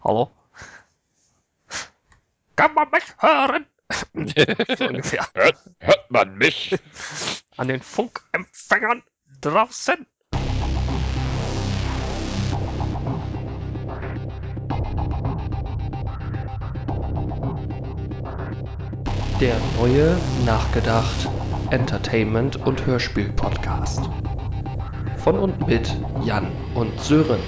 Hallo? Kann man mich hören? So ungefähr. Hört man mich? An den Funkempfängern draußen. Der neue Nachgedacht Entertainment und Hörspiel Podcast. Von und mit Jan und Sören.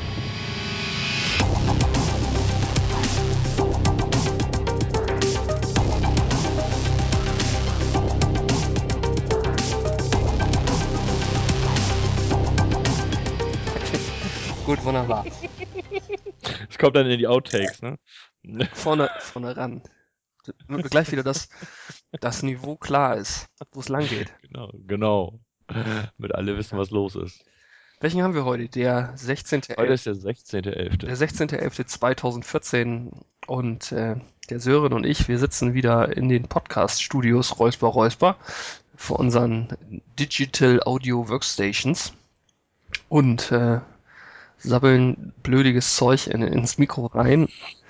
Gut, wunderbar. Es kommt dann in die Outtakes, ne? Vorne ran. Gleich wieder das Niveau klar ist, wo es lang geht. Genau. Damit alle wissen, Ja. was los ist. Welchen haben wir heute? Der Heute 16.11. ist der 16.11. Der 16.11.2014 und der Sören und ich, wir sitzen wieder in den Podcast-Studios Räusper Räusper vor unseren Digital Audio Workstations und sabbeln blödiges Zeug ins Mikro rein.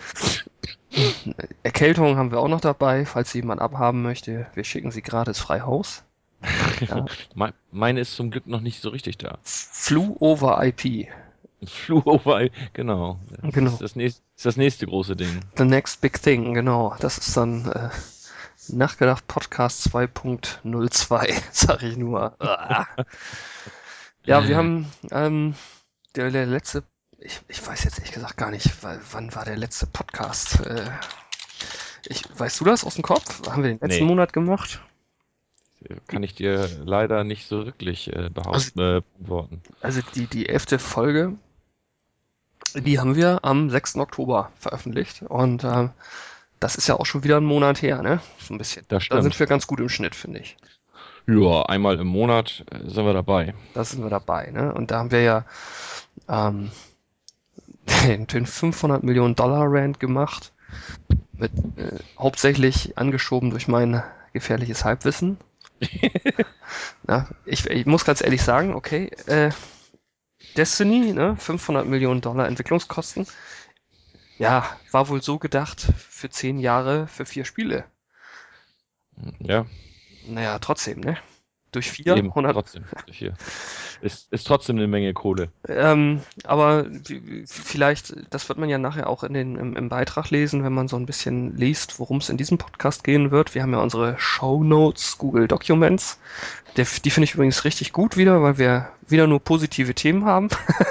Erkältung haben wir auch noch dabei, falls sie jemand abhaben möchte. Wir schicken sie gratis frei Haus. Ja. Meine ist zum Glück noch nicht so richtig da. Flew over IP. Fluorover, genau. Genau. Ist das nächste große Ding. The next big thing, genau. Das ist dann Nachgedacht Podcast 2.02, sag ich nur. Ja, wir haben der letzte, ich weiß jetzt ehrlich gesagt gar nicht, wann war der letzte Podcast? Weißt du das aus dem Kopf? Haben wir den letzten Nee, Monat gemacht? kann ich dir leider nicht so wirklich Also, beantworten. also die 11. Folge, die haben wir am 6. Oktober veröffentlicht und das ist ja auch schon wieder ein Monat her, ne? So ein bisschen. Das Da sind stimmt. wir ganz gut im Schnitt, finde ich. Ja, einmal im Monat sind wir dabei. Da sind wir dabei, ne? Und da haben wir ja ähm, den 500 Millionen Dollar Rand gemacht, mit hauptsächlich angeschoben durch mein gefährliches Halbwissen. Ja, ich muss ganz ehrlich sagen, okay, Destiny, ne, 500 Millionen Dollar Entwicklungskosten, ja, war wohl so gedacht für 10 Jahre für 4 Spiele. Ja, Naja, trotzdem, ne? Durch 4, eben, 100. trotzdem. Hier. Ist trotzdem eine Menge Kohle. Aber vielleicht, das wird man ja nachher auch im Beitrag lesen, wenn man so ein bisschen liest, worum es in diesem Podcast gehen wird. Wir haben ja unsere Show Notes, Google Documents. Die finde ich übrigens richtig gut wieder, weil wir wieder nur positive Themen haben.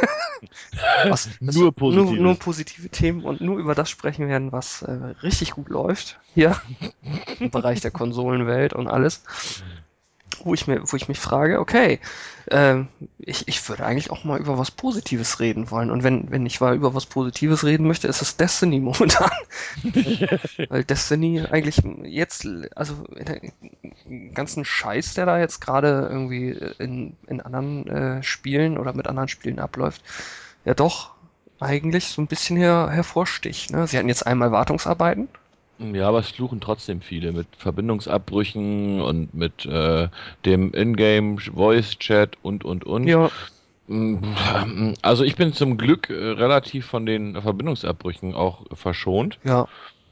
Nur Nur Positives. positive Themen und nur über das sprechen werden, was richtig gut läuft hier im Bereich der Konsolenwelt und alles. Wo ich mich frage, okay, ähm, ich würde eigentlich auch mal über was Positives reden wollen. Und wenn ich mal über was Positives reden möchte, ist es Destiny momentan. Weil Destiny eigentlich jetzt, also den ganzen Scheiß, der da jetzt gerade irgendwie in anderen Spielen oder mit anderen Spielen abläuft, ja doch eigentlich so ein bisschen hervorsticht. Ne? Sie hatten jetzt einmal Wartungsarbeiten. Ja, aber es fluchen trotzdem viele mit Verbindungsabbrüchen und mit dem Ingame Voice Chat und. Ja, Also ich bin zum Glück relativ von den Verbindungsabbrüchen auch verschont. ja,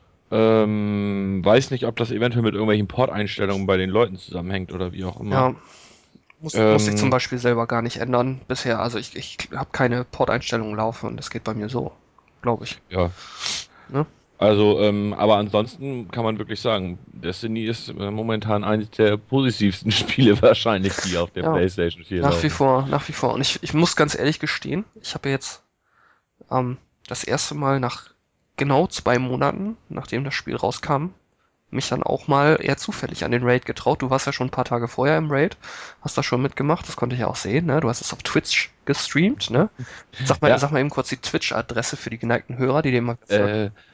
Weiß nicht, ob das eventuell mit irgendwelchen Porteinstellungen bei den Leuten zusammenhängt oder wie auch immer. ja. Muss ich zum Ähm, Beispiel selber gar nicht ändern bisher. Also ich habe keine Port-Einstellungen laufen und das geht bei mir so, glaube ich. ja, Ne? also, aber ansonsten kann man wirklich sagen, Destiny ist momentan eines der positivsten Spiele wahrscheinlich, die auf der Ja, PlayStation 4 laufen. nach wie vor. Und ich muss ganz ehrlich gestehen, ich habe ja jetzt das erste Mal nach genau 2 Monaten, nachdem das Spiel rauskam, mich dann auch mal eher zufällig an den Raid getraut. Du warst ja schon ein paar Tage vorher im Raid, hast das schon mitgemacht, das konnte ich ja auch sehen, ne? Du hast es auf Twitch gestreamt, ne? Ja, Sag mal eben kurz die Twitch-Adresse für die geneigten Hörer, die dem mal gefolgt.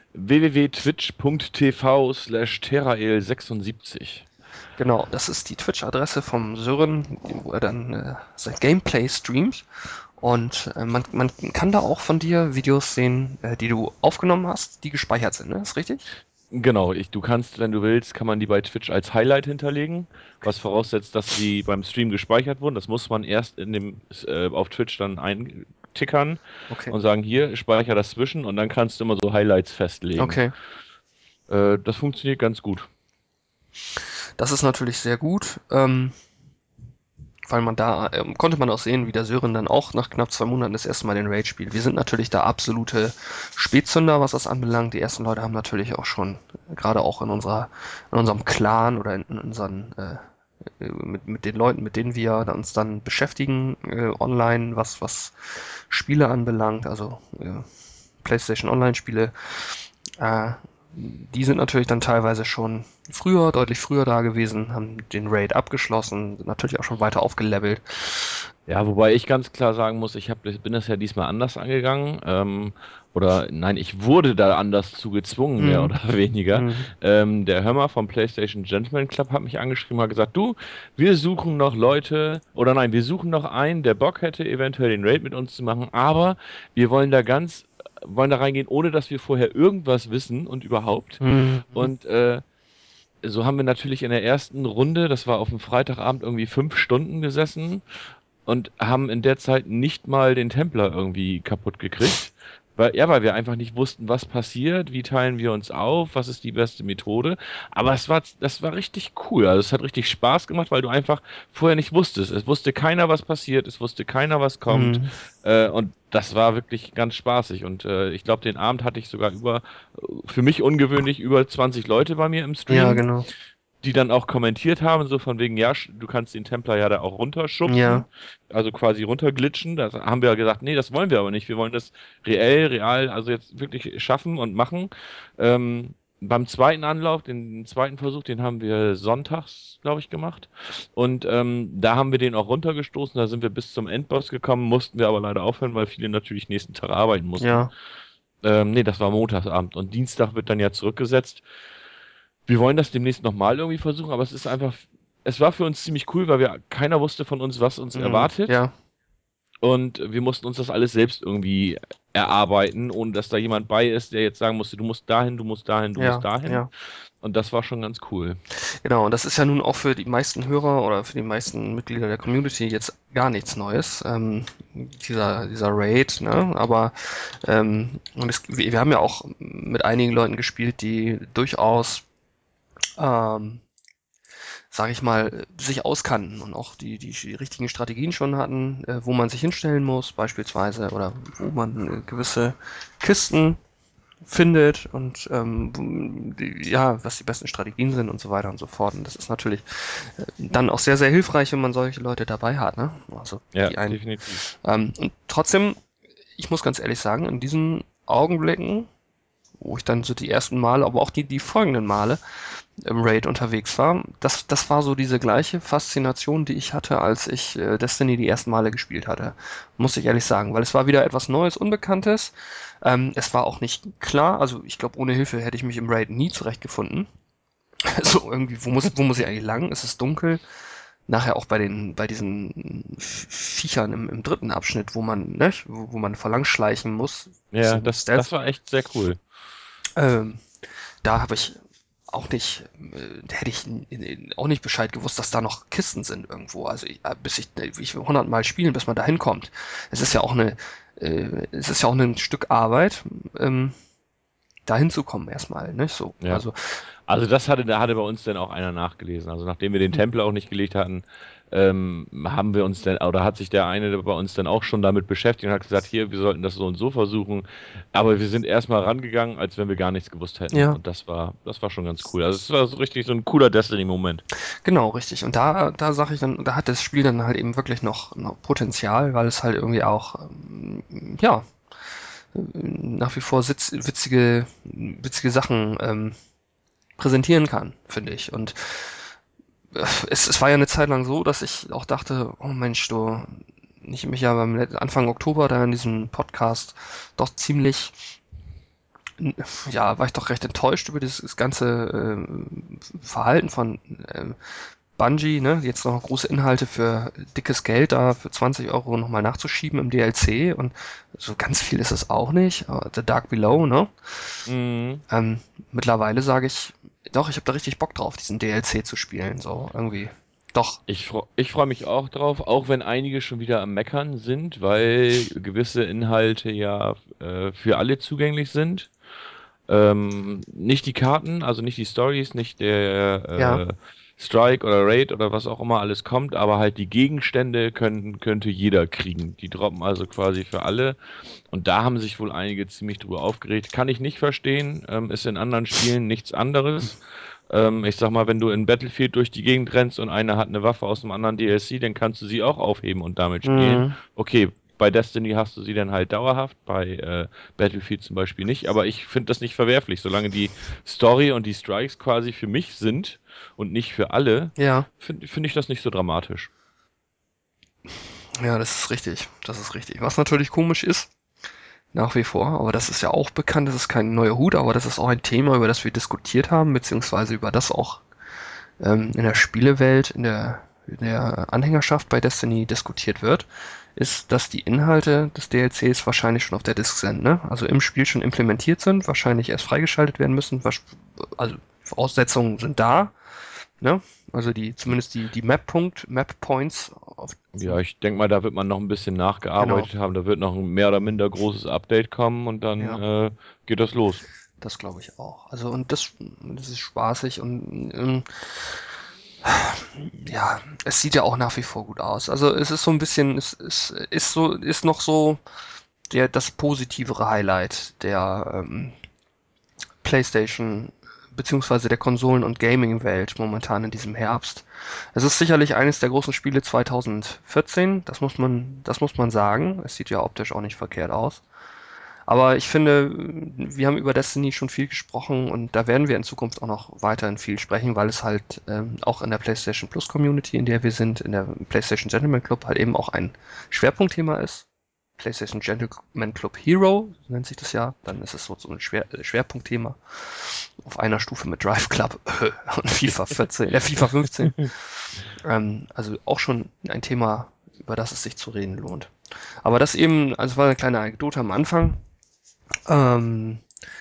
www.twitch.tv/terrael76. Genau, das ist die Twitch-Adresse vom Sören, wo er dann sein Gameplay streamt. Und man kann da auch von dir Videos sehen, die du aufgenommen hast, die gespeichert sind, ne? Ist richtig? Genau, du kannst, wenn du willst, kann man die bei Twitch als Highlight hinterlegen, was voraussetzt, dass sie beim Stream gespeichert wurden. Das muss man erst auf Twitch dann eintippen tickern Okay. und sagen, hier, speicher das zwischen und dann kannst du immer so Highlights festlegen. Okay. Das funktioniert ganz gut. Das ist natürlich sehr gut, weil man da konnte man auch sehen, wie der Sören dann auch nach knapp 2 Monaten das erste Mal den Raid spielt. Wir sind natürlich da absolute Spätzünder, was das anbelangt. Die ersten Leute haben natürlich auch schon, gerade auch in unserem Clan oder in unseren mit den Leuten, mit denen wir uns dann beschäftigen, online, was Spiele anbelangt, also PlayStation Online-Spiele, äh, die sind natürlich dann teilweise schon früher, deutlich früher da gewesen, haben den Raid abgeschlossen, sind natürlich auch schon weiter aufgelevelt. Ja, wobei ich ganz klar sagen muss, bin das ja diesmal anders angegangen. Oder nein, ich wurde da anders zu gezwungen, mehr Mhm. oder weniger. Mhm. Der Hörmer vom PlayStation Gentleman Club hat mich angeschrieben, hat gesagt, du, wir suchen noch Leute, oder nein, wir suchen noch einen, der Bock hätte, eventuell den Raid mit uns zu machen, aber wir wollen da reingehen, ohne dass wir vorher irgendwas wissen und überhaupt. Mhm. Und so haben wir natürlich in der ersten Runde, das war auf dem Freitagabend, irgendwie 5 Stunden gesessen und haben in der Zeit nicht mal den Templer irgendwie kaputt gekriegt. Weil wir einfach nicht wussten, was passiert, wie teilen wir uns auf, was ist die beste Methode. Aber das war richtig cool. Also es hat richtig Spaß gemacht, weil du einfach vorher nicht wusstest. Es wusste keiner, was passiert, es wusste keiner, was kommt. Mhm. Und das war wirklich ganz spaßig. Und ich glaube, den Abend hatte ich sogar für mich ungewöhnlich, über 20 Leute bei mir im Ja, Stream, genau. die dann auch kommentiert haben, so von wegen, ja, du kannst den Templar ja da auch runterschubsen, Ja, also quasi runterglitschen. Da haben wir ja gesagt, nee, das wollen wir aber nicht. Wir wollen das real, also jetzt wirklich schaffen und machen. Beim zweiten Anlauf, den zweiten Versuch, den haben wir sonntags, glaube ich, gemacht. Und da haben wir den auch runtergestoßen. Da sind wir bis zum Endboss gekommen, mussten wir aber leider aufhören, weil viele natürlich nächsten Tag arbeiten mussten. ja, Nee, das war Montagsabend. Und Dienstag wird dann ja zurückgesetzt. Wir wollen das demnächst nochmal irgendwie versuchen, aber es war für uns ziemlich cool, weil keiner wusste von uns, was uns mhm. erwartet. Ja, Und wir mussten uns das alles selbst irgendwie erarbeiten, ohne dass da jemand bei ist, der jetzt sagen musste, du musst dahin, du musst dahin, du musst ja, dahin. ja. Und das war schon ganz cool. Genau, und das ist ja nun auch für die meisten Hörer oder für die meisten Mitglieder der Community jetzt gar nichts Neues, dieser Raid, ne? Aber wir haben ja auch mit einigen Leuten gespielt, die durchaus ähm, sage ich mal, sich auskannten und auch die richtigen Strategien schon hatten, wo man sich hinstellen muss, beispielsweise, oder wo man gewisse Kisten findet und ja, was die besten Strategien sind und so weiter und so fort. Und das ist natürlich dann auch sehr, sehr hilfreich, wenn man solche Leute dabei hat, ne? Also Ja, die einen. definitiv. Und trotzdem, ich muss ganz ehrlich sagen, in diesen Augenblicken, wo ich dann so die ersten Male, aber auch die folgenden Male im Raid unterwegs war, das war so diese gleiche Faszination, die ich hatte, als ich Destiny die ersten Male gespielt hatte. Muss ich ehrlich sagen, weil es war wieder etwas Neues, Unbekanntes. Es war auch nicht klar, also ich glaube, ohne Hilfe hätte ich mich im Raid nie zurechtgefunden. Also irgendwie, wo muss ich eigentlich lang? Es ist dunkel. Nachher auch bei diesen Viechern im dritten Abschnitt, wo man, ne, wo man verlangschleichen muss, Ja, bisschen das Stealth. war echt sehr cool. Ähm, Da habe ich auch nicht, hätte ich auch nicht Bescheid gewusst, dass da noch Kisten sind irgendwo. Also ich will 100 Mal spielen, bis man da hinkommt. Es ist ja auch es ist ja auch ein Stück Arbeit, da hinzukommen erstmal, nicht so. Ja. Also, Also da hatte bei uns dann auch einer nachgelesen. Also nachdem wir den Tempel auch nicht gelegt hatten, haben wir uns dann, oder hat sich der eine bei uns dann auch schon damit beschäftigt und hat gesagt, hier, wir sollten das so und so versuchen. Aber wir sind erstmal rangegangen, als wenn wir gar nichts gewusst hätten. ja, Und das war schon ganz cool. Also es war so richtig so ein cooler Destiny-Moment. genau, richtig. Und da sage ich dann, da hat das Spiel dann halt eben wirklich noch Potenzial, weil es halt irgendwie auch, ja, nach wie vor witzige Sachen präsentieren kann, finde ich. Und es war ja eine Zeit lang so, dass ich auch dachte, oh Mensch, ich mich ja Anfang Oktober da in diesem Podcast doch ziemlich, ja, war ich doch recht enttäuscht über das ganze Verhalten von Bungie, ne, jetzt noch große Inhalte für dickes Geld da für 20 € nochmal nachzuschieben im DLC und so ganz viel ist es auch nicht. The Dark Below, ne? Mhm. Mittlerweile sage ich, doch, ich habe da richtig Bock drauf, diesen DLC zu spielen, so irgendwie. Doch. Ich freu mich auch drauf, auch wenn einige schon wieder am Meckern sind, weil gewisse Inhalte ja für alle zugänglich sind. Nicht die Karten, also nicht die Stories, nicht Ja. der Strike oder Raid oder was auch immer alles kommt, aber halt die Gegenstände könnte jeder kriegen. Die droppen also quasi für alle. Und da haben sich wohl einige ziemlich drüber aufgeregt. Kann ich nicht verstehen, ist in anderen Spielen nichts anderes. Ich sag mal, wenn du in Battlefield durch die Gegend rennst und einer hat eine Waffe aus einem anderen DLC, dann kannst du sie auch aufheben und damit spielen. Mhm. Okay, bei Destiny hast du sie dann halt dauerhaft, bei Battlefield zum Beispiel nicht, aber ich finde das nicht verwerflich, solange die Story und die Strikes quasi für mich sind und nicht für alle, Ja. find ich das nicht so dramatisch. Ja, das ist richtig. Das ist richtig. Was natürlich komisch ist, nach wie vor, aber das ist ja auch bekannt, das ist kein neuer Hut, aber das ist auch ein Thema, über das wir diskutiert haben, beziehungsweise über das auch in der Spielewelt, in der Anhängerschaft bei Destiny diskutiert wird, ist, dass die Inhalte des DLCs wahrscheinlich schon auf der Disk sind, ne? Also im Spiel schon implementiert sind, wahrscheinlich erst freigeschaltet werden müssen, also Voraussetzungen sind da, ne? Also zumindest die Map Points Ja, ich denke mal, da wird man noch ein bisschen genau, nachgearbeitet haben. Da wird noch ein mehr oder minder großes Update kommen und dann ja. geht das los. Das glaube ich auch. Also und das ist spaßig und ja, es sieht ja auch nach wie vor gut aus. Also es ist so ein bisschen, es ist so, ist noch so das positivere Highlight der PlayStation beziehungsweise der Konsolen- und Gaming-Welt momentan in diesem Herbst. Es ist sicherlich eines der großen Spiele 2014, das muss man sagen. Es sieht ja optisch auch nicht verkehrt aus. Aber ich finde, wir haben über Destiny schon viel gesprochen und da werden wir in Zukunft auch noch weiterhin viel sprechen, weil es halt auch in der PlayStation Plus Community, in der wir sind, in der PlayStation Gentleman Club, halt eben auch ein Schwerpunktthema ist. PlayStation Gentleman Club Hero, so nennt sich das ja. Dann ist es so ein Schwerpunktthema auf einer Stufe mit Drive Club und FIFA 15. Also auch schon ein Thema, über das es sich zu reden lohnt. Aber das eben, also es war eine kleine Anekdote am Anfang. Ähm,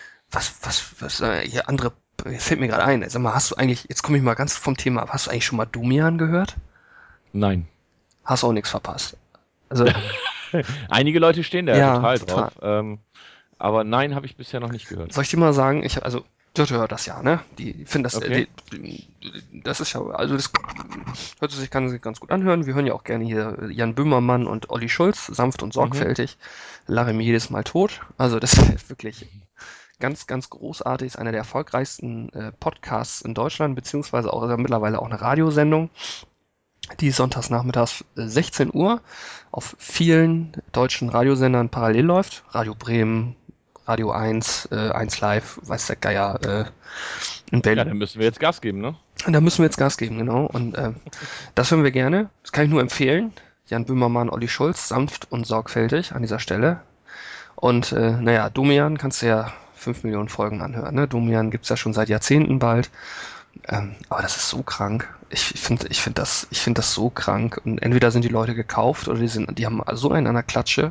hier andere, fällt mir gerade ein. Sag mal, hast du eigentlich, jetzt komme ich mal ganz vom Thema ab, hast du eigentlich schon mal Domian gehört? Nein. Hast auch nichts verpasst. Also, Einige Leute stehen da ja ja, total total. drauf, aber nein, habe ich bisher noch nicht gehört. Soll ich dir mal sagen, also, Dörte hört das ja, ne? Die finden das, Okay. das ist ja, also das hört sich ganz gut anhören. Wir hören ja auch gerne hier Jan Böhmermann und Olli Schulz, sanft und Mhm. sorgfältig, lache mir jedes Mal tot. Also das ist wirklich ganz großartig, ist einer der erfolgreichsten Podcasts in Deutschland, beziehungsweise auch mittlerweile auch eine Radiosendung, die sonntags nachmittags 16 Uhr auf vielen deutschen Radiosendern parallel läuft. Radio Bremen, Radio 1, 1 Live, weiß der Geier, in Ja, Berlin. dann müssen wir jetzt Gas geben, ne? Und da müssen wir jetzt Gas geben, genau. Und das hören wir gerne. Das kann ich nur empfehlen. Jan Böhmermann, Olli Schulz, sanft und sorgfältig an dieser Stelle. Und naja, Domian kannst du ja 5 Millionen Folgen anhören. Ne? Domian gibt's ja schon seit Jahrzehnten bald. Aber das ist so krank. Ich finde das so krank. Und entweder sind die Leute gekauft oder die haben so einen an der Klatsche.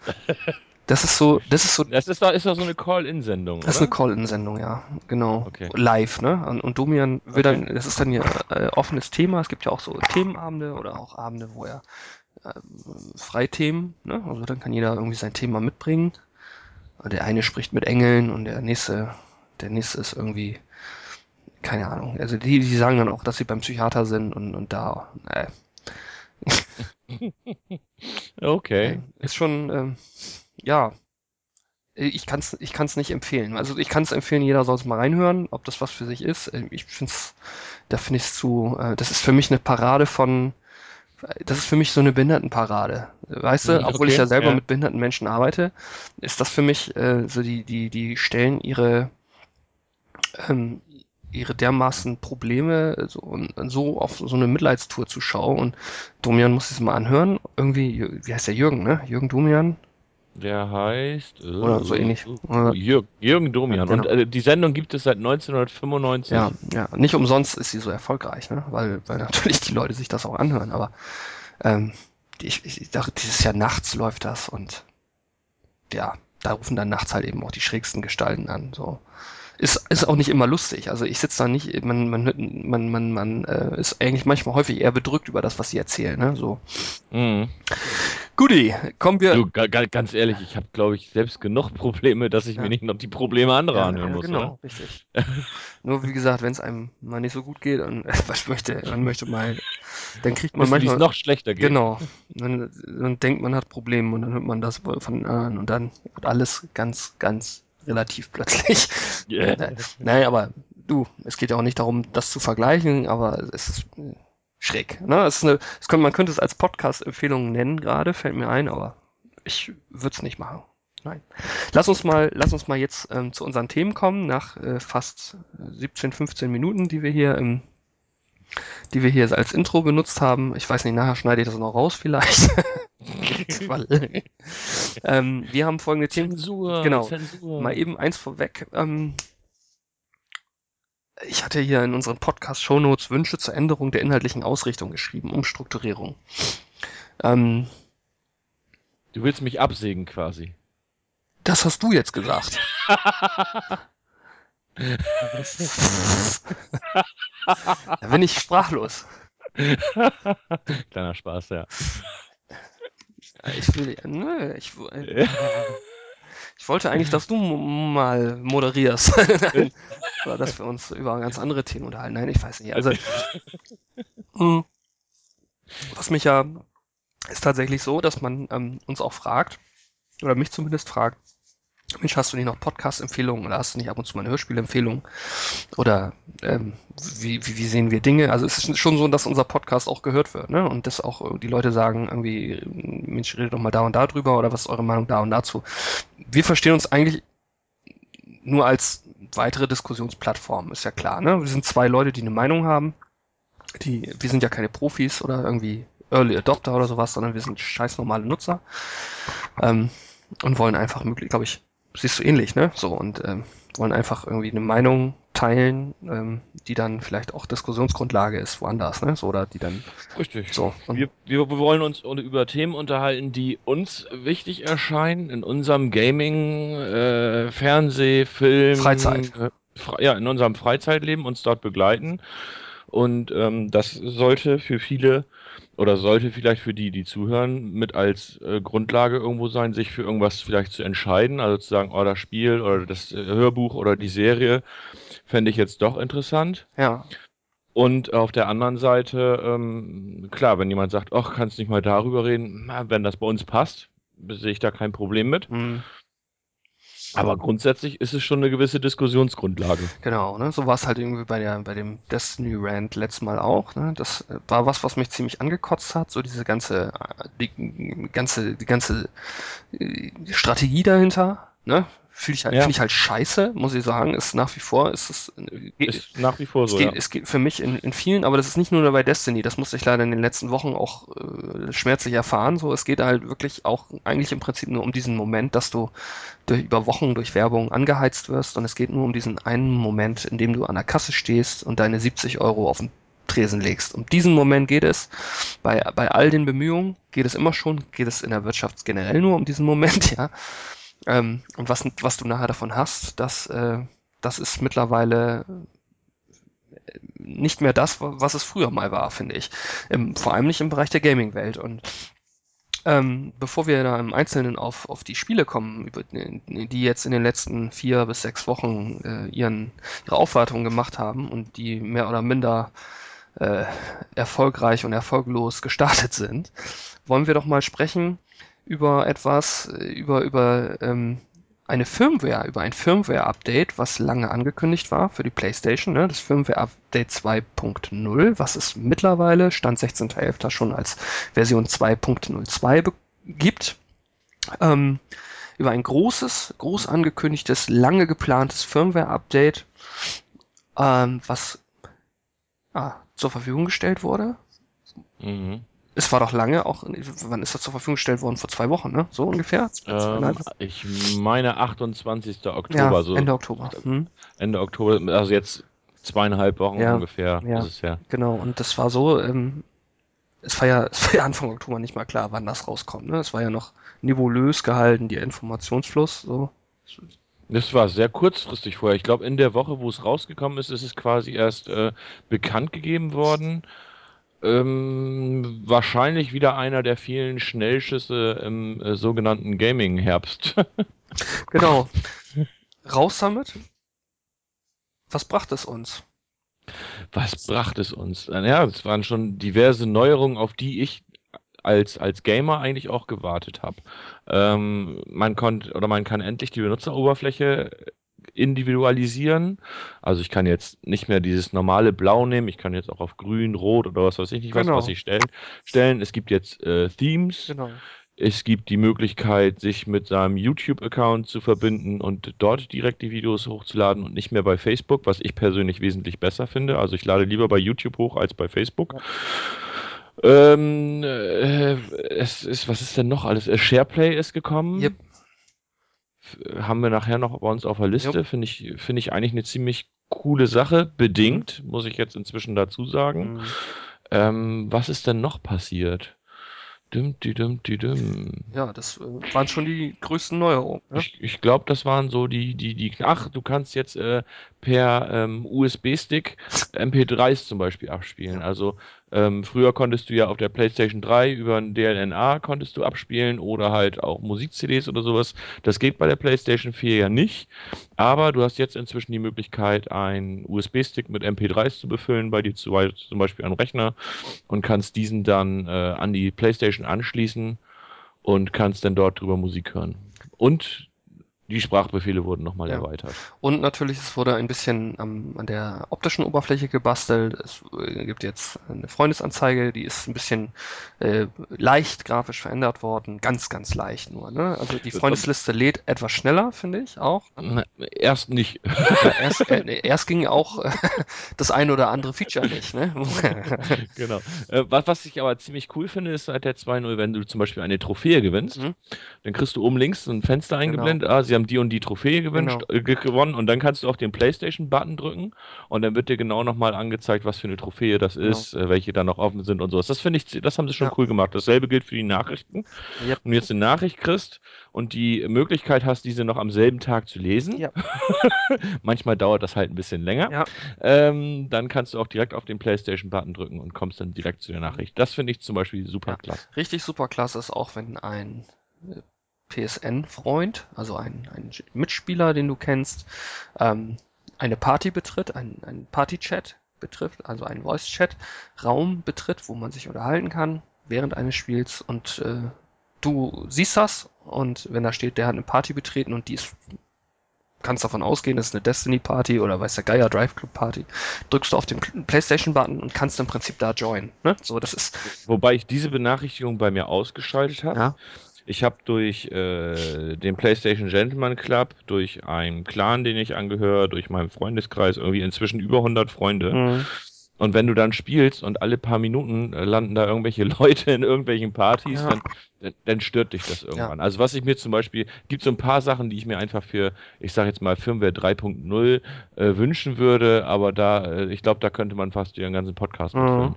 Ist doch so eine Call-In-Sendung, Das ist eine oder? Call-In-Sendung, ja. Genau. Okay. Live, ne? Und Domian Okay. das ist dann hier offenes Thema. Es gibt ja auch so Themenabende oder auch Abende, wo er Freithemen, ne? Also dann kann jeder irgendwie sein Thema mitbringen. Der eine spricht mit Engeln und der nächste ist irgendwie, keine Ahnung. Also die sagen dann auch, dass sie beim Psychiater sind und da, Okay. ist schon, ja, ich kann's nicht empfehlen. Also ich kann es empfehlen, jeder soll es mal reinhören, ob das was für sich ist. Da finde ich es das ist für mich eine Parade das ist für mich so eine Behindertenparade. Weißt du, obwohl ich ja Okay, selber ja. mit behinderten Menschen arbeite, ist das für mich so die stellen ähm, ihre dermaßen Probleme und so auf so eine Mitleidstour zur Schau. Und Domian muss es mal anhören. Irgendwie, wie heißt der Jürgen, ne? Jürgen Domian Der heißt oder so ähnlich. Jürgen Domian. Und Genau. die Sendung gibt es seit Ja, 1995. ja. Nicht umsonst ist sie so erfolgreich, ne? Weil natürlich die Leute sich das auch anhören. Aber ähm, ich dachte, dieses Jahr nachts läuft das und ja, da rufen dann nachts halt eben auch die schrägsten Gestalten an. So. Ist auch nicht immer lustig. Also ich sitze da nicht, man ist eigentlich manchmal häufig eher bedrückt über das, was sie erzählen, ne? So. Mhm. Guti, kommen wir. Du, ganz ehrlich, ich habe, glaube ich, selbst genug Probleme, dass ich mir Ja, nicht noch die Probleme anderer ja, anhören ja, muss, oder? genau, richtig. Nur wie gesagt, wenn es einem mal nicht so gut geht und man möchte mal, dann kriegt man Wissen, wie es manchmal, noch schlechter geht? genau, man denkt, man hat Probleme und dann hört man das von den anderen und dann wird alles ganz, ganz relativ plötzlich. Yeah. Nein, aber du, es geht ja auch nicht darum, das zu vergleichen, aber es ist schräg. Ne? Man könnte es als Podcast-Empfehlung nennen gerade, fällt mir ein, aber ich würde es nicht machen. Nein. Lass uns mal jetzt zu unseren Themen kommen, nach fast 17, 15 Minuten, die wir hier als Intro benutzt haben. Ich weiß nicht, nachher schneide ich das noch raus vielleicht. Weil, wir haben folgende Themen. Zensur, Genau. Mal Zensur. eben eins vorweg. Ich hatte hier in unseren Podcast-Shownotes Wünsche zur Änderung der inhaltlichen Ausrichtung geschrieben, Umstrukturierung. Ähm, Du willst mich absägen quasi. Das hast du jetzt gesagt. Da bin ich sprachlos. Kleiner Spaß, ja. Ich will, nö, ich wollte eigentlich, dass du mal moderierst. Nein. Oder dass wir uns über ganz andere Themen unterhalten. Nein, ich weiß nicht. Also, mh, was mich ja, ist tatsächlich so, dass man uns auch fragt, oder mich zumindest fragt, Mensch, hast du nicht noch Podcast-Empfehlungen oder hast du nicht ab und zu mal eine Hörspielempfehlung? Oder wie sehen wir Dinge? Also es ist schon so, dass unser Podcast auch gehört wird, ne? Und dass auch die Leute sagen, irgendwie, Mensch, redet doch mal da und da drüber oder was ist eure Meinung da und dazu? Wir verstehen uns eigentlich nur als weitere Diskussionsplattform, ist ja klar, ne? Wir sind zwei Leute, die eine Meinung haben. Wir sind ja keine Profis oder irgendwie Early Adopter oder sowas, sondern wir sind scheiß normale Nutzer ähm, und wollen einfach möglich, glaube ich, siehst du ähnlich, ne? So und wollen einfach irgendwie eine Meinung teilen, die dann vielleicht auch Diskussionsgrundlage ist woanders, ne? So oder die dann Richtig. so und Wir wollen uns über Themen unterhalten, die uns wichtig erscheinen in unserem Gaming, Fernseh, Film, Freizeit. ja, in unserem Freizeitleben uns dort begleiten. Und das sollte für viele oder sollte vielleicht für die, die zuhören, mit als Grundlage irgendwo sein, sich für irgendwas vielleicht zu entscheiden. Also zu sagen, oh, das Spiel oder das Hörbuch oder die Serie fände ich jetzt doch interessant. Ja. Und auf der anderen Seite, klar, wenn jemand sagt, ach, kannst nicht mal darüber reden, na, wenn das bei uns passt, sehe ich da kein Problem mit. Mh. Aber grundsätzlich ist es schon eine gewisse Diskussionsgrundlage. Genau, ne? So war es halt irgendwie bei dem Destiny Rant letztes Mal auch, ne? Das war was mich ziemlich angekotzt hat, so diese die ganze Strategie dahinter, ne? Finde Ja, ich halt scheiße, muss ich sagen, ist nach wie vor, ist nach wie vor es so, geht, ja. es geht für mich in vielen, aber das ist nicht nur bei Destiny, das musste ich leider in den letzten Wochen auch schmerzlich erfahren, so, es geht halt wirklich auch eigentlich im Prinzip nur um diesen Moment, dass du über Wochen durch Werbung angeheizt wirst und es geht nur um diesen einen Moment, in dem du an der Kasse stehst und deine 70 € auf den Tresen legst. Um diesen Moment geht es. Bei all den Bemühungen geht es in der Wirtschaft generell nur um diesen Moment, ja. Und was du nachher davon hast, das ist mittlerweile nicht mehr das, was es früher mal war, finde ich. Vor allem nicht im Bereich der Gaming-Welt. Und bevor wir da im Einzelnen auf die Spiele kommen, die jetzt in den letzten 4 bis 6 Wochen ihre Aufwartung gemacht haben und die mehr oder minder äh, erfolgreich und erfolglos gestartet sind, wollen wir doch mal sprechen über etwas, über ein Firmware-Update, was lange angekündigt war für die PlayStation, ne? Das Firmware-Update 2.0, was es mittlerweile, Stand 16.11. schon als Version 2.02 gibt. Ähm, über ein groß angekündigtes, lange geplantes Firmware-Update, was zur Verfügung gestellt wurde. Mhm. Es war doch lange auch, wann ist das zur Verfügung gestellt worden? Vor 2 Wochen, ne? So ungefähr? Zweieinhalb? Ich meine 28. Ja, Oktober, so Ende Oktober. Hm? Ende Oktober, also jetzt 2,5 Wochen Ja, ungefähr ist ja, es her. genau. Und das war so, es war ja Anfang Oktober nicht mal klar, wann das rauskommt. Ne? Es war ja noch nebulös gehalten, der Informationsfluss. So. Das war sehr kurzfristig vorher. Ich glaube, in der Woche, wo es rausgekommen ist, ist es quasi erst bekannt gegeben worden. Wahrscheinlich wieder einer der vielen Schnellschüsse im sogenannten Gaming-Herbst. Genau. Raus damit. Was brachte es uns? Was brachte es uns? Naja, es waren schon diverse Neuerungen, auf die ich als Gamer eigentlich auch gewartet habe. Man konnte oder man kann endlich die Benutzeroberfläche individualisieren. Also ich kann jetzt nicht mehr dieses normale Blau nehmen, ich kann jetzt auch auf Grün, Rot oder was weiß ich nicht was Genau, ich stellen. Es gibt jetzt Themes. genau. Es gibt die Möglichkeit, sich mit seinem YouTube-Account zu verbinden und dort direkt die Videos hochzuladen und nicht mehr bei Facebook, was ich persönlich wesentlich besser finde. Also ich lade lieber bei YouTube hoch als bei Facebook. Ja. Was ist denn noch alles? SharePlay ist Yep, gekommen. Haben wir nachher noch bei uns auf der yep. Liste. Finde ich eigentlich eine ziemlich coole Sache. Mhm. Bedingt, muss ich jetzt inzwischen dazu sagen. Mhm. Was ist denn noch passiert? Düm, di, düm, di, düm. Ja, das waren schon die größten Neuerungen. Ne? Ich glaube, das waren so ach, du kannst jetzt per USB-Stick MP3s zum Beispiel abspielen. Ja, Also früher konntest du ja auf der PlayStation 3 über ein DLNA konntest du abspielen oder halt auch Musik-CDs oder sowas. Das geht bei der PlayStation 4 ja nicht. Aber du hast jetzt inzwischen die Möglichkeit, einen USB-Stick mit MP3s zu befüllen, bei dir zum Beispiel am Rechner und kannst diesen dann an die PlayStation anschließen und kannst dann dort drüber Musik hören. Und die Sprachbefehle wurden nochmal ja. erweitert. Und natürlich, es wurde ein bisschen an der optischen Oberfläche gebastelt. Es gibt jetzt eine Freundesanzeige, die ist ein bisschen leicht grafisch verändert worden. Ganz, ganz leicht nur. Ne? Also die Freundesliste lädt etwas schneller, finde ich auch. Ne? Erst nicht. Ja, nee, erst ging auch das ein oder andere Feature nicht. Ne? Genau. Was ich aber ziemlich cool finde, ist seit der 2.0, wenn du zum Beispiel eine Trophäe gewinnst, Mhm, dann kriegst du oben links so ein Fenster genau, eingeblendet, sie haben die und die Trophäe genau, gewonnen und dann kannst du auf den PlayStation-Button drücken und dann wird dir genau nochmal angezeigt, was für eine Trophäe das genau. ist, welche da noch offen sind und sowas. Das finde ich, das haben sie schon Ja, cool gemacht. Dasselbe gilt für die Nachrichten. yep, Wenn du jetzt eine Nachricht kriegst und die Möglichkeit hast, diese noch am selben Tag zu lesen, ja, manchmal dauert das halt ein bisschen länger, ja. dann kannst du auch direkt auf den PlayStation-Button drücken und kommst dann direkt zu der Mhm. Nachricht. Das finde ich zum Beispiel super Ja, klasse. richtig super klasse ist auch, wenn ein PSN-Freund, also ein Mitspieler, den du kennst, ähm, eine Party betritt, ein Party-Chat betrifft, also einen Voice-Chat-Raum betritt, wo man sich unterhalten kann während eines Spiels und du siehst das und wenn da steht, der hat eine Party betreten und die ist, kannst davon ausgehen, das ist eine Destiny-Party oder weiß der Geier Drive Club-Party, drückst du auf den PlayStation-Button und kannst im Prinzip da joinen. Ne? So, das ist, Wobei ich diese Benachrichtigung bei mir ausgeschaltet habe. ja. Ich habe durch den PlayStation Gentleman Club, durch einen Clan, den ich angehöre, durch meinen Freundeskreis, irgendwie inzwischen über 100 Freunde. Mhm. Und wenn du dann spielst und alle paar Minuten landen da irgendwelche Leute in irgendwelchen Partys, Ja, dann stört dich das ja. irgendwann. Also was ich mir zum Beispiel, gibt so ein paar Sachen, die ich mir einfach für, ich sage jetzt mal Firmware 3.0 wünschen würde, aber ich glaube, da könnte man fast den ganzen Podcast Mhm. mitfüllen.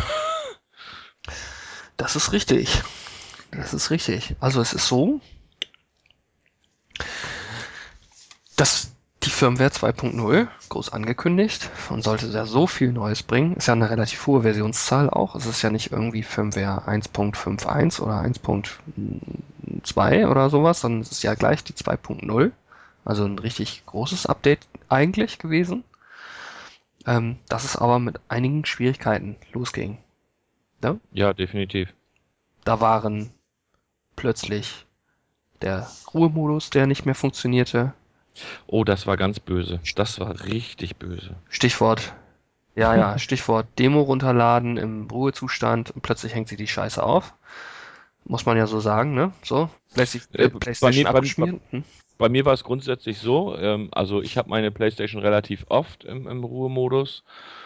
Das ist richtig. Das ist richtig. Also es ist so, dass die Firmware 2.0 groß angekündigt und sollte ja so viel Neues bringen. Ist ja eine relativ hohe Versionszahl auch. Es ist ja nicht irgendwie Firmware 1.51 oder 1.2 oder sowas, sondern es ist ja gleich die 2.0. Also ein richtig großes Update eigentlich gewesen. Dass es aber mit einigen Schwierigkeiten losging. Ne? Ja, definitiv. Da waren plötzlich der Ruhemodus, der nicht mehr funktionierte. Oh, das war ganz böse. Das war richtig böse. Stichwort, Stichwort Demo runterladen im Ruhezustand und plötzlich hängt sie die Scheiße auf. Muss man ja so sagen, ne? So, Äh, bei PlayStation mir, bei, bei, abgeschmiert. Hm? bei mir war es grundsätzlich so, also ich habe meine PlayStation relativ oft im Ruhemodus.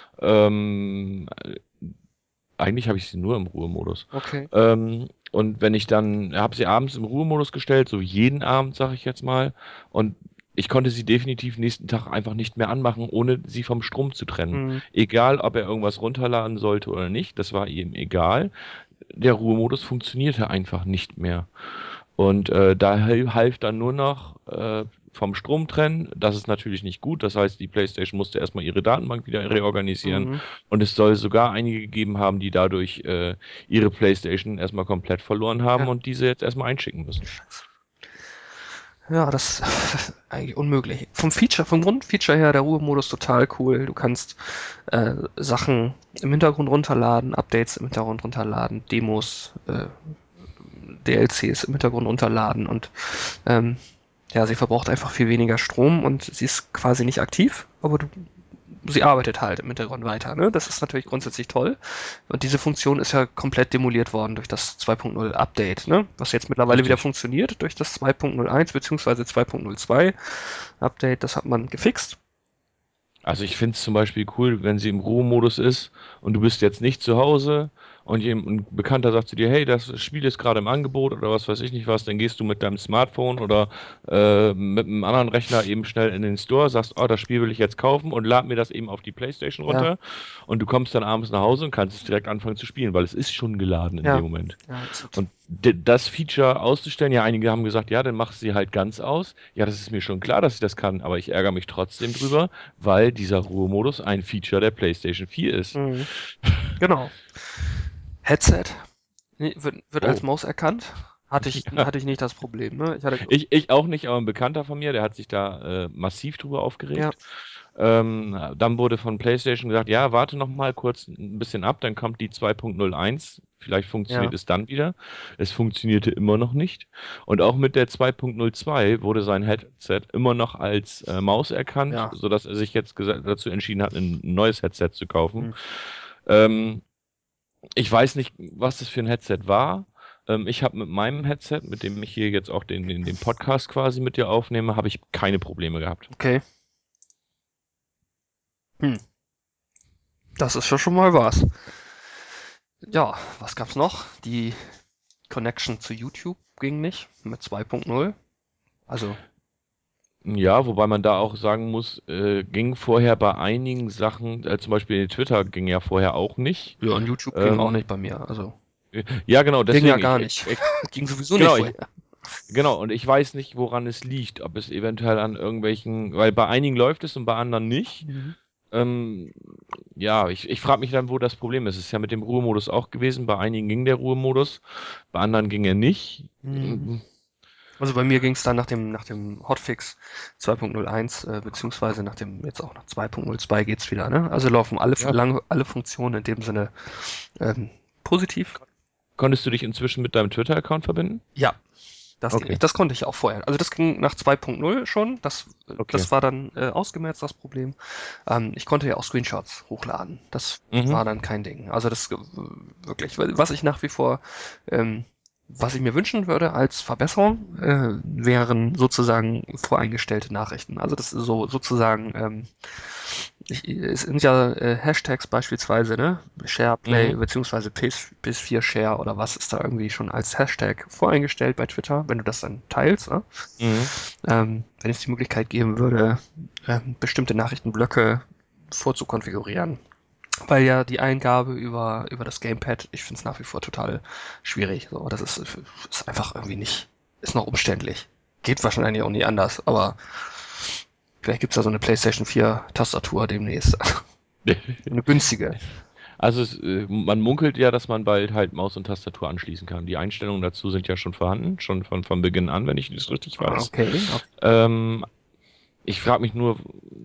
Eigentlich habe ich sie nur im Ruhemodus. Okay. Und wenn ich dann, habe sie abends im Ruhemodus gestellt, so jeden Abend, sage ich jetzt mal, und ich konnte sie definitiv nächsten Tag einfach nicht mehr anmachen, ohne sie vom Strom zu trennen. Hm. Egal, ob er irgendwas runterladen sollte oder nicht, das war ihm egal. Der Ruhemodus funktionierte einfach nicht mehr. Und da half dann nur noch vom Strom trennen. Das ist natürlich nicht gut. Das heißt, die PlayStation musste erstmal ihre Datenbank wieder reorganisieren. Mhm. Und es soll sogar einige gegeben haben, die dadurch ihre PlayStation erstmal komplett verloren haben Ja. und diese jetzt erstmal einschicken müssen. Scheiße. Ja, das ist eigentlich unmöglich. Vom Grundfeature her, der Ruhemodus total cool. Du kannst Sachen im Hintergrund runterladen, Updates im Hintergrund runterladen, Demos, DLCs im Hintergrund runterladen und ähm, ja, sie verbraucht einfach viel weniger Strom und sie ist quasi nicht aktiv, aber sie arbeitet halt im Hintergrund weiter. Ne? Das ist natürlich grundsätzlich toll. Und diese Funktion ist ja komplett demoliert worden durch das 2.0 Update, ne? Was jetzt mittlerweile wieder Richtig. funktioniert durch das 2.01 bzw. 2.02 Update. Das hat man gefixt. Also ich finde es zum Beispiel cool, wenn sie im Ruhemodus ist und du bist jetzt nicht zu Hause und ein Bekannter sagt zu dir, hey, das Spiel ist gerade im Angebot oder was weiß ich nicht was, dann gehst du mit deinem Smartphone oder mit einem anderen Rechner eben schnell in den Store, sagst, oh, das Spiel will ich jetzt kaufen und lad mir das eben auf die PlayStation Ja, runter und du kommst dann abends nach Hause und kannst es direkt anfangen zu spielen, weil es ist schon geladen in dem ja, Moment. ja, das hat, Und das Feature auszustellen, ja, einige haben gesagt, ja, dann mach sie halt ganz aus. Ja, das ist mir schon klar, dass ich das kann, aber ich ärgere mich trotzdem drüber, weil dieser Ruhemodus ein Feature der PlayStation 4 ist. mhm. Genau. Headset wird als Oh, Maus erkannt. Hatte ich nicht das Problem, ne? ich auch nicht, aber ein Bekannter von mir, der hat sich da massiv drüber Ja, aufgeregt. Dann wurde von PlayStation gesagt, ja, warte noch mal kurz ein bisschen ab, dann kommt die 2.01. Vielleicht funktioniert ja, es dann wieder. Es funktionierte immer noch nicht. Und auch mit der 2.02 wurde sein Headset immer noch als Maus erkannt, ja. sodass er sich jetzt dazu entschieden hat, ein neues Headset zu kaufen. Mhm. Ähm, Ich weiß nicht, was das für ein Headset war. Ich habe mit meinem Headset, mit dem ich hier jetzt auch den Podcast quasi mit dir aufnehme, habe ich keine Probleme gehabt. Okay. Hm. Das ist ja schon mal was. Ja, was gab's noch? Die Connection zu YouTube ging nicht mit 2.0. Also, Ja, wobei man da auch sagen muss, ging vorher bei einigen Sachen, zum Beispiel Twitter ging ja vorher auch nicht. ja, und YouTube ging auch Ähm, nicht bei mir. Also, ja, genau, ging ja deswegen, gar nicht. Ging sowieso nicht genau, vorher. genau, und ich weiß nicht, woran es liegt, ob es eventuell an irgendwelchen, weil bei einigen läuft es und bei anderen nicht. Mhm. Ähm, ja, ich frage mich dann, wo das Problem ist. Es ist ja mit dem Ruhemodus auch gewesen. Bei einigen ging der Ruhemodus, bei anderen ging er nicht. Mhm. Also bei mir ging es dann nach dem Hotfix 2.01, beziehungsweise jetzt auch nach 2.02 geht's wieder, ne? Also laufen Ja, alle Funktionen in dem Sinne ähm, positiv. konntest du dich inzwischen mit deinem Twitter-Account verbinden? Ja, das ging Okay, nicht. Das konnte ich auch vorher. Also das ging nach 2.0 schon. okay. Das war dann ausgemerzt, das Problem. Ich konnte ja auch Screenshots hochladen. Das Mhm, war dann kein Ding. Also das wirklich, was ich nach wie vor, ähm, was ich mir wünschen würde als Verbesserung, wären sozusagen voreingestellte Nachrichten. Also das ist so sozusagen es sind ja Hashtags beispielsweise, ne? SharePlay mhm, beziehungsweise PS4 Share oder was ist da irgendwie schon als Hashtag voreingestellt bei Twitter, wenn du das dann teilst, ne? mhm. Wenn es die Möglichkeit geben würde, bestimmte Nachrichtenblöcke vorzukonfigurieren. Weil ja die Eingabe über das Gamepad, ich finde es nach wie vor total schwierig. So, ist einfach irgendwie nicht, ist noch umständlich. Geht wahrscheinlich auch nie anders, aber vielleicht gibt's da so eine PlayStation 4 Tastatur demnächst. Eine günstige. Also man munkelt ja, dass man bald halt Maus und Tastatur anschließen kann. Die Einstellungen dazu sind ja schon vorhanden, schon von Beginn an, wenn ich das richtig weiß. Okay, okay. Ähm, Ich frage mich nur,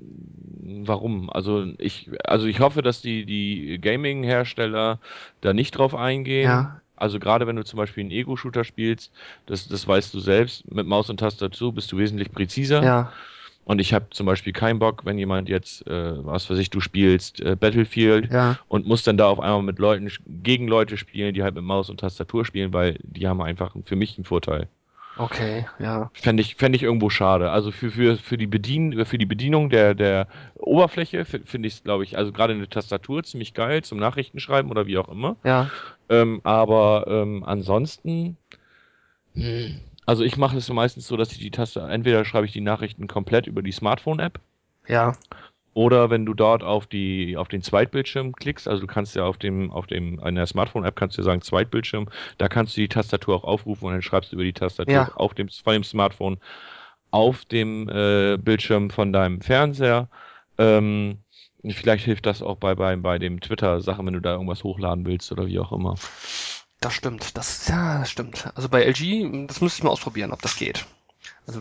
warum. Also ich hoffe, dass die Gaming-Hersteller da nicht drauf eingehen. Ja, Also gerade wenn du zum Beispiel einen Ego-Shooter spielst, das weißt du selbst, mit Maus und Tastatur bist du wesentlich präziser. ja, Und ich habe zum Beispiel keinen Bock, wenn jemand jetzt, was weiß ich, du spielst Battlefield ja. und musst dann da auf einmal mit Leuten gegen Leute spielen, die halt mit Maus und Tastatur spielen, weil die haben einfach für mich einen Vorteil. Okay, ja, Fände ich irgendwo schade. Also für die Bedienung der Oberfläche finde ich es, glaube ich, also gerade eine Tastatur ziemlich geil zum Nachrichtenschreiben oder wie auch immer. ja, Aber ansonsten, also ich mache es meistens so, dass ich entweder schreibe ich die Nachrichten komplett über die Smartphone-App ja, oder wenn du dort auf den Zweitbildschirm klickst, also du kannst ja in der Smartphone-App kannst du ja sagen Zweitbildschirm, da kannst du die Tastatur auch aufrufen und dann schreibst du über die Tastatur ja, von dem Smartphone auf dem Bildschirm von deinem Fernseher. Ähm, Vielleicht hilft das auch bei dem Twitter-Sachen, wenn du da irgendwas hochladen willst oder wie auch immer. Das stimmt. Das stimmt. Also bei LG, das müsste ich mal ausprobieren, ob das geht. Also,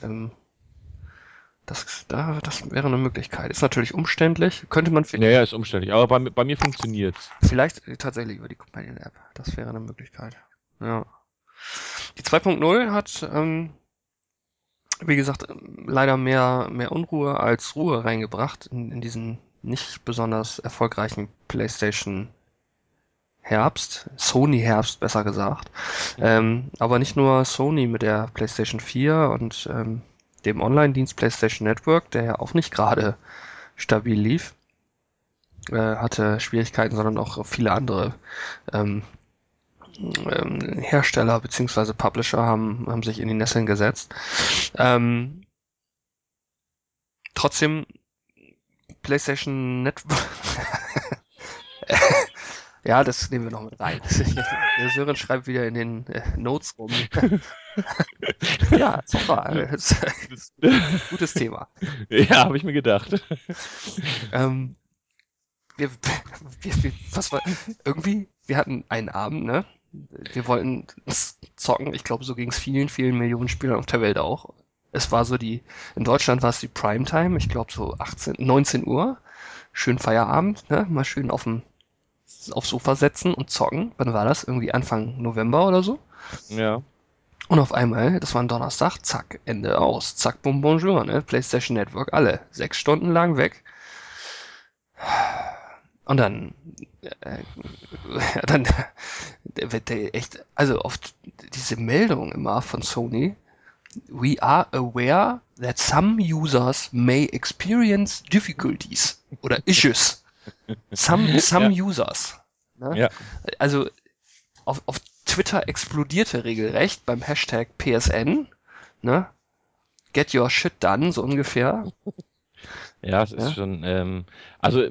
das wäre eine Möglichkeit. Ist natürlich umständlich. Könnte man Ja, ja, ist umständlich, aber bei mir funktioniert's. vielleicht tatsächlich über die Companion App. Das wäre eine Möglichkeit. Ja. Die 2.0 hat, wie gesagt, leider mehr Unruhe als Ruhe reingebracht in diesen nicht besonders erfolgreichen PlayStation Herbst, Sony Herbst besser gesagt. Aber nicht nur Sony mit der PlayStation 4 und dem Online-Dienst PlayStation Network, der ja auch nicht gerade stabil lief, hatte Schwierigkeiten, sondern auch viele andere ähm, Hersteller bzw. Publisher haben sich in die Nesseln gesetzt. Ähm, Trotzdem PlayStation Network. Ja, das nehmen wir noch mit rein. Der Sören schreibt wieder in den Notes rum. Ja, super. Gutes Thema. Ja, habe ich mir gedacht. Ähm, wir, was war, irgendwie, wir hatten einen Abend, ne? Wir wollten zocken. Ich glaube, so ging es vielen Millionen Spielern auf der Welt auch. Es war so in Deutschland war es die Primetime, ich glaube so 19 Uhr. Schön Feierabend, ne? Mal schön aufs Sofa setzen und zocken. Wann war das? Irgendwie Anfang November oder so? Ja. Und auf einmal, das war ein Donnerstag, zack, Ende aus. Zack, bum, bonjour, ne? PlayStation Network, alle. 6 Stunden lang weg. Und dann, äh, dann wird der echt, also oft diese Meldung immer von Sony, we are aware that some users may experience difficulties oder issues. Some Ja, users. Ne? ja. Also auf Twitter explodierte regelrecht beim Hashtag PSN, ne? Get your shit done, so ungefähr. Ja, es ist Ja? schon, also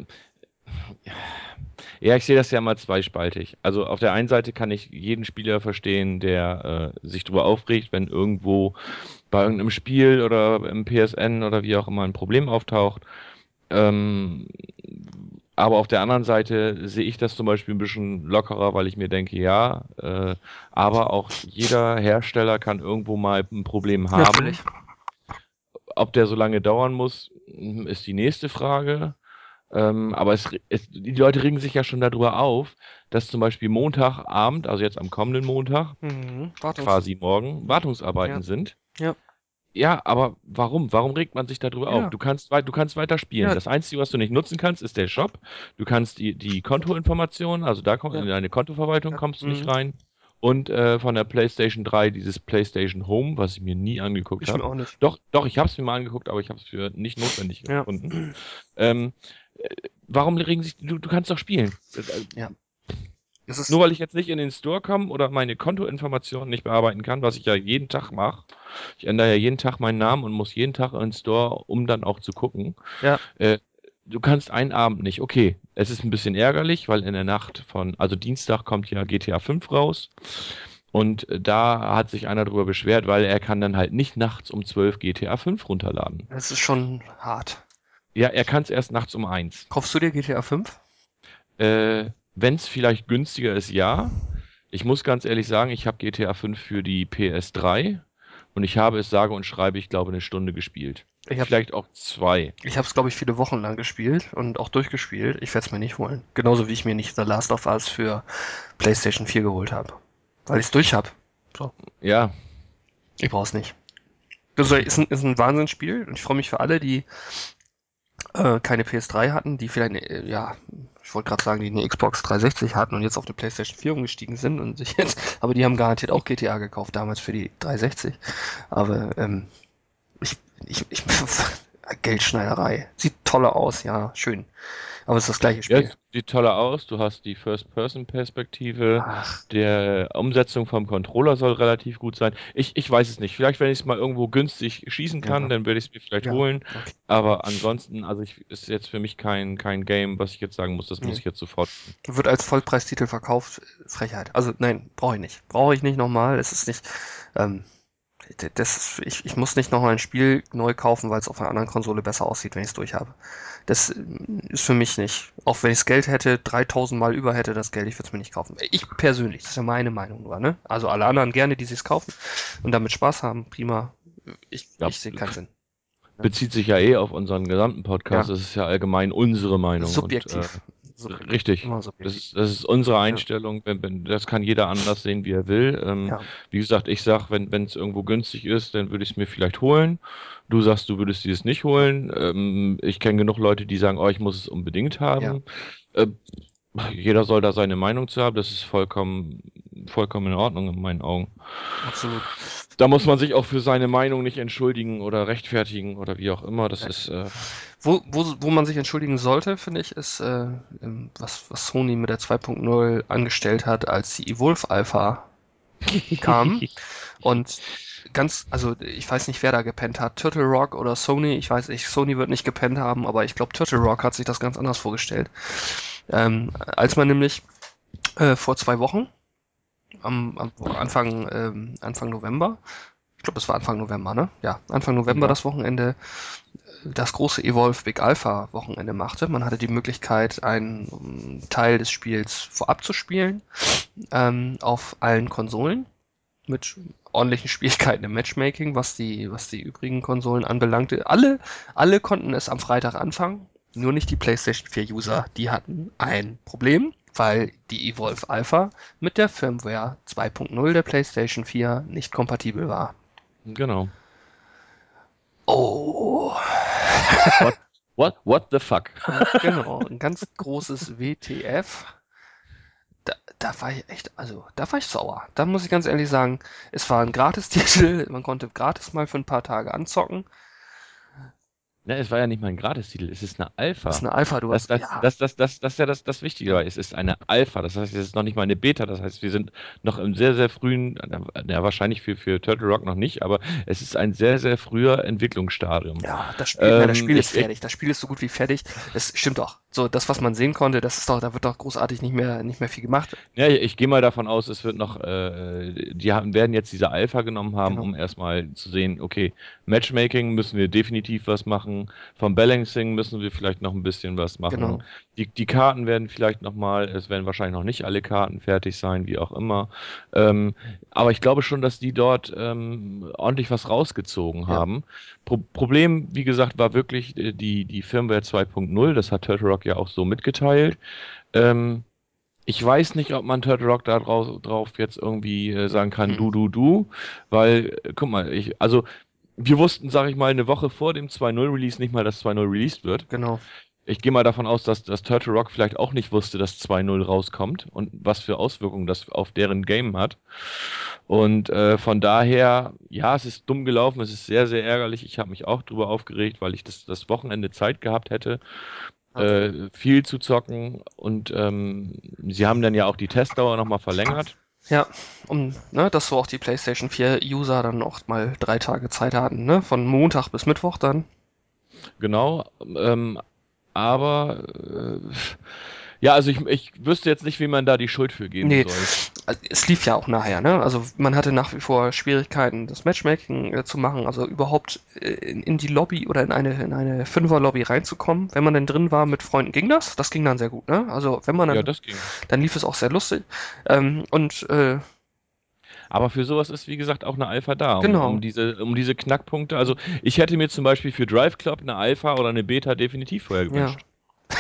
ja, ich sehe das ja mal zweispaltig. Also auf der einen Seite kann ich jeden Spieler verstehen, der sich darüber aufregt, wenn irgendwo bei irgendeinem Spiel oder im PSN oder wie auch immer ein Problem auftaucht. Ähm, aber auf der anderen Seite sehe ich das zum Beispiel ein bisschen lockerer, weil ich mir denke, ja, aber auch jeder Hersteller kann irgendwo mal ein Problem haben. Natürlich. Ob der so lange dauern muss, ist die nächste Frage. Aber die Leute regen sich ja schon darüber auf, dass zum Beispiel Montagabend, also jetzt am kommenden Montag, Mhm. Wartungs. quasi morgen, Ja, Wartungsarbeiten sind. ja, Ja, aber warum? Warum regt man sich darüber auf? ja, Du kannst weiter spielen. ja, Das Einzige, was du nicht nutzen kannst, ist der Shop. Du kannst die Kontoinformationen, also in ja, deine Kontoverwaltung ja. kommst du nicht Mhm. rein. Und von der PlayStation 3 dieses PlayStation Home, was ich mir nie angeguckt Ich mir habe. auch nicht. Doch, ich habe es mir mal angeguckt, aber ich habe es für nicht notwendig Ja, gefunden. Ähm, Warum regen sich, du kannst doch spielen. ja. Es Nur ist, weil ich jetzt nicht in den Store komme oder meine Kontoinformationen nicht bearbeiten kann, was ich ja jeden Tag mache. Ich ändere ja jeden Tag meinen Namen und muss jeden Tag in den Store, um dann auch zu gucken. ja, Äh, Du kannst einen Abend nicht. Okay, es ist ein bisschen ärgerlich, weil in der Nacht also Dienstag kommt ja GTA 5 raus. Und da hat sich einer drüber beschwert, weil er kann dann halt nicht nachts um 12 GTA 5 runterladen. es ist schon hart. Ja, er kann es erst nachts um 1. Kaufst du dir GTA 5? Wenn es vielleicht günstiger ist, ja. Ich muss ganz ehrlich sagen, ich habe GTA 5 für die PS3 und ich habe es sage und schreibe, ich glaube, eine Stunde gespielt. Ich habe Vielleicht auch zwei. ich habe es, glaube ich, viele Wochen lang gespielt und auch durchgespielt. Ich werde es mir nicht holen. Genauso wie ich mir nicht The Last of Us für PlayStation 4 geholt habe. Weil ich es durch habe. So, Ja, ich brauche es nicht. Das ist ein Wahnsinnsspiel und ich freue mich für alle, die keine PS3 hatten, die vielleicht, ja, ich wollte gerade sagen, die eine Xbox 360 hatten und jetzt auf eine PlayStation 4 umgestiegen sind und sich jetzt, aber die haben garantiert auch GTA gekauft damals für die 360. Aber ich, ich Geldschneiderei. Sieht toller aus, ja, schön. Aber es ist das gleiche ja, Spiel. es sieht toller aus. Du hast die First-Person-Perspektive. Ach, Der Umsetzung vom Controller soll relativ gut sein. Ich weiß es nicht. Vielleicht, wenn ich es mal irgendwo günstig schießen kann, ja, dann werde ich es mir vielleicht ja, holen. okay. Aber ansonsten, also ist jetzt für mich kein Game, was ich jetzt sagen muss, das muss Nee. ich jetzt sofort. Wird als Vollpreistitel verkauft, Frechheit. Also nein, brauche ich nicht. Brauche ich nicht nochmal. Es ist nicht, ähm, ich muss nicht nochmal ein Spiel neu kaufen, weil es auf einer anderen Konsole besser aussieht, wenn ich es durch habe. Das ist für mich nicht. Auch wenn ich das Geld hätte, 3000 Mal über hätte das Geld, ich würde es mir nicht kaufen. Ich persönlich, das ist ja meine Meinung nur, ne? Also alle anderen gerne, die sich's kaufen und damit Spaß haben, prima. Ja, Ich sehe keinen Sinn. Ne? bezieht sich ja eh auf unseren gesamten Podcast. Ja, Das ist ja allgemein unsere Meinung. Und subjektiv. Subjektiv. richtig, Immer das subjektiv. das ist unsere Ja, Einstellung. Das kann jeder anders sehen, wie er will. ja, Wie gesagt, ich sag, wenn es irgendwo günstig ist, dann würde ich es mir vielleicht holen. Du sagst, du würdest dir es nicht holen. Ich kenne genug Leute, die sagen, oh, ich muss es unbedingt ja, haben. Äh, Jeder soll da seine Meinung zu haben. Das ist vollkommen in Ordnung in meinen Augen. absolut. Da muss man sich auch für seine Meinung nicht entschuldigen oder rechtfertigen oder wie auch immer. Das Äh, ist, wo man sich entschuldigen sollte, finde ich, ist, was Sony mit der 2.0 angestellt hat, als die Evolve Alpha kam. Und also ich weiß nicht, wer da gepennt hat, Turtle Rock oder Sony, ich weiß nicht, Sony wird nicht gepennt haben, aber ich glaube, Turtle Rock hat sich das ganz anders vorgestellt. Als man nämlich vor 2 Wochen, Anfang November, ich glaube, es war Anfang November, ne? Ja, Anfang November ja, das Wochenende, das große Evolve Big Alpha Wochenende machte. Man hatte die Möglichkeit, einen Teil des Spiels vorab zu spielen, auf allen Konsolen mit ordentlichen Schwierigkeiten im Matchmaking, was die übrigen Konsolen anbelangte. Alle konnten es am Freitag anfangen, nur nicht die PlayStation 4 User. Die hatten ein Problem, weil die Evolve Alpha mit der Firmware 2.0 der PlayStation 4 nicht kompatibel war. genau. Oh, What, what the fuck? genau, ein ganz großes WTF. Da war ich echt, also da war ich sauer. Da muss ich ganz ehrlich sagen, es war ein Gratistitel, man konnte gratis mal für ein paar Tage anzocken. Ne, es war ja nicht mal ein Gratistitel, es ist eine Das ist Alpha. eine Alpha, du hast, ja, Das ist ja das Wichtige ja, dabei. Es ist eine Alpha, das heißt, es ist noch nicht mal eine Beta, das heißt, wir sind noch im sehr, sehr frühen, ja, wahrscheinlich für Turtle Rock noch nicht, aber es ist ein sehr, sehr früher Entwicklungsstadium. ja, das Spiel ist Ich, fertig. Das Spiel ist so gut wie fertig. Das stimmt doch. So, das, was man sehen konnte, da wird doch großartig nicht mehr viel gemacht. Ja, ich gehe mal davon aus, es wird noch, werden jetzt diese Alpha genommen haben, Genau, um erstmal zu sehen, okay, Matchmaking müssen wir definitiv was machen, vom Balancing müssen wir vielleicht noch ein bisschen was machen. genau, Die Karten werden vielleicht nochmal, es werden wahrscheinlich noch nicht alle Karten fertig sein, wie auch immer. Ähm, aber ich glaube schon, dass die dort ordentlich was rausgezogen ja, haben. Problem, wie gesagt, war wirklich die Firmware 2.0, das hat Turtle Rock ja auch so mitgeteilt. Ähm, Ich weiß nicht, ob man Turtle Rock da drauf jetzt irgendwie sagen kann, mhm. du, weil, guck mal, also wir wussten, sag ich mal, eine Woche vor dem 2.0 Release nicht mal, dass 2.0 released wird. Genau, Ich gehe mal davon aus, dass Turtle Rock vielleicht auch nicht wusste, dass 2.0 rauskommt und was für Auswirkungen das auf deren Game hat. Und von daher, ja, es ist dumm gelaufen, es ist sehr, sehr ärgerlich. Ich habe mich auch drüber aufgeregt, weil ich das Wochenende Zeit gehabt hätte ja, viel zu zocken und sie haben dann ja auch die Testdauer nochmal verlängert. ja, ne, dass so auch die PlayStation 4 User dann auch mal 3 Tage Zeit hatten, ne, von Montag bis Mittwoch dann. Genau, aber ja, also ich wüsste jetzt nicht, wie man da die Schuld für geben Nee, soll. es lief ja auch nachher, ne? Also man hatte nach wie vor Schwierigkeiten, das Matchmaking zu machen, also überhaupt in die Lobby oder in eine Fünfer-Lobby reinzukommen. Wenn man denn drin war mit Freunden, ging das. Das ging dann sehr gut, ne? Also wenn man Ja, dann, das ging. dann lief es auch sehr lustig. Und Aber für sowas ist, wie gesagt, auch eine Alpha da, genau, um diese Knackpunkte. Also ich hätte mir zum Beispiel für Drive Club eine Alpha oder eine Beta definitiv vorher ja, gewünscht.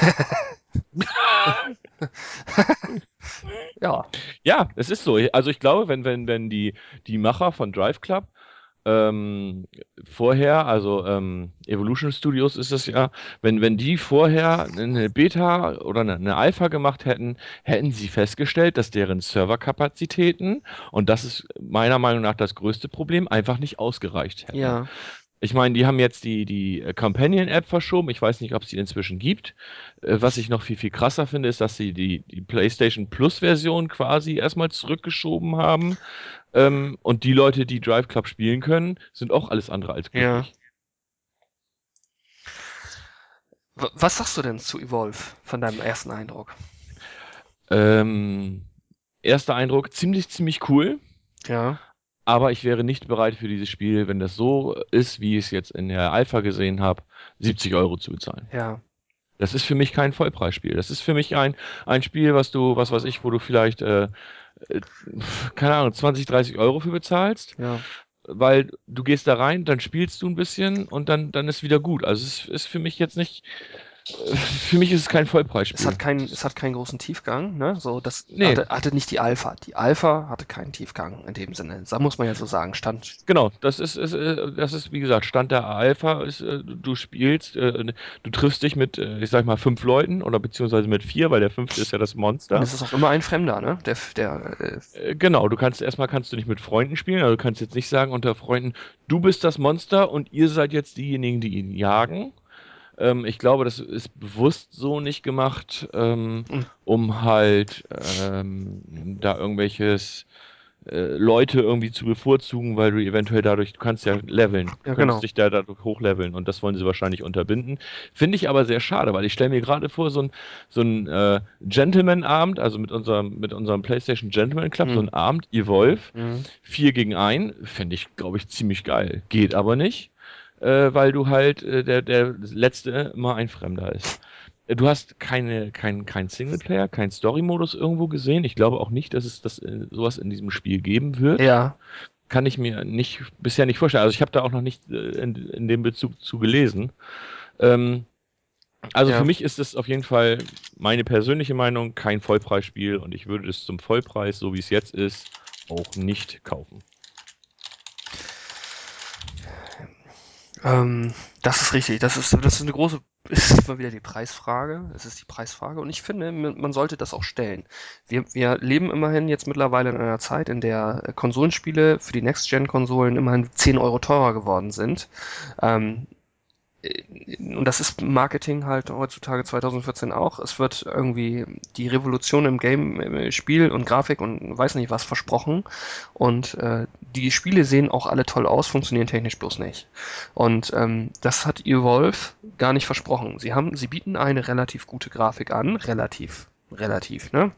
ja, Ja, es ist so. Also ich glaube, wenn die Macher von Drive Club ähm, vorher, also Evolution Studios ist es ja, wenn die vorher eine Beta oder eine Alpha gemacht hätten, hätten sie festgestellt, dass deren Serverkapazitäten, und das ist meiner Meinung nach das größte Problem, einfach nicht ausgereicht hätten. ja, Ich meine, die haben jetzt die Companion-App verschoben. Ich weiß nicht, ob es die inzwischen gibt. Was ich noch viel, viel krasser finde, ist, dass sie die PlayStation Plus-Version quasi erstmal zurückgeschoben haben. Und die Leute, die Drive Club spielen können, sind auch alles andere als ja. glücklich. Was sagst du denn zu Evolve von deinem ersten Eindruck? Ähm, Erster Eindruck, ziemlich, ziemlich cool. Ja, aber ich wäre nicht bereit für dieses Spiel, wenn das so ist, wie ich es jetzt in der Alpha gesehen habe, 70 Euro zu bezahlen. Ja. Das ist für mich kein Vollpreisspiel. Das ist für mich ein Spiel, was weiß ich, wo du vielleicht, keine Ahnung, 20, 30 Euro für bezahlst, Ja. weil du gehst da rein, dann spielst du ein bisschen und dann ist wieder gut. Also es ist für mich jetzt nicht, für mich ist es kein Vollpreisspiel. Es hat keinen großen Tiefgang, ne? So, das Nee, hatte nicht die Alpha. Die Alpha hatte keinen Tiefgang in dem Sinne. Da muss man ja so sagen. genau, das ist, wie gesagt, Stand der Alpha ist, du spielst, du triffst dich mit, ich sag mal, 5 Leuten oder beziehungsweise mit 4, weil der fünfte ist ja das Und Monster. es ist auch immer ein Fremder, ne? Genau, erstmal kannst du nicht mit Freunden spielen, also du kannst jetzt nicht sagen unter Freunden, du bist das Monster und ihr seid jetzt diejenigen, die ihn jagen. Ich glaube, das ist bewusst so nicht gemacht, Mm, um halt da irgendwelches Leute irgendwie zu bevorzugen, weil du eventuell dadurch, du kannst ja leveln, du ja, könntest genau. dich da dadurch hochleveln und das wollen sie wahrscheinlich unterbinden. Finde ich aber sehr schade, weil ich stelle mir gerade vor, so ein Gentleman-Abend, also mit unserem PlayStation Gentleman Club, so Mm, ein Abend, Evolve, mm. 4 gegen 1, fände ich, glaube ich, ziemlich geil. Geht aber nicht, weil du halt der Letzte immer ein Fremder ist. Du hast kein Singleplayer, kein Story-Modus irgendwo gesehen. Ich glaube auch nicht, dass es sowas in diesem Spiel geben wird. Ja, Kann ich mir bisher nicht vorstellen. Also ich habe da auch noch nicht in dem Bezug zu gelesen. Ähm, also für ja. mich ist es auf jeden Fall meine persönliche Meinung kein Vollpreisspiel und ich würde es zum Vollpreis, so wie es jetzt ist, auch nicht kaufen. Das ist richtig. Das ist eine große, ist immer wieder die Preisfrage. Es ist die Preisfrage. Und ich finde, man sollte das auch stellen. Wir leben immerhin jetzt mittlerweile in einer Zeit, in der Konsolenspiele für die Next-Gen-Konsolen immerhin 10 Euro teurer geworden sind. Ähm, und das ist Marketing halt heutzutage 2014 auch. Es wird irgendwie die Revolution im Game, im Spiel und Grafik und weiß nicht was versprochen. Und die Spiele sehen auch alle toll aus, funktionieren technisch bloß nicht. Und das hat Evolve gar nicht versprochen. Sie bieten eine relativ gute Grafik an, relativ, ne?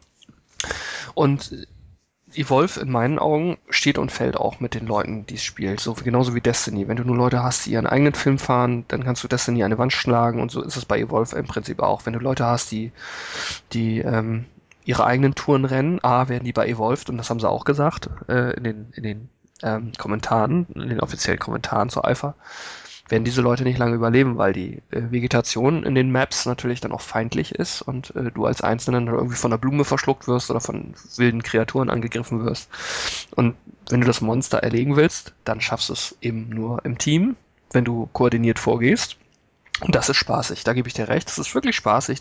Und Evolve in meinen Augen steht und fällt auch mit den Leuten, die es spielt. So genauso wie Destiny. Wenn du nur Leute hast, die ihren eigenen Film fahren, dann kannst du Destiny an die Wand schlagen und so ist es bei Evolve im Prinzip auch. Wenn du Leute hast, die ihre eigenen Touren rennen, werden die bei Evolve, und das haben sie auch gesagt, in den Kommentaren, in den offiziellen Kommentaren zur Alpha, werden diese Leute nicht lange überleben, weil die Vegetation in den Maps natürlich dann auch feindlich ist und du als Einzelner dann irgendwie von einer Blume verschluckt wirst oder von wilden Kreaturen angegriffen wirst. Und wenn du das Monster erlegen willst, dann schaffst du es eben nur im Team, wenn du koordiniert vorgehst. Und das ist spaßig, da gebe ich dir recht. Das ist wirklich spaßig,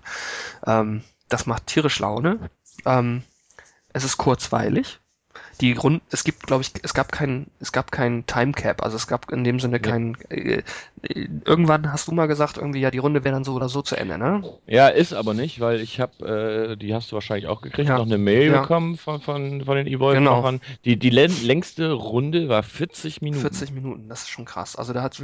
das macht tierisch Laune. Ähm, Es ist kurzweilig, es gibt, glaube ich, es gab keinen Timecap, also es gab in dem Sinne Nee. keinen, irgendwann hast du mal gesagt, irgendwie, ja, die Runde wäre dann so oder so zu Ende, ne? Ja, ist aber nicht, weil ich habe, die hast du wahrscheinlich auch gekriegt, Ja, noch eine Mail ja, bekommen von den genau. Evolve-Machern. Die längste Runde war 40 Minuten. 40 Minuten, das ist schon krass. Also da hat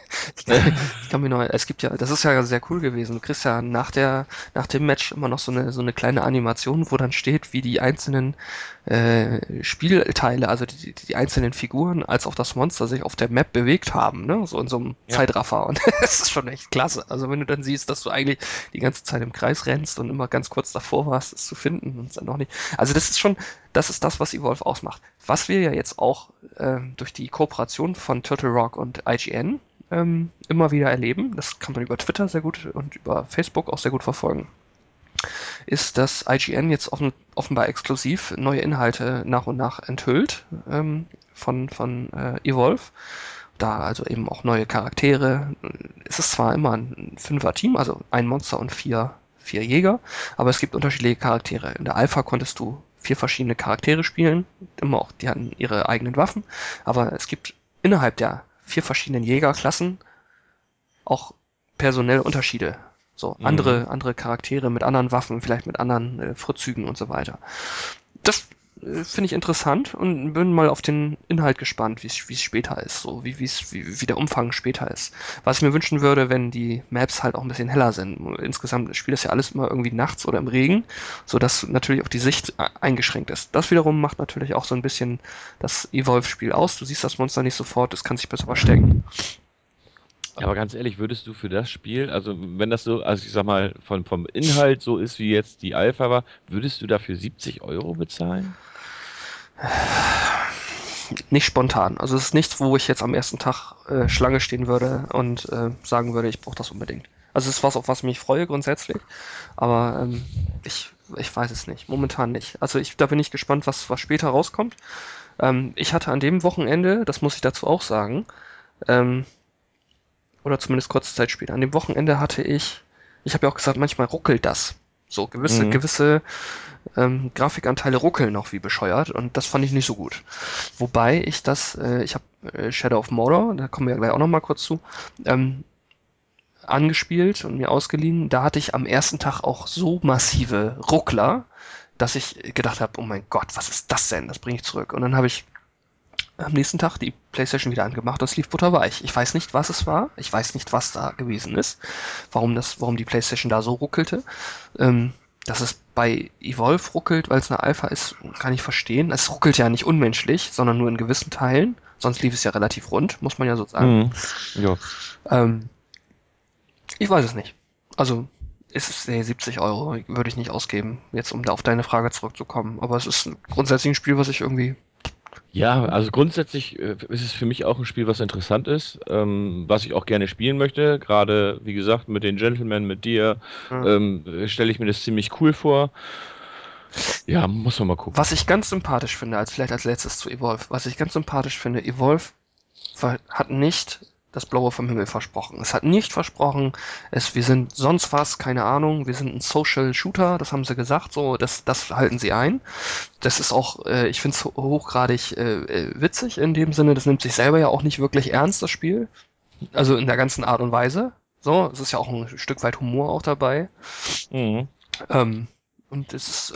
ich kann mir noch, es gibt ja, das ist ja sehr cool gewesen. Du kriegst ja nach dem Match immer noch so eine kleine Animation, wo dann steht, wie die einzelnen Spielteile, also die einzelnen Figuren, als auch das Monster sich auf der Map bewegt haben, ne? So in so einem Ja. Zeitraffer. Und das ist schon echt klasse. Also wenn du dann siehst, dass du eigentlich die ganze Zeit im Kreis rennst und immer ganz kurz davor warst, es zu finden und es dann noch nicht. Also das ist das, was Evolve ausmacht. Was wir ja jetzt auch durch die Kooperation von Turtle Rock und IGN immer wieder erleben, das kann man über Twitter sehr gut und über Facebook auch sehr gut verfolgen, ist, dass IGN jetzt offenbar exklusiv neue Inhalte nach und nach enthüllt von Evolve. Da also eben auch neue Charaktere. Es ist zwar immer ein Fünfer-Team, also ein Monster und vier Jäger, aber es gibt unterschiedliche Charaktere. In der Alpha konntest du 4 verschiedene Charaktere spielen, immer auch, die hatten ihre eigenen Waffen, aber es gibt innerhalb der 4 verschiedenen Jägerklassen auch personell Unterschiede. So, Mhm. andere Charaktere mit anderen Waffen, vielleicht mit anderen Vorzügen und so weiter. Das finde ich interessant und bin mal auf den Inhalt gespannt, wie es später ist, so wie der Umfang später ist. Was ich mir wünschen würde, wenn die Maps halt auch ein bisschen heller sind. Insgesamt spielt das ja alles immer irgendwie nachts oder im Regen, sodass natürlich auch die Sicht eingeschränkt ist. Das wiederum macht natürlich auch so ein bisschen das Evolve-Spiel aus. Du siehst das Monster nicht sofort, es kann sich besser verstecken. Ja, aber ganz ehrlich, würdest du für das Spiel, also wenn das so, also ich sag mal, vom Inhalt so ist, wie jetzt die Alpha war, würdest du dafür 70 € bezahlen? Nicht spontan. Also es ist nichts, wo ich jetzt am ersten Tag Schlange stehen würde und sagen würde, ich brauche das unbedingt. Also es ist was, auf was ich mich freue grundsätzlich, aber ich weiß es nicht. Momentan nicht. Also da bin ich gespannt, was später rauskommt. Ich hatte an dem Wochenende, das muss ich dazu auch sagen, ähm, oder zumindest kurze Zeit später, an dem Wochenende ich habe ja auch gesagt, manchmal ruckelt das. So Mhm. gewisse Grafikanteile ruckeln noch wie bescheuert und das fand ich nicht so gut. Wobei ich habe Shadow of Mordor, da kommen wir ja gleich auch noch mal kurz zu, ähm, angespielt und mir ausgeliehen. Da hatte ich am ersten Tag auch so massive Ruckler, dass ich gedacht habe, oh mein Gott, was ist das denn? Das bringe ich zurück. Und dann habe ich am nächsten Tag die PlayStation wieder angemacht und es lief butterweich. Ich weiß nicht, was es war. Ich weiß nicht, was da gewesen ist. Warum die PlayStation da so ruckelte. Dass es bei Evolve ruckelt, weil es eine Alpha ist, kann ich verstehen. Es ruckelt ja nicht unmenschlich, sondern nur in gewissen Teilen. Sonst lief es ja relativ rund, muss man ja so sagen. Mhm. Ja. Ähm, Ich weiß es nicht. Also, es ist 70 € würde ich nicht ausgeben, jetzt um da auf deine Frage zurückzukommen. Aber es ist grundsätzlich ein Spiel, was ich irgendwie. Ja, also grundsätzlich ist es für mich auch ein Spiel, was interessant ist, was ich auch gerne spielen möchte. Gerade, wie gesagt, mit den Gentlemen, mit dir, Äh, stelle ich mir das ziemlich cool vor. Ja, muss man mal gucken. Was ich ganz sympathisch finde, vielleicht als letztes zu Evolve, was ich ganz sympathisch finde, Evolve hat nicht das Blaue vom Himmel versprochen. Es hat nicht versprochen, wir sind sonst was, keine Ahnung, wir sind ein Social Shooter, das haben sie gesagt, so, das halten sie ein. Das ist auch, ich finde es hochgradig witzig in dem Sinne, das nimmt sich selber ja auch nicht wirklich ernst, das Spiel. Also in der ganzen Art und Weise. So, es ist ja auch ein Stück weit Humor auch dabei. Mhm. Ähm, und es ist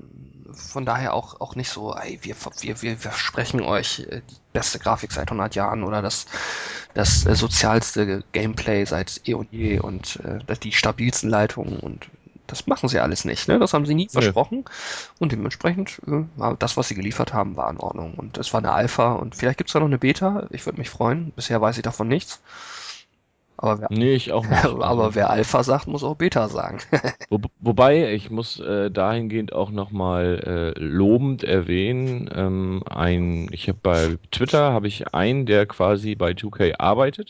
von daher auch nicht so, ey, wir versprechen euch die beste Grafik seit 100 Jahren oder das sozialste Gameplay seit eh und je und die stabilsten Leitungen und das machen sie alles nicht, ne? Das haben sie nie Nö. versprochen und dementsprechend war das, was sie geliefert haben, war in Ordnung und es war eine Alpha und vielleicht gibt's da noch eine Beta, ich würde mich freuen, bisher weiß ich davon nichts, aber Nee, ich auch nicht. aber Also, wer Alpha sagt, muss auch Beta sagen. wobei, ich muss dahingehend auch nochmal lobend erwähnen, ich habe bei Twitter, habe ich einen, der quasi bei 2K arbeitet.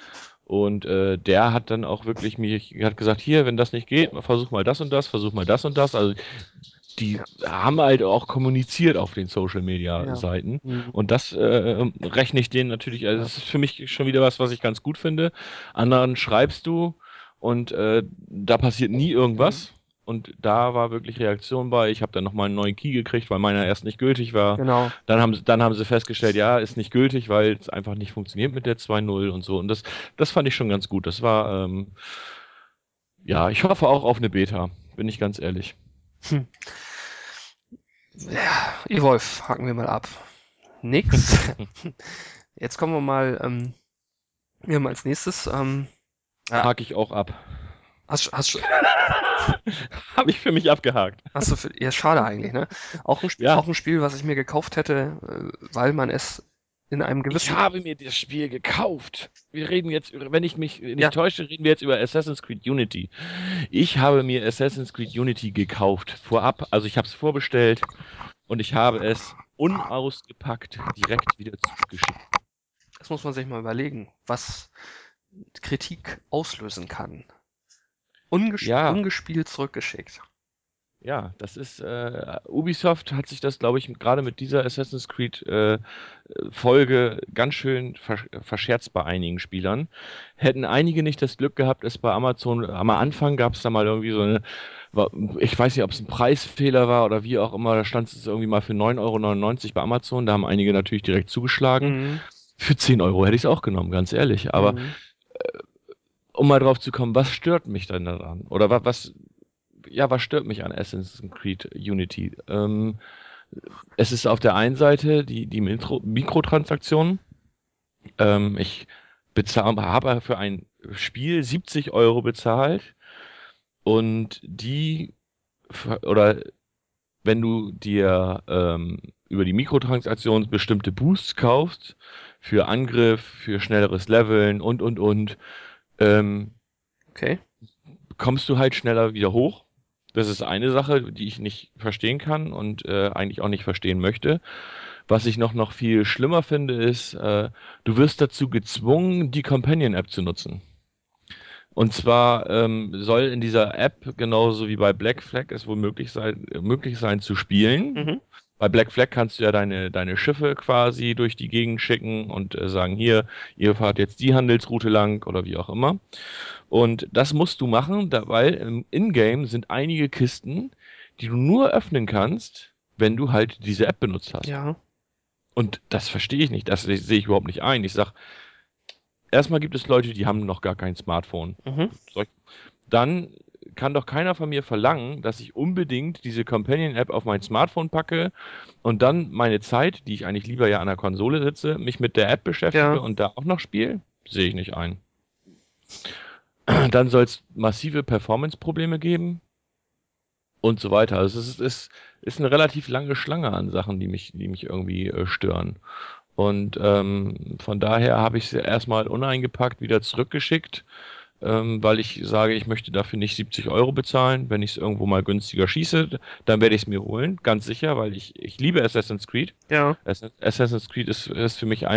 Und der hat dann auch wirklich hat gesagt, hier, wenn das nicht geht, versuch mal das und das, versuch mal das und das. Also die Ja, haben halt auch kommuniziert auf den Social Media ja. Seiten. Mhm. Und das rechne ich denen natürlich, also Ja. das ist für mich schon wieder was ich ganz gut finde. Anderen schreibst du und da passiert nie Mhm. irgendwas. Und da war wirklich Reaktion bei. Ich habe dann nochmal einen neuen Key gekriegt, weil meiner erst nicht gültig war. Genau. Dann haben sie festgestellt, ja, ist nicht gültig, weil es einfach nicht funktioniert mit der 2.0 und so. Und das fand ich schon ganz gut. Das war, ja, ich hoffe auch auf eine Beta, bin ich ganz ehrlich. Hm. Ja, Evolve, haken wir mal ab. Nix. Jetzt kommen wir haben als nächstes, ja, Hake ich auch ab. hast, Habe ich für mich abgehakt. ja, schade eigentlich, ne? Ja, Auch ein Spiel, was ich mir gekauft hätte, weil man es in einem ich gewissen, habe mir das Spiel gekauft. Wir reden jetzt, wenn ich mich ja, nicht täusche, reden wir jetzt über Assassin's Creed Unity. Ich habe mir Assassin's Creed Unity gekauft. Vorab, also ich habe es vorbestellt und ich habe es unausgepackt direkt wieder zugeschickt. das muss man sich mal überlegen, was Kritik auslösen kann. Ja, Ungespielt zurückgeschickt. ja, das ist, Ubisoft hat sich das, glaube ich, gerade mit dieser Assassin's Creed Folge ganz schön verscherzt bei einigen Spielern. Hätten einige nicht das Glück gehabt, es bei Amazon, am Anfang gab es da mal irgendwie war- ich weiß nicht, ob es ein Preisfehler war oder wie auch immer, da stand es irgendwie mal für 9,99 € bei Amazon, da haben einige natürlich direkt zugeschlagen. Mhm. Für 10 € hätte ich es auch genommen, ganz ehrlich. Aber Mhm. um mal drauf zu kommen, was stört mich denn daran? Oder was stört mich an Assassin's Creed Unity? Es ist auf der einen Seite die Mikrotransaktionen. Ich habe für ein Spiel 70 Euro bezahlt und oder wenn du dir über die Mikrotransaktionen bestimmte Boosts kaufst, für Angriff, für schnelleres Leveln und, ähm, Okay. kommst du halt schneller wieder hoch. Das ist eine Sache, die ich nicht verstehen kann und eigentlich auch nicht verstehen möchte. Was ich noch viel schlimmer finde, ist, du wirst dazu gezwungen, die Companion-App zu nutzen. Und zwar soll in dieser App, genauso wie bei Black Flag, es wohl möglich sein zu spielen. Mhm. Bei Black Flag kannst du ja deine Schiffe quasi durch die Gegend schicken und sagen, hier, ihr fahrt jetzt die Handelsroute lang oder wie auch immer. Und das musst du machen, weil im Ingame sind einige Kisten, die du nur öffnen kannst, wenn du halt diese App benutzt hast. Ja. Und das verstehe ich nicht, das sehe ich überhaupt nicht ein. Ich sag, erstmal gibt es Leute, die haben noch gar kein Smartphone. Mhm. Dann kann doch keiner von mir verlangen, dass ich unbedingt diese Companion-App auf mein Smartphone packe und dann meine Zeit, die ich eigentlich lieber ja an der Konsole sitze, mich mit der App beschäftige Ja. und da auch noch spiele? Sehe ich nicht ein. Dann soll es massive Performance-Probleme geben und so weiter. Also ist eine relativ lange Schlange an Sachen, die mich irgendwie stören. Und von daher habe ich sie erstmal uneingepackt wieder zurückgeschickt, weil ich sage, ich möchte dafür nicht 70 Euro bezahlen. Wenn ich es irgendwo mal günstiger schieße, dann werde ich es mir holen, ganz sicher, weil ich liebe Assassin's Creed. Ja. Assassin's Creed ist für mich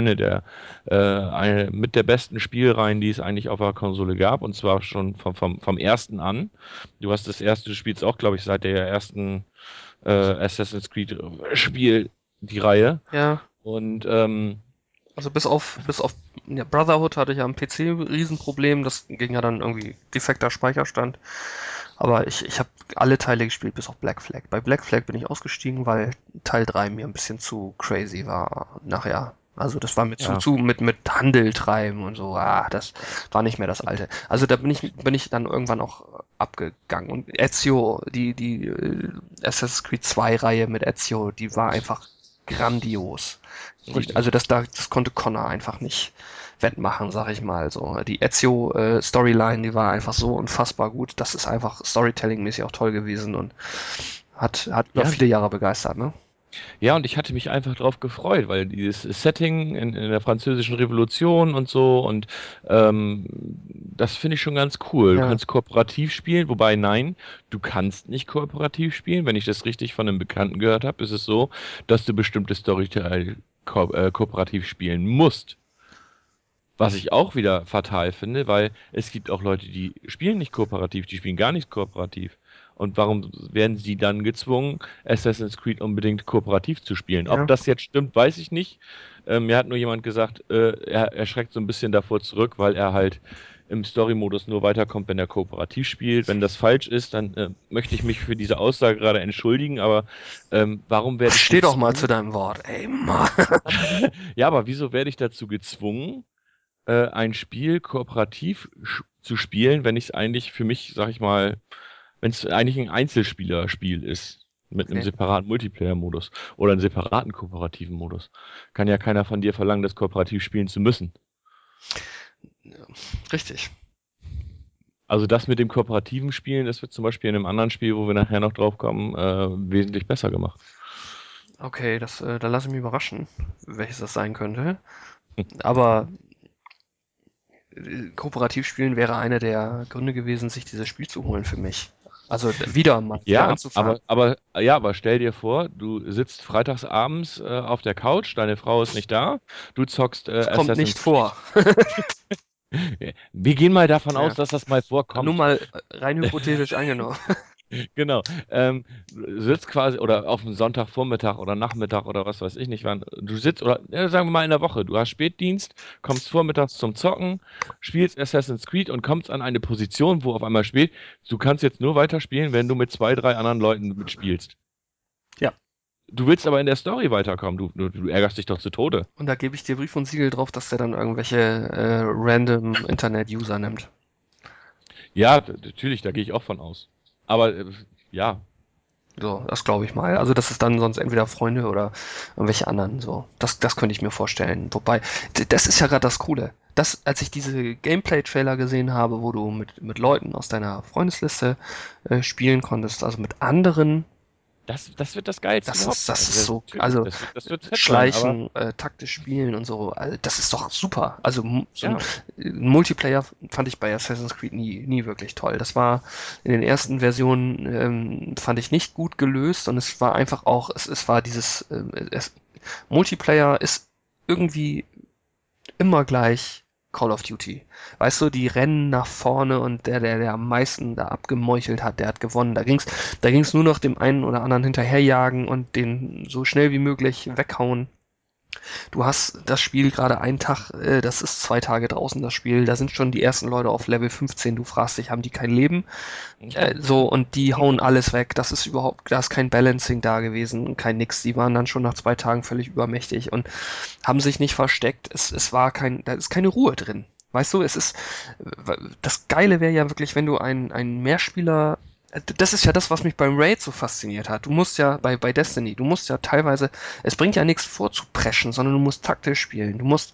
eine mit der besten Spielreihen, die es eigentlich auf der Konsole gab, und zwar schon vom ersten an. Du spielst auch, glaube ich, seit der ersten Assassin's Creed Spiel die Reihe. Ja. Und Also bis auf ja, Brotherhood hatte ich ja am PC ein Riesenproblem. Das ging ja dann irgendwie defekter Speicherstand. Aber ich habe alle Teile gespielt, bis auf Black Flag. Bei Black Flag bin ich ausgestiegen, weil Teil 3 mir ein bisschen zu crazy war nachher. Also das war mir ja, mit Handel treiben und so. Das war nicht mehr das Alte. Also da bin ich dann irgendwann auch abgegangen. Und Ezio, die Assassin's Creed 2 Reihe mit Ezio, die war einfach grandios. Also richtig. das konnte Connor einfach nicht wettmachen, sag ich mal. So die Ezio Storyline, die war einfach so unfassbar gut. Das ist einfach Storytelling-mäßig auch toll gewesen und hat über Ja, viele Jahre begeistert, ne? ja, und ich hatte mich einfach drauf gefreut, weil dieses Setting in der Französischen Revolution und so und das finde ich schon ganz cool. Du Ja, kannst kooperativ spielen, wobei nein, du kannst nicht kooperativ spielen. Wenn ich das richtig von einem Bekannten gehört habe, ist es so, dass du bestimmte Storyteile kooperativ spielen musst. Was ich auch wieder fatal finde, weil es gibt auch Leute, die spielen nicht kooperativ, die spielen gar nicht kooperativ. Und warum werden sie dann gezwungen, Assassin's Creed unbedingt kooperativ zu spielen? Ob ja. das jetzt stimmt, weiß ich nicht. Mir hat nur jemand gesagt, er schreckt so ein bisschen davor zurück, weil er halt im Story-Modus nur weiterkommt, wenn er kooperativ spielt. Wenn das falsch ist, dann möchte ich mich für diese Aussage gerade entschuldigen, aber warum werde ich Steh doch mal zu gezwungen? deinem Wort. Ey, Mann. Ja, aber wieso werde ich dazu gezwungen, ein Spiel kooperativ zu spielen, wenn ich es eigentlich für mich, sag ich mal, wenn es eigentlich ein Einzelspielerspiel ist, mit einem Okay. separaten Multiplayer-Modus oder einem separaten kooperativen Modus. Kann ja keiner von dir verlangen, das kooperativ spielen zu müssen. Ja, richtig. Also das mit dem kooperativen Spielen, das wird zum Beispiel in einem anderen Spiel, wo wir nachher noch drauf kommen, wesentlich besser gemacht. Okay, da lasse ich mich überraschen, welches das sein könnte. Aber kooperativ spielen wäre einer der Gründe gewesen, sich dieses Spiel zu holen für mich. Also wieder Ja, anzufangen. aber stell dir vor, du sitzt freitags abends auf der Couch, deine Frau ist nicht da, du zockst Kommt nicht Assassin's vor. Creed. Wir gehen mal davon aus, Ja. dass das mal Nur vorkommt. mal rein hypothetisch angenommen. Genau. Du sitzt quasi, oder auf einem Sonntagvormittag oder Nachmittag oder was weiß ich nicht wann. Du sitzt, oder sagen wir mal in der Woche, du hast Spätdienst, kommst vormittags zum Zocken, spielst Assassin's Creed und kommst an eine Position, wo auf einmal spielt, du kannst jetzt nur weiterspielen, wenn du mit zwei, drei anderen Leuten mitspielst. Ja. Du willst aber in der Story weiterkommen, du ärgerst dich doch zu Tode. Und da gebe ich dir Brief und Siegel drauf, dass der dann irgendwelche random Internet-User nimmt. Ja, natürlich, da gehe ich auch von aus. Aber ja. So, das glaube ich mal. Also das ist dann sonst entweder Freunde oder irgendwelche anderen. So, das könnte ich mir vorstellen. Wobei, das ist ja gerade das Coole. Das, als ich diese Gameplay-Trailer gesehen habe, wo du mit Leuten aus deiner Freundesliste spielen konntest, also mit anderen, Das wird das Geilste überhaupt das sein. ist so, Natürlich, also das wird fett sein, aber Schleichen, taktisch spielen und so, also das ist doch super. Also so ein ja, Multiplayer fand ich bei Assassin's Creed nie wirklich toll. Das war in den ersten Versionen fand ich nicht gut gelöst und es war einfach auch, es war dieses Multiplayer ist irgendwie immer gleich Call of Duty. Weißt du, die rennen nach vorne und der am meisten da abgemeuchelt hat, der hat gewonnen. Da ging's nur noch dem einen oder anderen hinterherjagen und den so schnell wie möglich weghauen. Du hast das Spiel gerade einen Tag, das ist 2 Tage draußen, das Spiel, da sind schon die ersten Leute auf Level 15. Du fragst dich, haben die kein Leben? So, und die hauen alles weg. Da ist kein Balancing da gewesen, kein nix. Die waren dann schon nach 2 Tagen völlig übermächtig und haben sich nicht versteckt. Da ist keine Ruhe drin. Weißt du, das Geile wäre ja wirklich, wenn du einen Mehrspieler, das ist ja das, was mich beim Raid so fasziniert hat. Du musst ja bei Destiny, du musst ja teilweise, es bringt ja nichts vorzupreschen, sondern du musst taktisch spielen.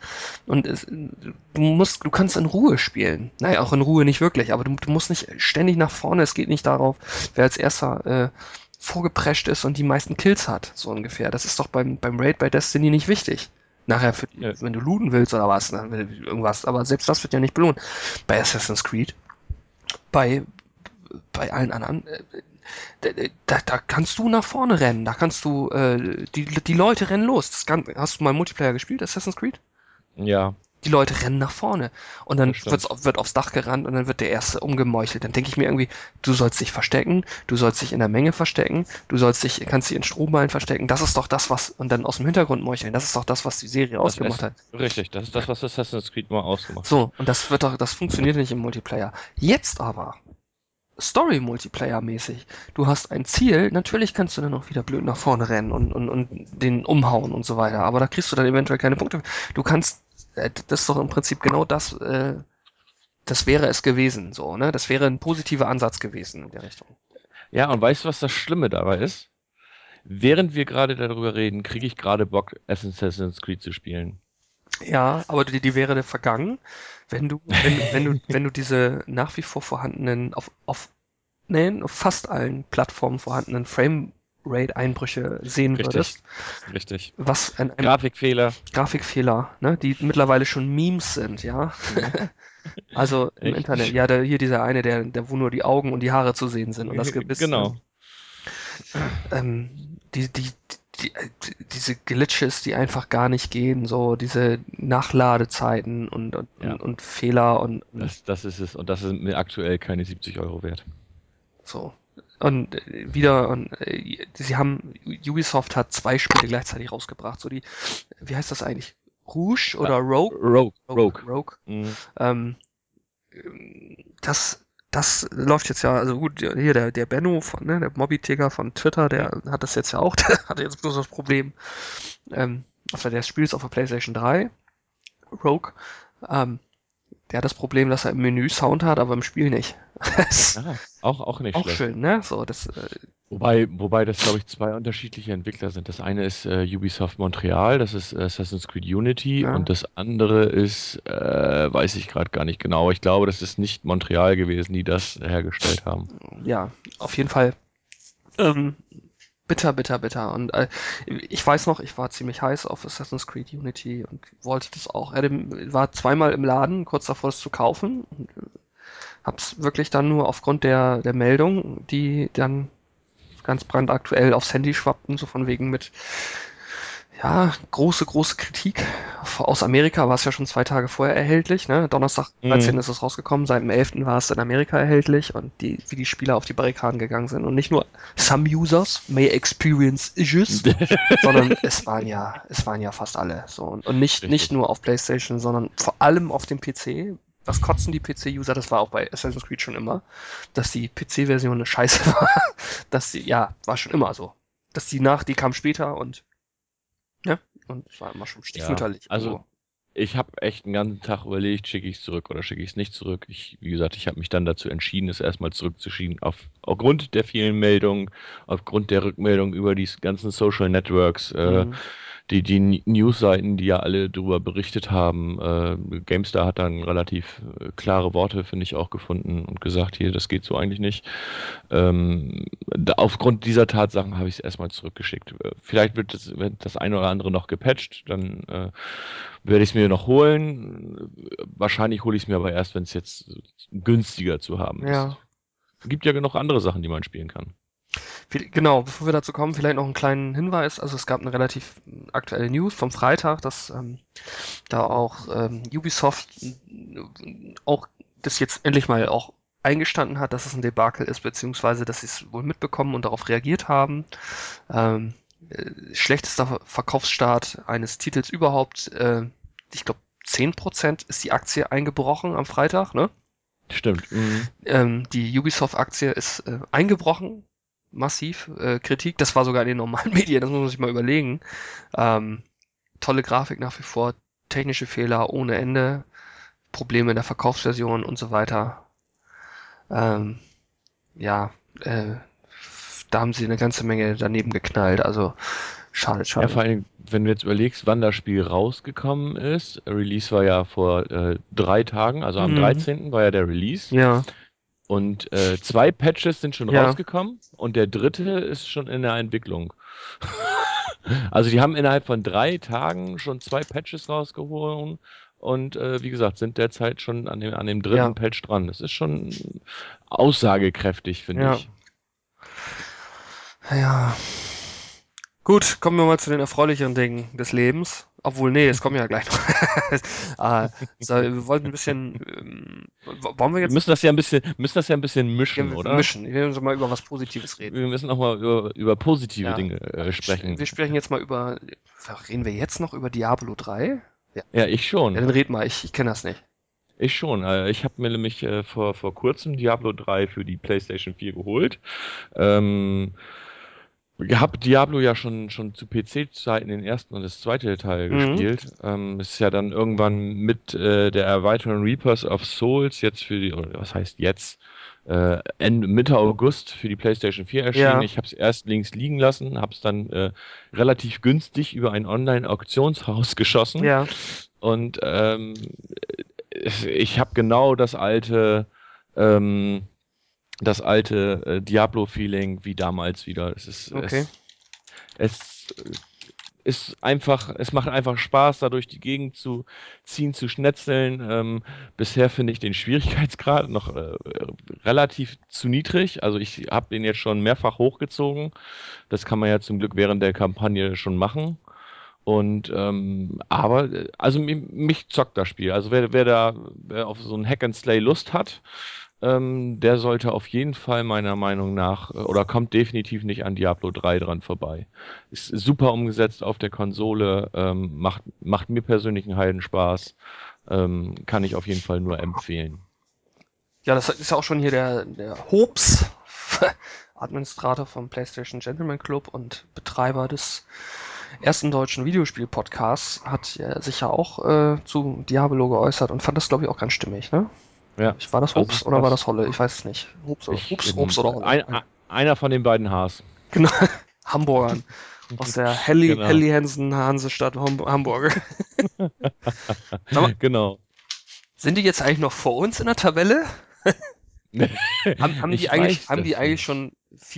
Du kannst in Ruhe spielen. Naja, auch in Ruhe nicht wirklich, aber du musst nicht ständig nach vorne. Es geht nicht darauf, wer als erster vorgeprescht ist und die meisten Kills hat, so ungefähr. Das ist doch beim Raid bei Destiny nicht wichtig. Nachher, nö. wenn du looten willst oder was, dann irgendwas. Aber selbst das wird ja nicht belohnt. Bei Assassin's Creed, bei, bei allen anderen, da kannst du nach vorne rennen. Da kannst du, die Leute rennen los. Hast du mal Multiplayer gespielt, Assassin's Creed? Ja, Die Leute rennen nach vorne. Und dann das stimmt. wird aufs Dach gerannt und dann wird der Erste umgemeuchelt. Dann denke ich mir irgendwie, du sollst dich verstecken, du sollst dich in der Menge verstecken, kannst dich in Strohballen verstecken. Das ist doch das, und dann aus dem Hintergrund meucheln. Das ist doch das, was die Serie ausgemacht hat. Richtig, das ist das, was Assassin's Creed mal ausgemacht hat. So, und das funktioniert nicht im Multiplayer. Jetzt aber, Story-Multiplayer-mäßig. Du hast ein Ziel, natürlich kannst du dann auch wieder blöd nach vorne rennen und den umhauen und so weiter, aber da kriegst du dann eventuell keine Punkte. Du kannst, das ist doch im Prinzip genau das wäre es gewesen, so, ne? Das wäre ein positiver Ansatz gewesen in der Richtung. Ja, und weißt du, was das Schlimme dabei ist? Während wir gerade darüber reden, kriege ich gerade Bock, Assassin's Creed zu spielen. Ja, aber die wäre vergangen, wenn du diese nach wie vor vorhandenen, auf fast allen Plattformen vorhandenen Framerate-Einbrüche sehen Richtig, würdest, richtig. was ein Grafikfehler. Grafikfehler, ne, die mittlerweile schon Memes sind, ja. Mhm. Also im Echt? Internet, ja, hier dieser eine, wo nur die Augen und die Haare zu sehen sind und das Gebiss. Genau. Diese Glitches, die einfach gar nicht gehen, so diese Nachladezeiten Ja, und Fehler und das ist es. Und das sind mir aktuell keine 70 € wert. so. Und Ubisoft hat 2 Spiele gleichzeitig rausgebracht. Wie heißt das eigentlich? Rouge Ja, oder Rogue? Rogue. Rogue. Mhm. Ähm, das läuft jetzt ja, also gut, hier der Benno der Mobby-Tiger von Twitter, Mhm. der hat das jetzt ja auch, der hatte jetzt bloß das Problem, der spielt auf der PlayStation 3, Rogue, ähm, der hat das Problem, dass er im Menü Sound hat, aber im Spiel nicht. Das ist Ja, auch nicht auch schlecht. schön, ne? So, Wobei das, glaube ich, zwei unterschiedliche Entwickler sind. Das eine ist Ubisoft Montreal, das ist Assassin's Creed Unity, und ne? das andere ist, weiß ich gerade gar nicht genau. Ich glaube, das ist nicht Montreal gewesen, die das hergestellt haben. Ja, auf jeden Fall. Ähm, bitter, bitter, bitter. Und ich weiß noch, ich war ziemlich heiß auf Assassin's Creed Unity und wollte das auch. War zweimal im Laden, kurz davor, es zu kaufen. Und hab's wirklich dann nur aufgrund der Meldung, die dann ganz brandaktuell aufs Handy schwappten, so von wegen mit, ja, große Kritik. Aus Amerika war es ja schon 2 Tage vorher erhältlich, ne? Donnerstag 13 Mhm. ist es rausgekommen, seit dem 11. war es in Amerika erhältlich und wie die Spieler auf die Barrikaden gegangen sind. Und nicht nur some users may experience issues, sondern es waren ja fast alle. So. Und nicht Richtig. nur auf PlayStation, sondern vor allem auf dem PC. Was kotzen die PC-User? Das war auch bei Assassin's Creed schon immer, dass die PC-Version eine Scheiße war. Ja, war schon immer so. Die kam später und, ja, und es war immer schon Ja, stiefmütterlich. also Also, Ich habe echt einen ganzen Tag überlegt, schicke ich es zurück oder schicke ich es nicht zurück. Wie gesagt, ich habe mich dann dazu entschieden, es erstmal zurückzuschieben, aufgrund der vielen Meldungen, aufgrund der Rückmeldungen über die ganzen Social Networks, Mhm. die Newsseiten, die ja alle darüber berichtet haben. GameStar hat dann relativ klare Worte, finde ich, auch gefunden und gesagt, hier, das geht so eigentlich nicht. Aufgrund dieser Tatsachen habe ich es erstmal zurückgeschickt. Vielleicht wird das eine oder andere noch gepatcht, dann werde ich es mir noch holen. Wahrscheinlich hole ich es mir aber erst, wenn es jetzt günstiger zu haben ist. Ja. Gibt ja genug andere Sachen, die man spielen kann. Genau, bevor wir dazu kommen, vielleicht noch einen kleinen Hinweis. Also es gab eine relativ aktuelle News vom Freitag, dass da auch Ubisoft auch das jetzt endlich mal auch eingestanden hat, dass es ein Debakel ist, beziehungsweise dass sie es wohl mitbekommen und darauf reagiert haben. Ähm, Schlechtester Verkaufsstart eines Titels überhaupt. Ich glaube, 10% ist die Aktie eingebrochen am Freitag, ne? Stimmt. Mhm. Die Ubisoft-Aktie ist eingebrochen, massiv. Kritik, das war sogar in den normalen Medien, das muss man sich mal überlegen. Ähm, Tolle Grafik nach wie vor, technische Fehler ohne Ende, Probleme in der Verkaufsversion und so weiter. Ähm, ja, äh, da haben sie eine ganze Menge daneben geknallt. Also schade, Ja, schade. vor allem, wenn du jetzt überlegst, wann das Spiel rausgekommen ist. Release war ja vor 3 Tagen, also am Mhm. 13. war ja der Release. Ja, Und 2 Patches sind schon ja, rausgekommen und der dritte ist schon in der Entwicklung. Also die haben innerhalb von 3 Tagen schon 2 Patches rausgeholt und wie gesagt, sind derzeit schon an dem ja, dritten Patch dran. Das ist schon aussagekräftig, finde ja, ich. ja. Gut, kommen wir mal zu den erfreulicheren Dingen des Lebens. Obwohl, nee, es kommen ja gleich noch. So, wir wollten ein bisschen, wollen wir Wir jetzt müssen das ja ein bisschen mischen, wir oder? mischen? Wir müssen mal über was Positives reden. Wir müssen auch mal über positive Ja, Dinge sprechen. wir sprechen jetzt mal über, reden wir jetzt noch über Diablo 3? Ja. Ja, ich Ja, schon. dann red mal, ich kenne das nicht. Ich schon. Ich habe mir nämlich vor kurzem Diablo 3 für die PlayStation 4 geholt. Ähm, Hab Diablo ja schon zu PC-Zeiten den ersten und das zweite Teil Mhm. gespielt. Ist ja dann irgendwann mit der Erweiterung Reapers of Souls jetzt oder was heißt jetzt, Mitte August für die PlayStation 4 erschienen. Ja, Ich habe es erst links liegen lassen, habe es dann relativ günstig über ein Online-Auktionshaus geschossen ja, und ich habe genau ähm, das alte Diablo-Feeling wie damals wieder. okay. Es ist einfach, es macht einfach Spaß, da durch die Gegend zu ziehen, zu schnetzeln. Bisher finde ich den Schwierigkeitsgrad noch relativ zu niedrig. Also ich habe den jetzt schon mehrfach hochgezogen. Das kann man ja zum Glück während der Kampagne schon machen. Und aber also mich zockt das Spiel. Also wer auf so ein Hack and Slay Lust hat, der sollte auf jeden Fall meiner Meinung nach oder kommt definitiv nicht an Diablo 3 dran vorbei. Ist super umgesetzt auf der Konsole, macht mir persönlich einen Heidenspaß, kann ich auf jeden Fall nur empfehlen. Ja, das ist ja auch schon hier der Hobbs, Administrator vom PlayStation Gentleman Club und Betreiber des ersten deutschen Videospiel-Podcasts, hat ja sich ja auch zu Diablo geäußert und fand das, glaube ich, auch ganz stimmig, ne? Ja, War das also Hobbs es oder war passt. das Holle? Ich weiß es nicht. Hobbs oder Holle. Einer von den beiden Haars. Genau, Hamburgern aus der Genau. Helly Hansen Hansestadt Hamburg. Sag mal, Genau. sind die jetzt eigentlich noch vor uns in der Tabelle? Ich weiß Haben die das eigentlich nicht. schon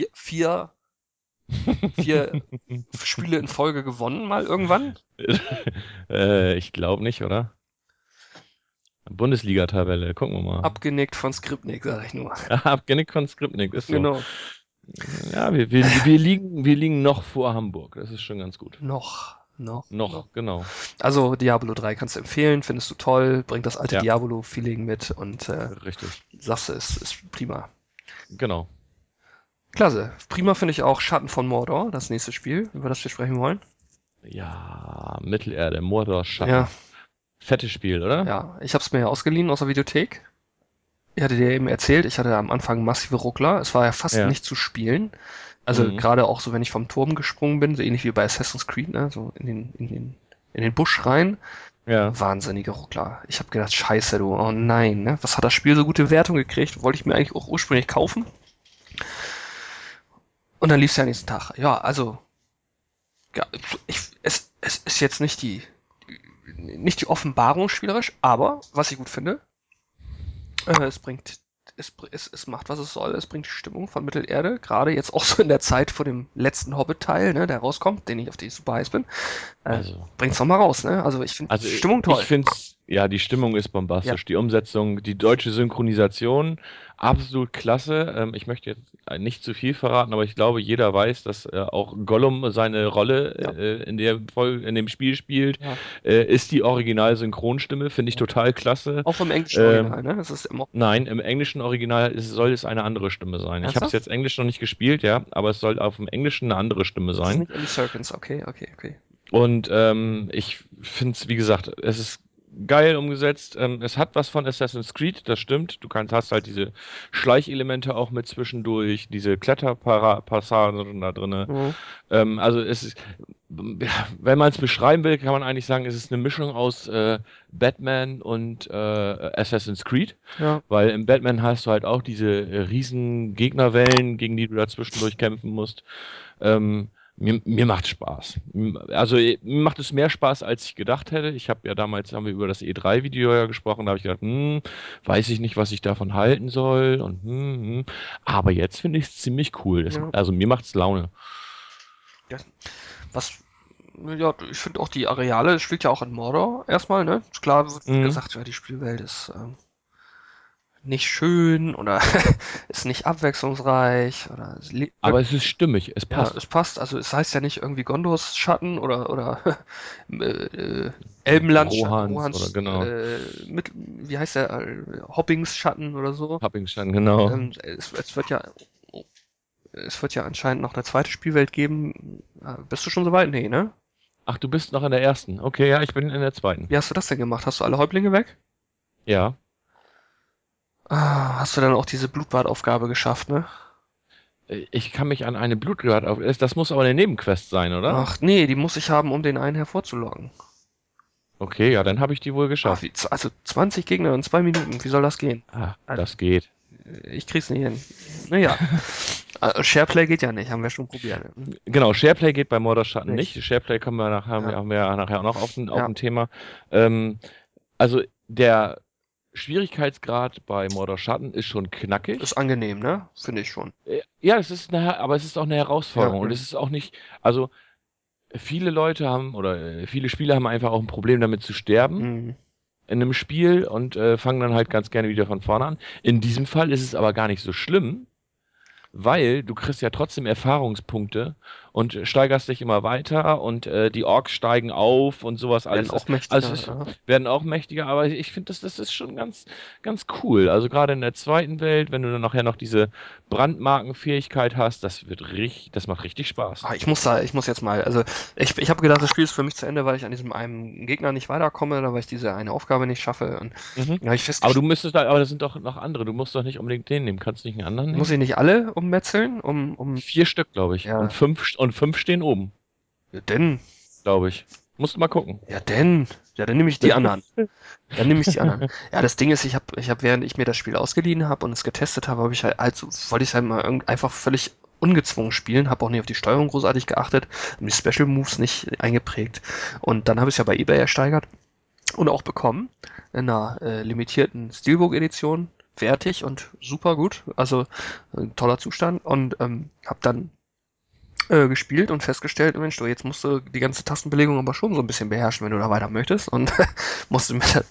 vier Spiele in Folge gewonnen mal irgendwann? Ich glaube nicht, oder? Bundesliga-Tabelle, gucken wir mal. Abgenickt von Skripnik, sag ich nur. Abgenickt von Skripnik, ist so. Genau. Ja, wir liegen noch vor Hamburg. Das ist schon ganz gut. Noch. Noch, genau. Also Diablo 3 kannst du empfehlen, findest du toll, bringt das alte Ja, Diablo-Feeling mit und richtig. sagst du, ist prima. Genau. Klasse. Prima finde ich auch Schatten von Mordor, das nächste Spiel, über das wir sprechen wollen. Ja, Mittelerde, Mordor Ja, Schatten. Fettes Spiel, oder? ja. Ich habe es mir ja ausgeliehen aus der Videothek. Ich hatte dir eben erzählt, ich hatte am Anfang massive Ruckler. Es war ja fast Ja. nicht zu spielen. Also Mhm. gerade auch so, wenn ich vom Turm gesprungen bin, so ähnlich wie bei Assassin's Creed, ne? So in den Busch rein. Ja. Wahnsinnige Ruckler. Ich habe gedacht, scheiße, du, oh nein, ne? Was hat das Spiel so gute Wertung gekriegt? Wollte ich mir eigentlich auch ursprünglich kaufen. Und dann lief es ja nächsten Tag. Ja, also, ja, es ist jetzt nicht die Offenbarung spielerisch, aber was ich gut finde, es bringt, es macht, was es soll. Es bringt die Stimmung von Mittelerde, gerade jetzt auch so in der Zeit vor dem letzten Hobbit-Teil, ne, der rauskommt, auf den ich super heiß bin. Äh, Also, bringt's noch mal raus, ne? Also ich finde Also Stimmung ich toll. finde es, ja, die Stimmung ist Ja, bombastisch. Die Umsetzung, die deutsche Synchronisation, absolut klasse. Ich möchte jetzt nicht zu viel verraten, aber ich glaube, jeder weiß, dass auch Gollum seine Rolle ja, in dem Spiel spielt. ja, Ist die Original-Synchronstimme, finde ich ja. total klasse. Auch im englischen Ähm, Original, ne? Das ist immer. nein, im englischen Original soll es eine andere Stimme sein. Ich habe es Ernsthaft? jetzt Englisch noch nicht gespielt, ja, aber es soll auf dem Englischen eine andere Stimme Das ist sein. nicht Andy Serkins, okay, okay, okay. Und ich finde es, wie gesagt, es ist geil umgesetzt. Es hat was von Assassin's Creed, das stimmt. Hast halt diese Schleichelemente auch mit zwischendurch, diese Kletterpassagen da drinne. Mhm. Also es ist, wenn man es beschreiben will, kann man eigentlich sagen, es ist eine Mischung aus Batman und Assassin's Creed. Ja, Weil im Batman hast du halt auch diese riesen Gegnerwellen, gegen die du da zwischendurch kämpfen musst. Mir macht Spaß. Also mir macht es mehr Spaß, als ich gedacht hätte. Haben wir über das E3-Video ja gesprochen, da habe ich gedacht, weiß ich nicht, was ich davon halten soll Aber jetzt finde ich es ziemlich cool. ja. Also mir macht's Laune. Ja, was, ja, ich finde auch die Areale, es spielt ja auch in Mordor erstmal, ne? Klar wird Mhm. gesagt, ja, die Spielwelt ist nicht schön oder ist nicht abwechslungsreich oder Aber es ist stimmig, es ja, passt. es passt. Also es heißt ja nicht irgendwie Gondors Schatten oder Elbenland Schatten, Rohans oder Rohans genau. wie heißt der, Hoppings Schatten oder so. Happingstein, genau. Es wird ja anscheinend noch eine zweite Spielwelt geben. Bist du schon soweit? Nee, ne? Ach, du bist noch in der ersten. Okay, ja, ich bin in der zweiten. Wie hast du das denn gemacht? Hast du alle Häuptlinge weg? Ja. Hast du dann auch diese Blutbadaufgabe geschafft, ne? Ich kann mich an eine Blutgrat auf. Das muss aber eine Nebenquest sein, oder? Ach nee, die muss ich haben, um den einen hervorzulocken. Okay, ja, dann habe ich die wohl geschafft. Also 20 Gegner in 2 Minuten, wie soll das gehen? Ah, Also, das geht. ich krieg's nicht hin. Naja, Shareplay geht ja nicht, haben wir schon probiert. Ne? Genau, SharePlay geht bei Morderschatten Nicht. nicht. SharePlay Ja, haben wir ja nachher auch noch auf ja, ein Thema. Ähm, also der Schwierigkeitsgrad bei Morderschatten ist schon ist knackig. angenehm, ne? Finde ich schon. Ja, aber es ist auch eine Ja, Herausforderung. Und ja. es ist auch nicht, also viele Leute haben oder viele Spieler haben einfach auch ein Problem damit zu sterben Mhm. in einem Spiel und fangen dann halt ganz gerne wieder von vorne an. In diesem Fall ist es aber gar nicht so schlimm, weil du kriegst ja trotzdem Erfahrungspunkte und steigerst dich immer weiter und die Orks steigen auf und sowas Werden alles. auch Also mächtiger. es Ja. werden auch mächtiger, aber ich finde, das ist schon ganz cool. Also gerade in der zweiten Welt, wenn du dann nachher noch diese Brandmarkenfähigkeit hast, das macht richtig Spaß. Ich muss jetzt mal, also ich habe gedacht, das Spiel ist für mich zu Ende, weil ich an diesem einen Gegner nicht weiterkomme, oder weil ich diese eine Aufgabe nicht schaffe. Und Mhm. da habe ich festgestellt, Aber das sind doch noch andere. Du musst doch nicht unbedingt den nehmen. Kannst du nicht einen anderen muss nehmen? ich nicht alle ummetzeln, 4 Stück, glaube ich. ja, Und fünf stehen oben, ja denn, glaube ich. Musst du mal gucken. ja denn, ja dann nehme ich die anderen. Dann nehme ich die anderen. Ja, das Ding ist, während ich mir das Spiel ausgeliehen habe und es getestet habe, wollte ich halt mal einfach völlig ungezwungen spielen, habe auch nicht auf die Steuerung großartig geachtet, habe die Special Moves nicht eingeprägt. Und dann habe ich es ja bei eBay ersteigert und auch bekommen in einer limitierten Steelbook-Edition. Fertig und super gut, also toller Zustand und habe dann gespielt und festgestellt, Mensch, du, jetzt musst du die ganze Tastenbelegung aber schon so ein bisschen beherrschen, wenn du da weiter möchtest. Und musste mir dann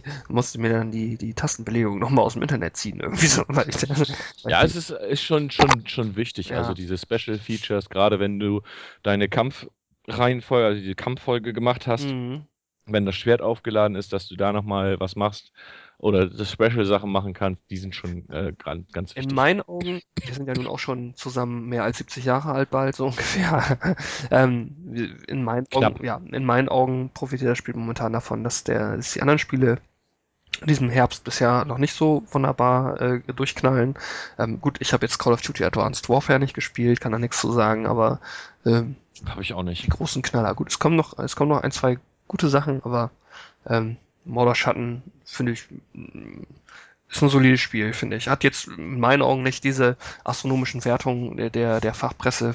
die Tastenbelegung nochmal aus dem Internet ziehen, irgendwie so, weil Ja, ich, ist schon wichtig. Also ja, diese Special Features, gerade wenn du deine Kampfreihenfolge, also die Kampffolge gemacht hast, mhm. wenn das Schwert aufgeladen ist, dass du da nochmal was machst oder das Special-Sachen machen kannst, die sind schon ganz In wichtig. meinen Augen, wir sind ja nun auch schon zusammen mehr als 70 Jahre alt bald, so ungefähr. Knapp. In meinen Augen profitiert das Spiel momentan davon, dass die anderen Spiele diesem Herbst bisher noch nicht so wunderbar durchknallen. Gut, ich habe jetzt Call of Duty Advanced Warfare nicht gespielt, kann da nichts zu sagen, aber ähm, Habe ich auch nicht. die großen Knaller. Gut, es kommen noch ein, zwei gute Sachen, aber Mordor Schatten finde ich, ist ein solides Spiel, finde ich. Hat jetzt in meinen Augen nicht diese astronomischen Wertungen der Fachpresse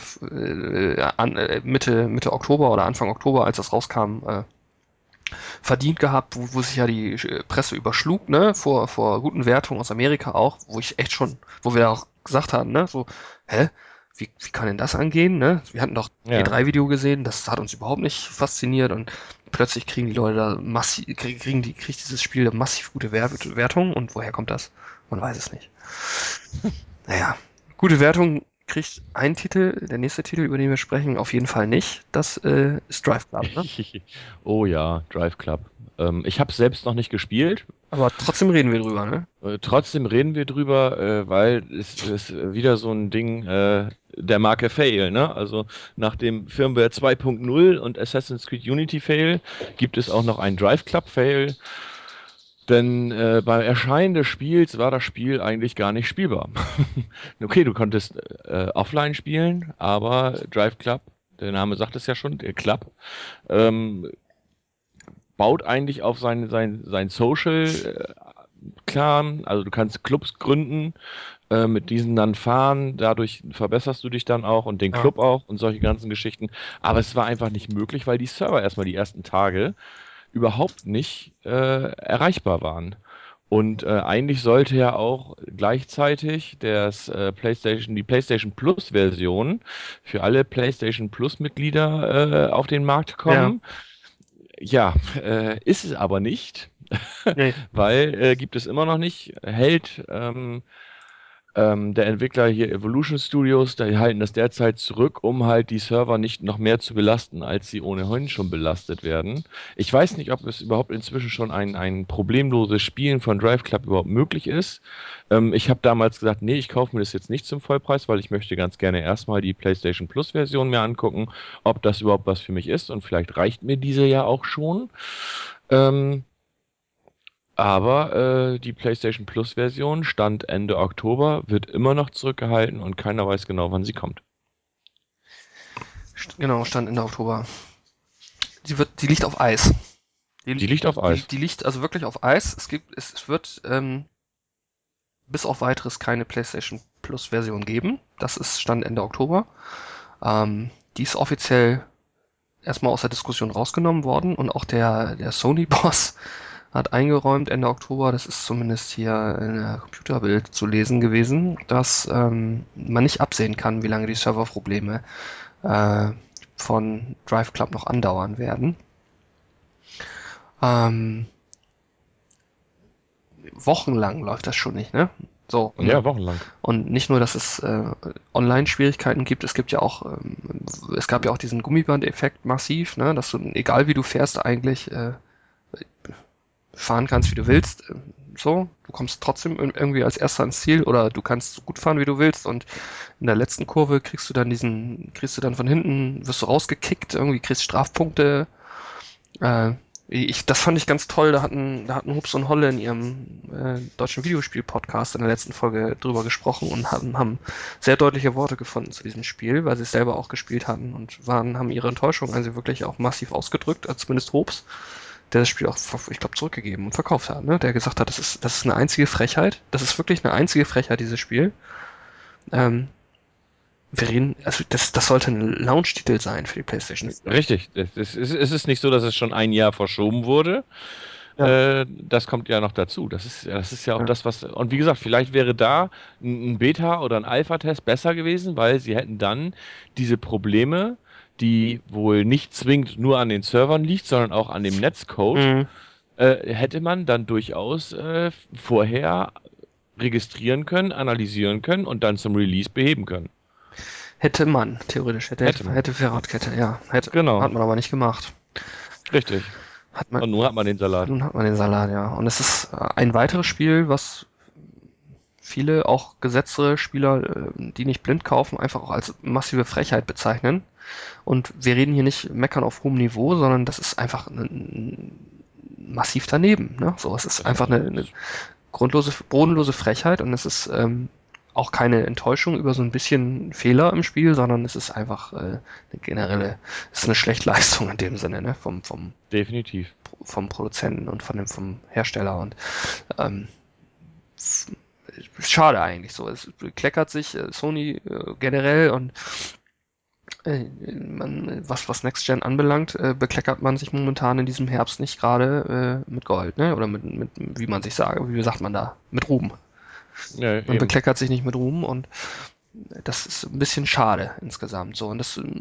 Mitte Oktober oder Anfang Oktober, als das rauskam, verdient gehabt, wo sich ja die Presse überschlug, ne, vor guten Wertungen aus Amerika auch, wo ich echt schon, wo wir auch gesagt haben, ne, so, hä, wie kann denn das angehen, ne? Wir hatten doch Ja. E3-Video gesehen, das hat uns überhaupt nicht fasziniert und plötzlich kriegen die Leute da massiv, kriegt dieses Spiel massiv gute Wertungen und woher kommt das? Man weiß es nicht. Naja, gute Wertung kriegt ein Titel, der nächste Titel, über den wir sprechen, auf jeden Fall nicht. Das ist Drive Club, ne? Oh ja, Drive Club. Ich habe selbst noch nicht gespielt. Aber trotzdem reden wir drüber, ne? Trotzdem reden wir drüber, weil es ist wieder so ein Ding der Marke Fail, ne? Also nach dem Firmware 2.0 und Assassin's Creed Unity Fail gibt es auch noch einen Drive Club Fail. Denn beim Erscheinen des Spiels war das Spiel eigentlich gar nicht spielbar. Okay, du konntest offline spielen, aber Drive Club, der Name sagt es ja schon, der Club, ähm, baut eigentlich auf sein Social-Clan. Also du kannst Clubs gründen, mit diesen dann fahren, dadurch verbesserst du dich dann auch und den Ja. Club auch und solche ganzen Geschichten. Aber es war einfach nicht möglich, weil die Server erstmal die ersten Tage überhaupt nicht erreichbar waren. Und eigentlich sollte ja auch gleichzeitig die PlayStation Plus Version für alle PlayStation Plus Mitglieder auf den Markt Ja, kommen. Ja, ist es aber nicht, nee. weil gibt es immer noch nicht. Hält der Entwickler hier Evolution Studios, die halten das derzeit zurück, um halt die Server nicht noch mehr zu belasten, als sie ohnehin schon belastet werden. Ich weiß nicht, ob es überhaupt inzwischen schon ein problemloses Spielen von Drive Club überhaupt möglich ist. Ich habe damals gesagt, nee, ich kaufe mir das jetzt nicht zum Vollpreis, weil ich möchte ganz gerne erstmal die PlayStation Plus Version mir angucken, ob das überhaupt was für mich ist und vielleicht reicht mir diese ja auch schon. Ähm, aber die PlayStation Plus Version stand Ende Oktober, wird immer noch zurückgehalten und keiner weiß genau, wann sie kommt. Genau, stand Ende Oktober. Die liegt auf Eis. Die liegt auf Eis. Die liegt also wirklich auf Eis. Es wird bis auf weiteres keine PlayStation Plus Version geben. Das ist Stand Ende Oktober. Die ist offiziell erstmal aus der Diskussion rausgenommen worden und auch der Sony-Boss hat eingeräumt Ende Oktober, das ist zumindest hier in der Computerbild zu lesen gewesen, dass man nicht absehen kann, wie lange die Serverprobleme äh, von Drive Club noch andauern werden. Ähm, Wochenlang läuft das schon nicht, ne? So, Ja, wochenlang. und nicht nur, dass es Online-Schwierigkeiten gibt, es gibt ja auch, es gab ja auch diesen Gummiband-Effekt massiv, ne? Dass du, egal wie du fährst, eigentlich fahren kannst, wie du willst. So, du kommst trotzdem irgendwie als Erster ans Ziel oder du kannst so gut fahren, wie du willst und in der letzten Kurve kriegst du dann von hinten, wirst du rausgekickt, irgendwie kriegst Strafpunkte. Das fand ich ganz toll, da hatten Hubs und Holle in ihrem deutschen Videospiel-Podcast in der letzten Folge drüber gesprochen und haben sehr deutliche Worte gefunden zu diesem Spiel, weil sie es selber auch gespielt hatten und haben ihre Enttäuschung also wirklich auch massiv ausgedrückt, zumindest Hobs, der das Spiel auch, ich glaube, zurückgegeben und verkauft hat, ne? Der gesagt hat, das ist eine einzige Frechheit. Das ist wirklich eine einzige Frechheit, dieses Spiel. Ähm, also das sollte ein Launch-Titel sein für die PlayStation 4. Richtig. Es ist nicht so, dass es schon ein Jahr verschoben wurde. Ja, Das kommt ja noch dazu. Das ist ja auch ja. das, was. Und wie gesagt, vielleicht wäre da ein Beta- oder ein Alpha-Test besser gewesen, weil sie hätten dann diese Probleme, die wohl nicht zwingend nur an den Servern liegt, sondern auch an dem Netzcode, Mhm. hätte man dann durchaus vorher registrieren können, analysieren können und dann zum Release beheben können. Hätte man, theoretisch, Hätte man. hätte Fahrradkette, ja, hätte. Genau, Hat man aber nicht gemacht. richtig. Hat man, Und nun hat man den Salat. nun hat man den Salat, ja. Und es ist ein weiteres Spiel, was viele, auch gesetztere Spieler, die nicht blind kaufen, einfach auch als massive Frechheit bezeichnen. Und wir reden hier nicht meckern auf hohem Niveau, sondern das ist einfach massiv daneben. Ne? So, es ist Das, einfach eine grundlose, bodenlose Frechheit und es ist auch keine Enttäuschung über so ein bisschen Fehler im Spiel, sondern es ist einfach eine generelle, es ist eine Schlechtleistung in dem Sinne, ne? Definitiv. Vom Produzenten und vom Hersteller. Und ähm, schade eigentlich so. Es kleckert sich Sony generell und was Next Gen anbelangt, bekleckert man sich momentan in diesem Herbst nicht gerade mit Gold, ne? Oder wie sagt man da? Mit Ruhm. Ja, Man eben. bekleckert sich nicht mit Ruhm und das ist ein bisschen schade insgesamt so. Und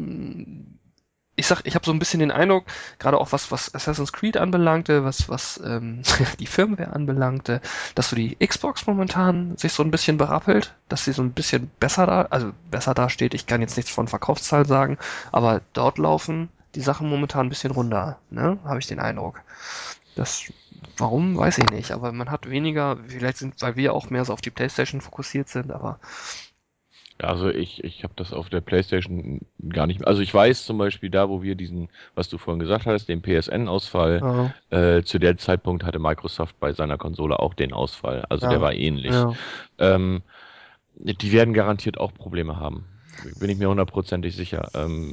ich habe so ein bisschen den Eindruck, gerade auch was Assassin's Creed anbelangte, was die Firmware anbelangte, dass so die Xbox momentan sich so ein bisschen berappelt, dass sie so ein bisschen besser dasteht. Ich kann jetzt nichts von Verkaufszahlen sagen, aber dort laufen die Sachen momentan ein bisschen runter, ne? Habe ich den Eindruck. Das, warum, weiß ich nicht, aber man hat weniger, weil wir auch mehr so auf die PlayStation fokussiert sind, aber Ja, also ich habe das auf der PlayStation gar nicht mehr. Also ich weiß zum Beispiel da, wo wir diesen, was du vorhin gesagt hast, den PSN-Ausfall, ja, zu dem Zeitpunkt hatte Microsoft bei seiner Konsole auch den Ausfall. Also der ja, war ähnlich. ja, Ähm, Die werden garantiert auch Probleme haben. Bin ich mir hundertprozentig sicher.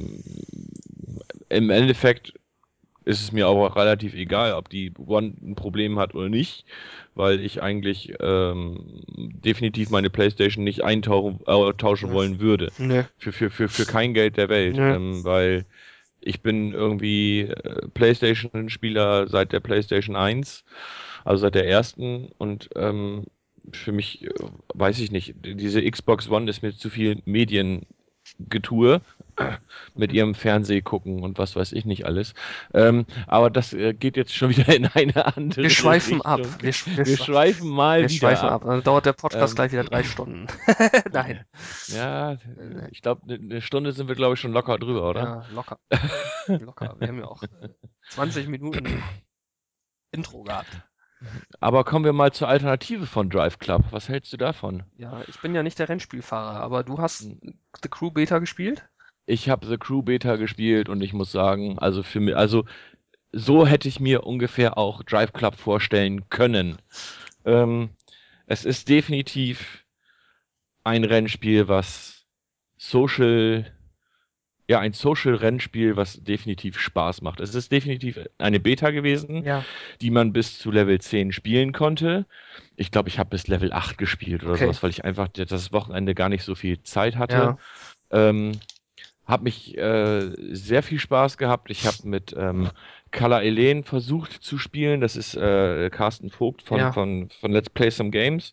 Im Endeffekt ist es mir auch relativ egal, ob die One ein Problem hat oder nicht, weil ich eigentlich definitiv meine PlayStation nicht tauschen ne, wollen würde. ne, Für kein Geld der Welt. ne, Weil ich bin irgendwie PlayStation-Spieler seit der PlayStation 1, also seit der ersten und für mich, weiß ich nicht, diese Xbox One ist mir zu viel Mediengetue mit ihrem Fernseh gucken und was weiß ich nicht alles. Aber das geht jetzt schon wieder in eine wir andere schweifen ab. Richtung. Wir schweifen mal Wir wieder schweifen ab. ab. Dann dauert der Podcast Ähm, gleich wieder 3 Stunden. Nein. ja, Äh, ich glaube, eine Stunde sind wir, glaube ich, schon locker drüber, oder? Ja, locker. Locker. Wir haben ja auch 20 Minuten Intro gehabt. Aber kommen wir mal zur Alternative von Drive Club. Was hältst du davon? Ja, ich bin ja nicht der Rennspielfahrer, aber du hast The Crew Beta gespielt? Ich habe The Crew Beta gespielt und ich muss sagen, also für mich, also so hätte ich mir ungefähr auch Drive Club vorstellen können. Ähm, Es ist definitiv ein Rennspiel, was Social, ja, ein Social-Rennspiel, was definitiv Spaß macht. Es ist definitiv eine Beta gewesen, Ja. die man bis zu Level 10 spielen konnte. Ich glaube, ich habe bis Level 8 gespielt oder Okay. sowas, weil ich einfach das Wochenende gar nicht so viel Zeit hatte. Ja. Ähm, Hab mich sehr viel Spaß gehabt. Ich habe mit Kala Elen versucht zu spielen. Das ist Carsten Vogt Ja. von Let's Play Some Games.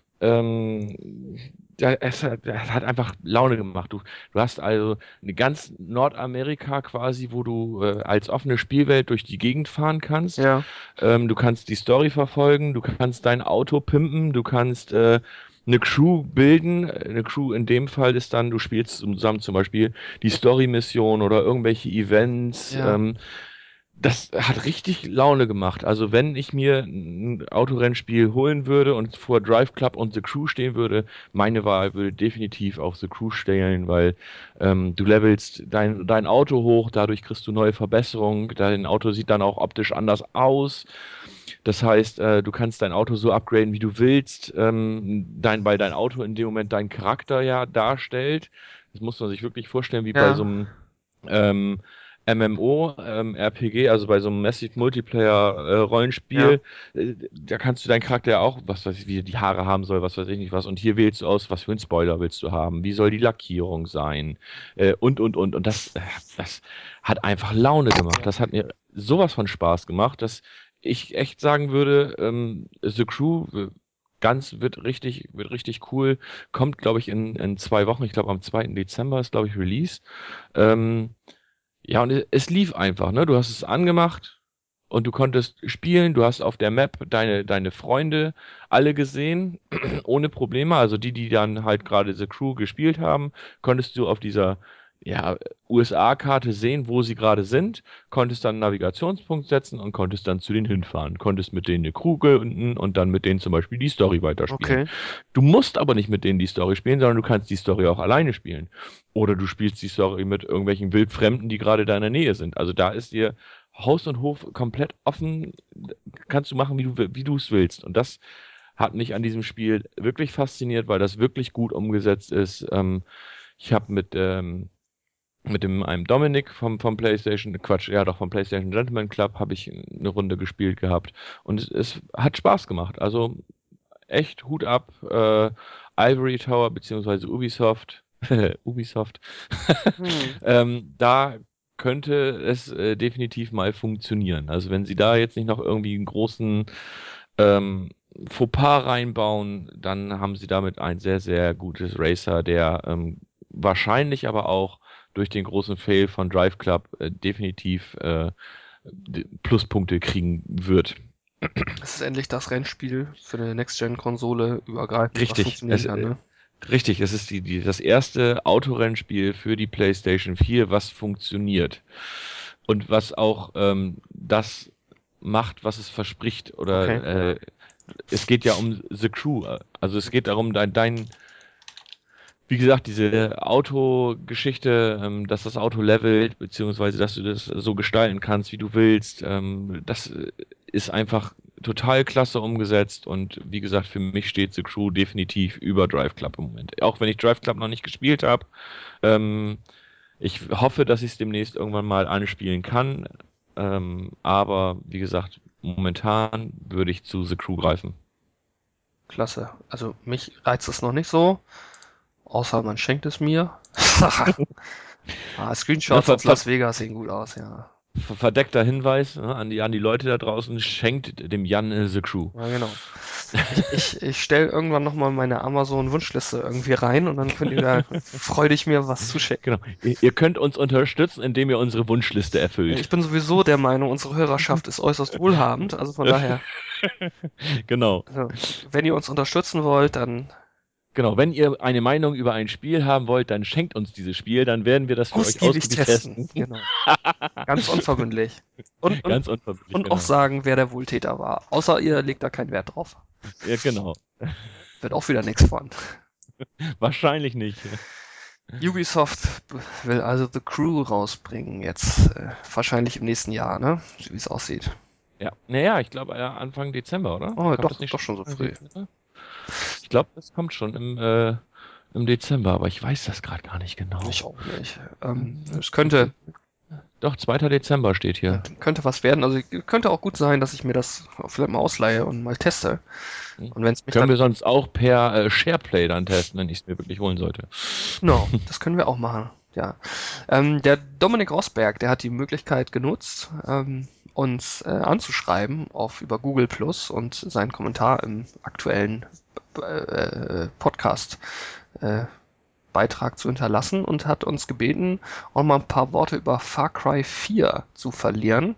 Ähm, es hat einfach Laune gemacht. Du hast also eine ganz Nordamerika quasi, wo du als offene Spielwelt durch die Gegend fahren kannst. Ja. Du kannst die Story verfolgen, du kannst dein Auto pimpen, du kannst eine Crew bilden. Eine Crew in dem Fall ist dann, du spielst zusammen zum Beispiel die Story-Mission oder irgendwelche Events. Ja. Das hat richtig Laune gemacht. Also wenn ich mir ein Autorennspiel holen würde und vor Drive Club und The Crew stehen würde, meine Wahl würde definitiv auf The Crew stellen, weil du levelst dein Auto hoch, dadurch kriegst du neue Verbesserungen, dein Auto sieht dann auch optisch anders aus. Das heißt, du kannst dein Auto so upgraden, wie du willst, weil dein Auto in dem Moment deinen Charakter ja darstellt. Das muss man sich wirklich vorstellen, wie bei so Ja. einem ähm, MMO, RPG, also bei so einem Massive Multiplayer Ja. Rollenspiel, da kannst du deinen Charakter ja auch, was weiß ich, wie die Haare haben soll, was weiß ich nicht was. Und hier wählst du aus, was für einen Spoiler willst du haben, wie soll die Lackierung sein, und. Und das hat einfach Laune gemacht. Ja. Das hat mir sowas von Spaß gemacht, dass ich echt sagen würde, The Crew wird richtig cool. Kommt, glaube ich, in 2 Wochen. Ich glaube, am 2. Dezember ist, glaube ich, Release. Ähm, ja, und es lief einfach, ne? Du hast es angemacht und du konntest spielen. Du hast auf der Map deine Freunde alle gesehen, ohne Probleme. Also die dann halt gerade The Crew gespielt haben, konntest du auf dieser, ja, USA-Karte sehen, wo sie gerade sind, konntest dann einen Navigationspunkt setzen und konntest dann zu denen hinfahren. Konntest mit denen eine Crew gründen und dann mit denen zum Beispiel die Story weiterspielen. Okay. Du musst aber nicht mit denen die Story spielen, sondern du kannst die Story auch alleine spielen. Oder du spielst die Story mit irgendwelchen Wildfremden, die gerade da in der Nähe sind. Also da ist dir Haus und Hof komplett offen, kannst du machen, wie du es willst. Und das hat mich an diesem Spiel wirklich fasziniert, weil das wirklich gut umgesetzt ist. Ich habe mit einem Dominik vom PlayStation, Quatsch, ja doch vom PlayStation Gentleman Club habe ich eine Runde gespielt gehabt und es hat Spaß gemacht. Also echt Hut ab, Ivory Tower beziehungsweise Ubisoft, Ubisoft, Hm. da könnte es definitiv mal funktionieren. Also wenn sie da jetzt nicht noch irgendwie einen großen ähm, Fauxpas reinbauen, dann haben sie damit ein sehr, sehr gutes Racer, der wahrscheinlich aber auch durch den großen Fail von Drive Club definitiv Pluspunkte kriegen wird. Es ist endlich das Rennspiel für eine Next-Gen-Konsole übergreifend, was Richtig, funktionieren kann, ne? richtig, es ist das erste Autorennspiel für die PlayStation 4, was funktioniert. Und was auch das macht, was es verspricht. Okay. Oder es geht ja um The Crew. Also es geht darum, wie gesagt, diese Autogeschichte, dass das Auto levelt, beziehungsweise dass du das so gestalten kannst, wie du willst, das ist einfach total klasse umgesetzt und wie gesagt, für mich steht The Crew definitiv über Drive Club im Moment. Auch wenn ich Drive Club noch nicht gespielt habe, ähm, ich hoffe, dass ich es demnächst irgendwann mal anspielen kann, aber wie gesagt, momentan würde ich zu The Crew greifen. Klasse. Also mich reizt es noch nicht so, außer man schenkt es mir. Ne, Screenshots aus Las Vegas sehen gut aus, ja. verdeckter Hinweis, ne, an die Leute da draußen, schenkt dem Jan The Crew. Ja, genau. Ich stelle irgendwann nochmal meine Amazon-Wunschliste irgendwie rein und dann könnt ihr da freudig mir was zuschicken. Genau. Ihr könnt uns unterstützen, indem ihr unsere Wunschliste Ich erfüllt. bin sowieso der Meinung, unsere Hörerschaft ist äußerst wohlhabend, also von daher, Genau. also, wenn ihr uns unterstützen wollt, dann Genau. Wenn ihr eine Meinung über ein Spiel haben wollt, dann schenkt uns dieses Spiel, dann werden wir das für euch ausgiebig ausgiebig testen. testen. Genau. Ganz unverbindlich. Und, und, Ganz unverbindlich, und auch genau. sagen, wer der Wohltäter war. Außer ihr legt da keinen Wert drauf. Ja, genau. Wird auch wieder nichts von. Wahrscheinlich nicht. Ubisoft will also The Crew rausbringen jetzt. Wahrscheinlich im nächsten Jahr, ne? So wie es aussieht. Ja. Naja, ich glaube Anfang Dezember, oder? Oh, Kommt das doch, nicht doch schon schon so Anfang früh. Dezember? Ich glaube, das kommt schon im Dezember, aber ich weiß das gerade gar nicht genau. Ich auch nicht. Ähm, Es könnte, Doch, 2. Dezember steht hier. könnte was werden. Also könnte auch gut sein, dass ich mir das vielleicht mal ausleihe und mal teste. Hm. Und wenn es mich Können dann. wir sonst auch per SharePlay dann testen, wenn ich es mir wirklich holen sollte. Genau, das können wir auch machen. Ja. Der Dominik Rosberg, der hat die Möglichkeit genutzt, uns anzuschreiben über Google Plus und seinen Kommentar im aktuellen Podcast äh, Beitrag zu hinterlassen und hat uns gebeten, auch mal ein paar Worte über Far Cry 4 zu verlieren.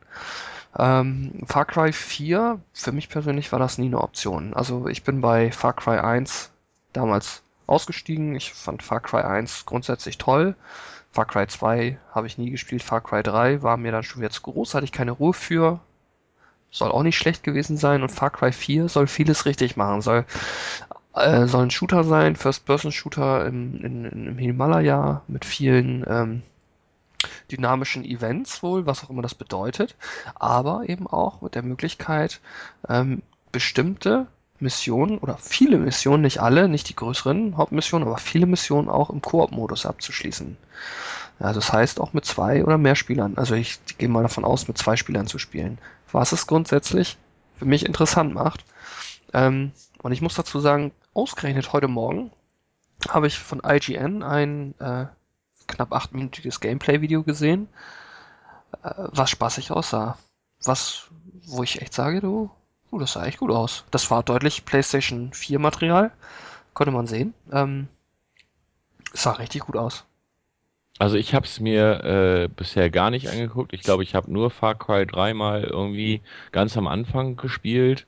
Far Cry 4, für mich persönlich war das nie eine Option. Also ich bin bei Far Cry 1 damals ausgestiegen. Ich fand Far Cry 1 grundsätzlich toll. Far Cry 2 habe ich nie gespielt. Far Cry 3 war mir dann schon wieder zu groß, hatte ich keine Ruhe für. Soll auch nicht schlecht gewesen sein. Und Far Cry 4 soll vieles richtig machen. Soll ein Shooter sein, First-Person-Shooter im Himalaya mit vielen dynamischen Events wohl, was auch immer das bedeutet, aber eben auch mit der Möglichkeit, bestimmte Missionen oder viele Missionen, nicht alle, nicht die größeren Hauptmissionen, aber viele Missionen auch im Koop-Modus abzuschließen. Ja, das heißt auch mit zwei oder mehr Spielern. Also ich gehe mal davon aus, mit zwei Spielern zu spielen. Was es grundsätzlich für mich interessant macht. Und ich muss dazu sagen, ausgerechnet heute Morgen habe ich von IGN ein knapp achtminütiges Gameplay-Video gesehen, was spaßig aussah. Was, wo ich echt sage, das sah echt gut aus. Das war deutlich PlayStation 4 Material, konnte man sehen. Es sah richtig gut aus. Also ich habe es mir bisher gar nicht angeguckt. Ich glaube, ich habe nur Far Cry 3 mal irgendwie ganz am Anfang gespielt.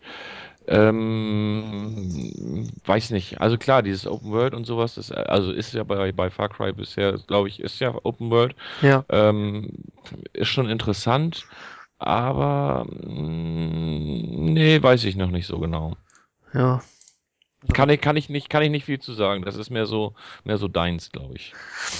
Weiß nicht. Also klar, dieses Open World und sowas, also ist ja bei Far Cry bisher, glaube ich, ist ja Open World. Ja, Ähm, ist schon interessant, aber nee, weiß ich noch nicht so genau. ja. Also, Kann ich nicht viel zu sagen. Das ist mehr so deins, glaube ich.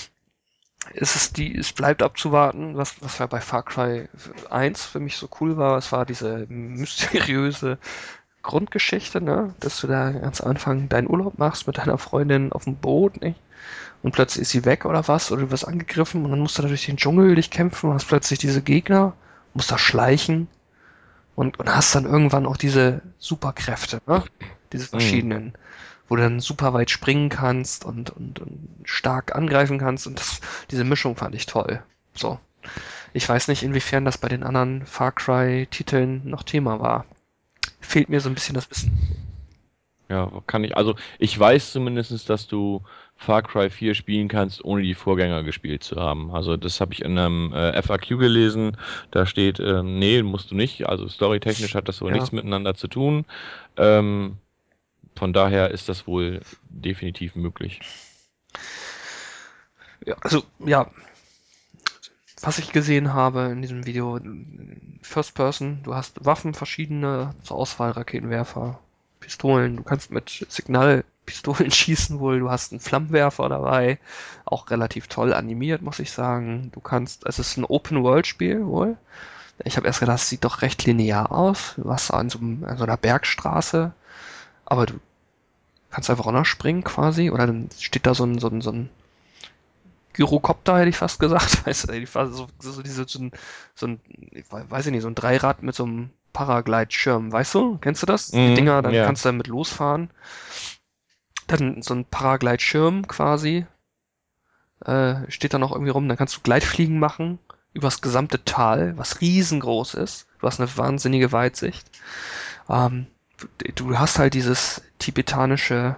es bleibt abzuwarten, was ja bei Far Cry 1 für mich so cool war. Es war diese mysteriöse Grundgeschichte, ne? Dass du da ganz am Anfang deinen Urlaub machst mit deiner Freundin auf dem Boot, nicht? Und plötzlich ist sie weg oder was, oder du wirst angegriffen und dann musst du da durch den Dschungel dich kämpfen und hast plötzlich diese Gegner, musst da schleichen und hast dann irgendwann auch diese Superkräfte, ne? Diese Mhm. verschiedenen, wo du dann super weit springen kannst und stark angreifen kannst und diese Mischung fand ich toll. So. Ich weiß nicht, inwiefern das bei den anderen Far Cry-Titeln noch Thema war. Fehlt mir so ein bisschen das Wissen. Ja, kann ich. Also ich weiß zumindest, dass du Far Cry 4 spielen kannst, ohne die Vorgänger gespielt zu haben. Also das habe ich in einem FAQ gelesen. Da steht, nee, musst du nicht. Also storytechnisch hat das wohl Ja, nichts miteinander zu tun. Ähm, von daher ist das wohl definitiv möglich. ja, also ja, was ich gesehen habe in diesem Video, First Person, du hast Waffen verschiedene zur Auswahl, Raketenwerfer, Pistolen, du kannst mit Signalpistolen schießen wohl, du hast einen Flammenwerfer dabei, auch relativ toll animiert, muss ich sagen. Du kannst, es ist ein Open-World-Spiel wohl. Ich habe erst gedacht, es sieht doch recht linear aus. Du warst an so einer Bergstraße, aber du kannst einfach runterspringen quasi, oder dann steht da so ein Gyrocopter, hätte ich fast gesagt. Weißt du, hätte ich fast so ein, ich weiß ich nicht, so ein Dreirad mit so einem Paraglide-Schirm, weißt du? Kennst du das? Die Mhm, Dinger, dann ja. kannst du damit losfahren. Dann so ein Paraglide-Schirm quasi, steht da noch irgendwie rum. Dann kannst du Gleitfliegen machen übers gesamte Tal, was riesengroß ist. Du hast eine wahnsinnige Weitsicht. Ähm, du hast halt dieses tibetanische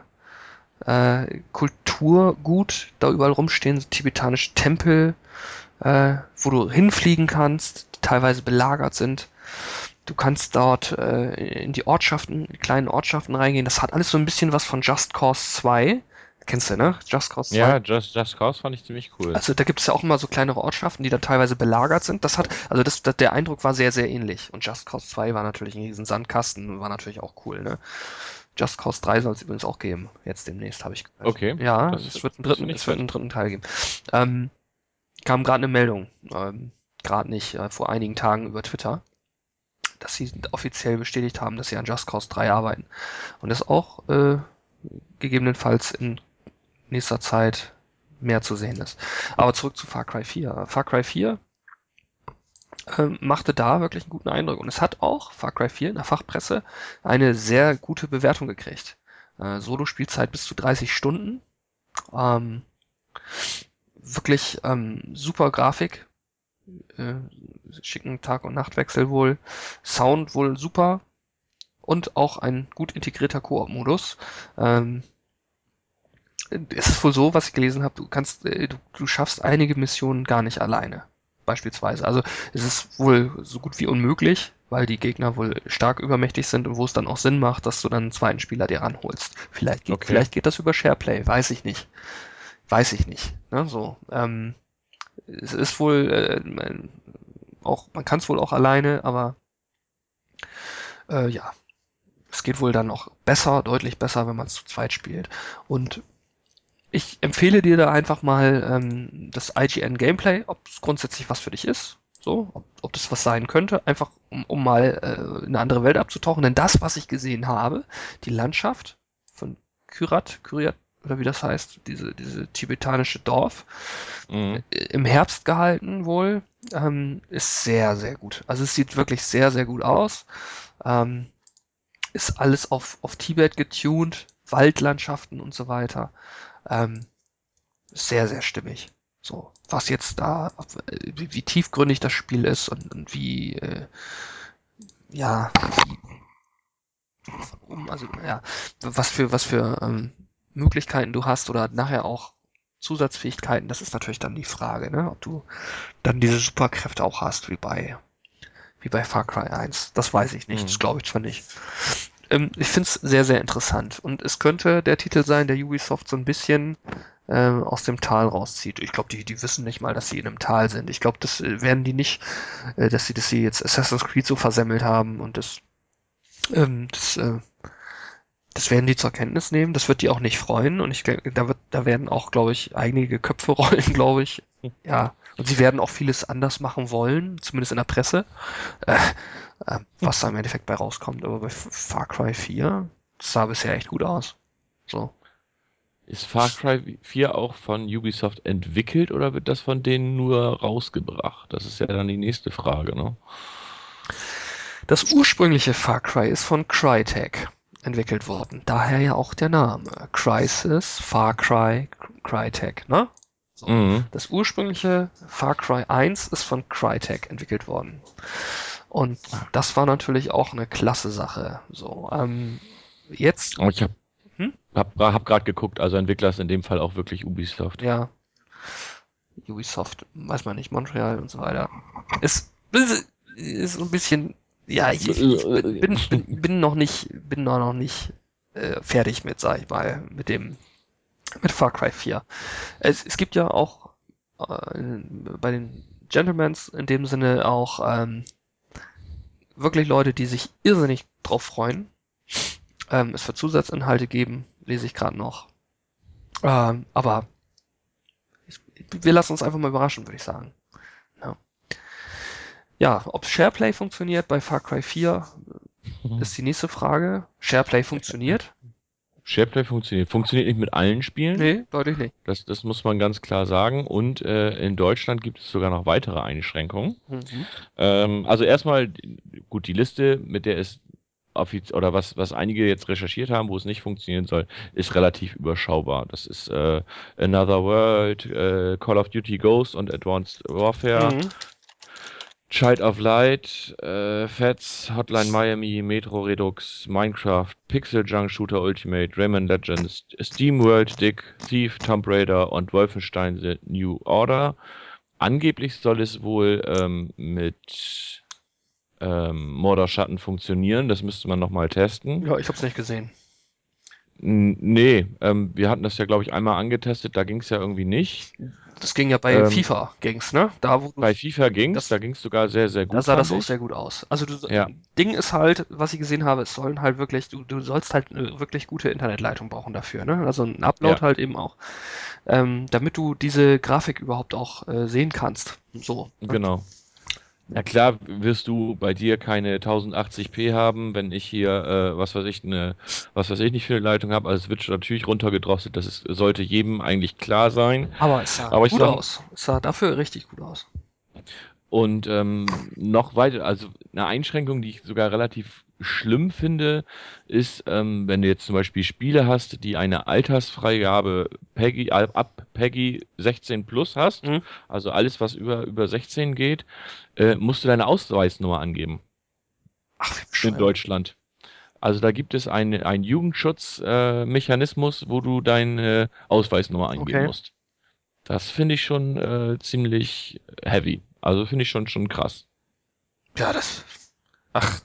Kulturgut da überall rumstehen, so tibetanische Tempel, wo du hinfliegen kannst, die teilweise belagert sind. Du kannst dort in die Ortschaften, die kleinen Ortschaften reingehen. Das hat alles so ein bisschen was von Just Cause 2. Kennst du, ne? Just Cause 2. Ja, Just Cause fand ich ziemlich cool. Also da gibt es ja auch immer so kleinere Ortschaften, die dann teilweise belagert sind. Der Eindruck war sehr, sehr ähnlich. Und Just Cause 2 war natürlich ein riesen Sandkasten, war natürlich auch cool, ne? Just Cause 3 soll es übrigens auch geben. Jetzt demnächst, habe ich gehört. Okay, Ja, das, das finde ich es wird fett. einen dritten Teil geben. Ähm, kam gerade eine Meldung, gerade nicht, vor einigen Tagen über Twitter, dass sie offiziell bestätigt haben, dass sie an Just Cause 3 arbeiten. Und das auch gegebenenfalls in nächster Zeit mehr zu sehen ist. Aber zurück zu Far Cry 4. Far Cry 4 machte da wirklich einen guten Eindruck. Und es hat auch Far Cry 4 in der Fachpresse eine sehr gute Bewertung gekriegt. Solo-Spielzeit bis zu 30 Stunden. Ähm, wirklich super Grafik, äh, schicken Tag- und Nachtwechsel wohl, Sound wohl super und auch ein gut integrierter Koop-Modus. Ähm, es ist wohl so, was ich gelesen habe, du schaffst einige Missionen gar nicht alleine. Beispielsweise. Also es ist wohl so gut wie unmöglich, weil die Gegner wohl stark übermächtig sind und wo es dann auch Sinn macht, dass du dann einen zweiten Spieler dir ranholst. Okay. Vielleicht geht das über SharePlay, weiß ich nicht. Weiß ich nicht. Ne? So, es ist wohl auch, man kann es wohl auch alleine, aber ja, es geht wohl dann noch besser, deutlich besser, wenn man es zu zweit spielt. Und ich empfehle dir da einfach mal das IGN Gameplay, ob es grundsätzlich was für dich ist. So, ob das was sein könnte, einfach um mal in eine andere Welt abzutauchen. Denn das, was ich gesehen habe, die Landschaft von Kyrat, oder wie das heißt, diese tibetanische Dorf, Mhm. im Herbst gehalten wohl, ist sehr, sehr gut. Also es sieht wirklich sehr, sehr gut aus. Ähm, ist alles auf Tibet getuned, Waldlandschaften und so weiter. Ähm, sehr, sehr stimmig. So, was jetzt da, wie tiefgründig das Spiel ist und wie, ja, also, ja, was für Möglichkeiten du hast oder nachher auch Zusatzfähigkeiten, das ist natürlich dann die Frage, ne? Ob du dann diese Superkräfte auch hast, wie bei Far Cry 1. Das weiß ich nicht, das Mhm. glaube ich zwar nicht. Ich finde es sehr, sehr interessant. Und es könnte der Titel sein, der Ubisoft so ein bisschen aus dem Tal rauszieht. Ich glaube, die wissen nicht mal, dass sie in einem Tal sind. Ich glaube, das werden die nicht, dass sie jetzt Assassin's Creed so versemmelt haben und ähm, das, äh, das werden die zur Kenntnis nehmen. Das wird die auch nicht freuen. Und da werden auch, glaube ich, einige Köpfe rollen, glaube ich, Ja, und sie werden auch vieles anders machen wollen, zumindest in der Presse, äh, was da im Endeffekt bei rauskommt. Aber bei Far Cry 4, das sah bisher echt gut aus. So. Ist Far Cry 4 auch von Ubisoft entwickelt oder wird das von denen nur rausgebracht? Das ist ja dann die nächste Frage, ne? Das ursprüngliche Far Cry ist von Crytek entwickelt worden. Daher ja auch der Name. Crysis, Far Cry, Crytek, ne? So. Mhm. Das ursprüngliche Far Cry 1 ist von Crytek entwickelt worden. Und das war natürlich auch eine klasse Sache. So, jetzt, Aber ich habe hm? hab gerade geguckt, also Entwickler ist in dem Fall auch wirklich Ubisoft. Ja, Ubisoft, weiß man nicht, Montreal und so weiter. Ist so ein bisschen, ja, ich bin noch nicht fertig mit, sag ich mal, mit Far Cry 4. Es gibt ja auch bei den Gentlemans in dem Sinne auch wirklich Leute, die sich irrsinnig drauf freuen. Es wird Zusatzinhalte geben, lese ich gerade noch. Aber wir lassen uns einfach mal überraschen, würde ich sagen. Ja, ja, ob SharePlay funktioniert bei Far Cry 4, ist die nächste Frage. SharePlay funktioniert? SharePlay funktioniert. Funktioniert nicht mit allen Spielen. Nee, deutlich nicht. Das muss man ganz klar sagen. Und in Deutschland gibt es sogar noch weitere Einschränkungen. Mhm. Also erstmal, gut, die Liste, mit der es oder was einige jetzt recherchiert haben, wo es nicht funktionieren soll, ist relativ überschaubar. Das ist Another World, Call of Duty Ghost und Advanced Warfare, Mhm. Child of Light, FATS, Hotline Miami, Metro Redux, Minecraft, Pixel Junk Shooter Ultimate, Rayman Legends, Steam World Dig, Thief, Tomb Raider und Wolfenstein The New Order. Angeblich soll es wohl mit Mordor Schatten funktionieren. Das müsste man nochmal testen. Ja, ich habe es nicht gesehen. Nee, wir hatten das ja, glaube ich, einmal angetestet. Da ging es ja irgendwie nicht. Das ging ja bei Ähm, FIFA, ging's, ne? Da, wo du, bei FIFA ging's. Da das, ging's sogar sehr, sehr da gut, sah das fand auch sehr ich. gut aus. Also Ja, Ding ist halt, was ich gesehen habe, es sollen halt wirklich, du sollst halt eine wirklich gute Internetleitung brauchen dafür, ne? Also ein ja, Upload halt eben auch, damit du diese Grafik überhaupt auch sehen kannst. So, ne? genau. Na klar wirst du bei dir keine 1080p haben, wenn ich hier, was weiß ich nicht für eine Leitung habe. Also es wird natürlich runtergedrosselt, sollte jedem eigentlich klar sein. Aber es sah Aber ich gut sag, aus. Es sah dafür richtig gut aus. und noch weiter, also eine Einschränkung, die ich sogar relativ schlimm finde, ist, wenn du jetzt zum Beispiel Spiele hast, die eine Altersfreigabe ab Peggy 16 plus hast, Hm? also alles, was über 16 geht, musst du deine Ausweisnummer angeben Ach, wie in bescheuert. Deutschland. Also da gibt es einen Jugendschutzmechanismus, Mechanismus, wo du deine Ausweisnummer eingeben Okay. musst. Das finde ich schon ziemlich heavy. Also finde ich schon krass. Ja, ach,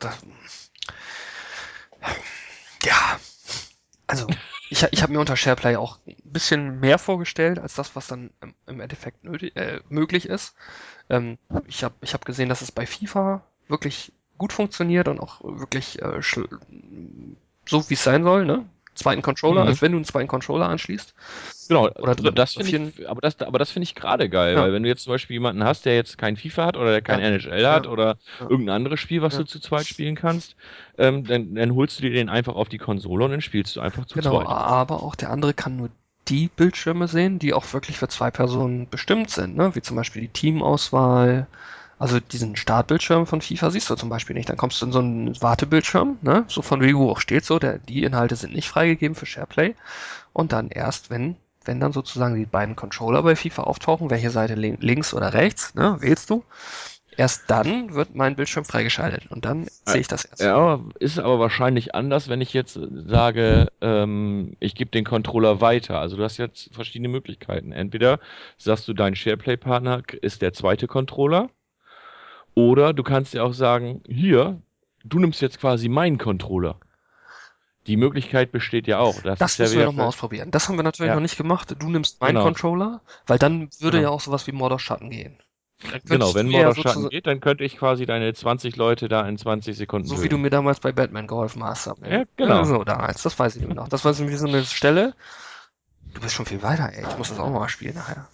ja, also, ich habe mir unter SharePlay auch ein bisschen mehr vorgestellt, als das, was dann im Endeffekt möglich ist. Ich hab gesehen, dass es bei FIFA wirklich gut funktioniert und auch wirklich so, wie es sein soll, ne? Zweiten Controller, Mhm. als wenn du einen zweiten Controller anschließt. Genau, Oder dritten, das oder finde vierten. ich, aber das finde ich gerade geil, Ja, weil wenn du jetzt zum Beispiel jemanden hast, der jetzt kein FIFA hat oder der kein ja, NHL ja, hat oder ja, irgendein anderes Spiel, was du ja. zu zweit spielen kannst, dann holst du dir den einfach auf die Konsole und dann spielst du einfach zu Genau, zweit. aber auch der andere kann nur die Bildschirme sehen, die auch wirklich für zwei Personen bestimmt sind, ne? Wie zum Beispiel die Teamauswahl. Also diesen Startbildschirm von FIFA siehst du zum Beispiel nicht. Dann kommst du in so einen Wartebildschirm, ne? So von wegen, wo auch steht so, die Inhalte sind nicht freigegeben für SharePlay. Und dann erst, wenn dann sozusagen die beiden Controller bei FIFA auftauchen, welche Seite links oder rechts, ne, wählst du, erst dann wird mein Bildschirm freigeschaltet. Und dann Äh, sehe ich das erst. Ja, ist aber wahrscheinlich anders, wenn ich jetzt sage, ich gebe den Controller weiter. Also du hast jetzt verschiedene Möglichkeiten. Entweder sagst du, dein SharePlay-Partner ist der zweite Controller, oder du kannst ja auch sagen, hier, du nimmst jetzt quasi meinen Controller. Die Möglichkeit besteht ja auch. Das ist Das ja müssen wir wieder nochmal für. ausprobieren. Das haben wir natürlich noch Ja, nicht gemacht. Du nimmst meinen genau, Controller, weil dann würde ja genau. auch sowas wie Mordor Schatten gehen. Dann Genau, könntest wenn du ja Mordor Schatten sozusagen, geht, dann könnte ich quasi deine 20 Leute da in 20 Sekunden so wie du töten. mir damals bei Batman geholfen hast. Ja, Ja, genau. so damals, das weiß ich nämlich noch. Das war so wie so eine Stelle. Du bist schon viel weiter, ey. Ich muss das auch mal spielen nachher.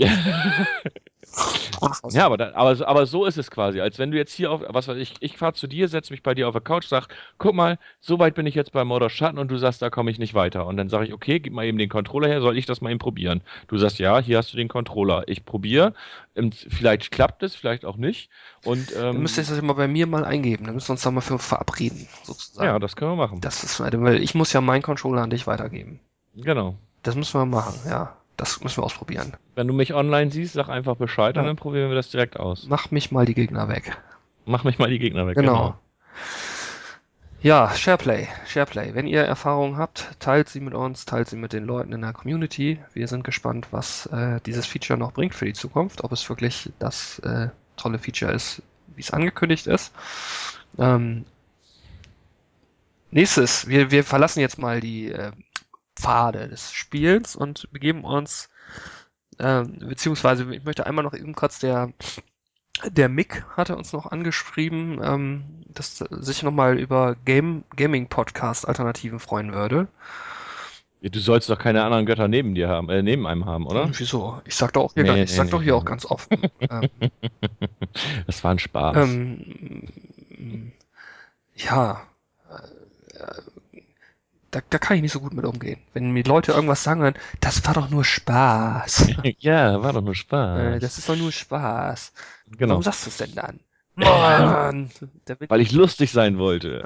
Ja, aber so ist es quasi. Als wenn du jetzt hier was weiß ich fahre zu dir, setze mich bei dir auf der Couch, sag, guck mal, so weit bin ich jetzt bei Mordor Schatten und du sagst, da komme ich nicht weiter. Und dann sage ich, okay, gib mal eben den Controller her, soll ich das mal eben probieren? Du sagst, ja, hier hast du den Controller. Ich probiere. Vielleicht klappt es, vielleicht auch nicht. Und Dann müsst ihr das immer bei mir mal eingeben. Dann müssen wir uns da mal für verabreden, ja, sozusagen. das können wir machen. Das ist, weil ich muss ja meinen Controller an dich weitergeben. Genau. Das müssen wir machen, ja. Das müssen wir ausprobieren. Wenn du mich online siehst, sag einfach Bescheid und Ja. dann probieren wir das direkt aus. Mach mich mal die Gegner weg. Mach mich mal die Gegner weg, genau. Genau. Ja, SharePlay. SharePlay. Wenn ihr Erfahrungen habt, teilt sie mit uns, teilt sie mit den Leuten in der Community. Wir sind gespannt, was dieses Feature noch bringt für die Zukunft. Ob es wirklich das tolle Feature ist, wie es angekündigt ist. Ähm, Nächstes, wir verlassen jetzt mal die Pfade des Spiels und begeben uns, beziehungsweise ich möchte einmal noch eben kurz der Mick hatte uns noch angeschrieben, dass er sich nochmal über Gaming-Podcast-Alternativen freuen würde. Ja, du sollst doch keine anderen Götter neben dir haben, neben einem haben, oder? Wieso? Nee, Ich nee, sag doch nee, hier auch nee. ganz offen. Das war ein Spaß. Ähm, ja, da kann ich nicht so gut mit umgehen. Wenn mir Leute irgendwas sagen, dann, das war doch nur Spaß. Ja, war doch nur Spaß. Das ist doch nur Spaß. Warum Genau. sagst du es denn dann? Mann, da bin Weil ich lustig sein wollte.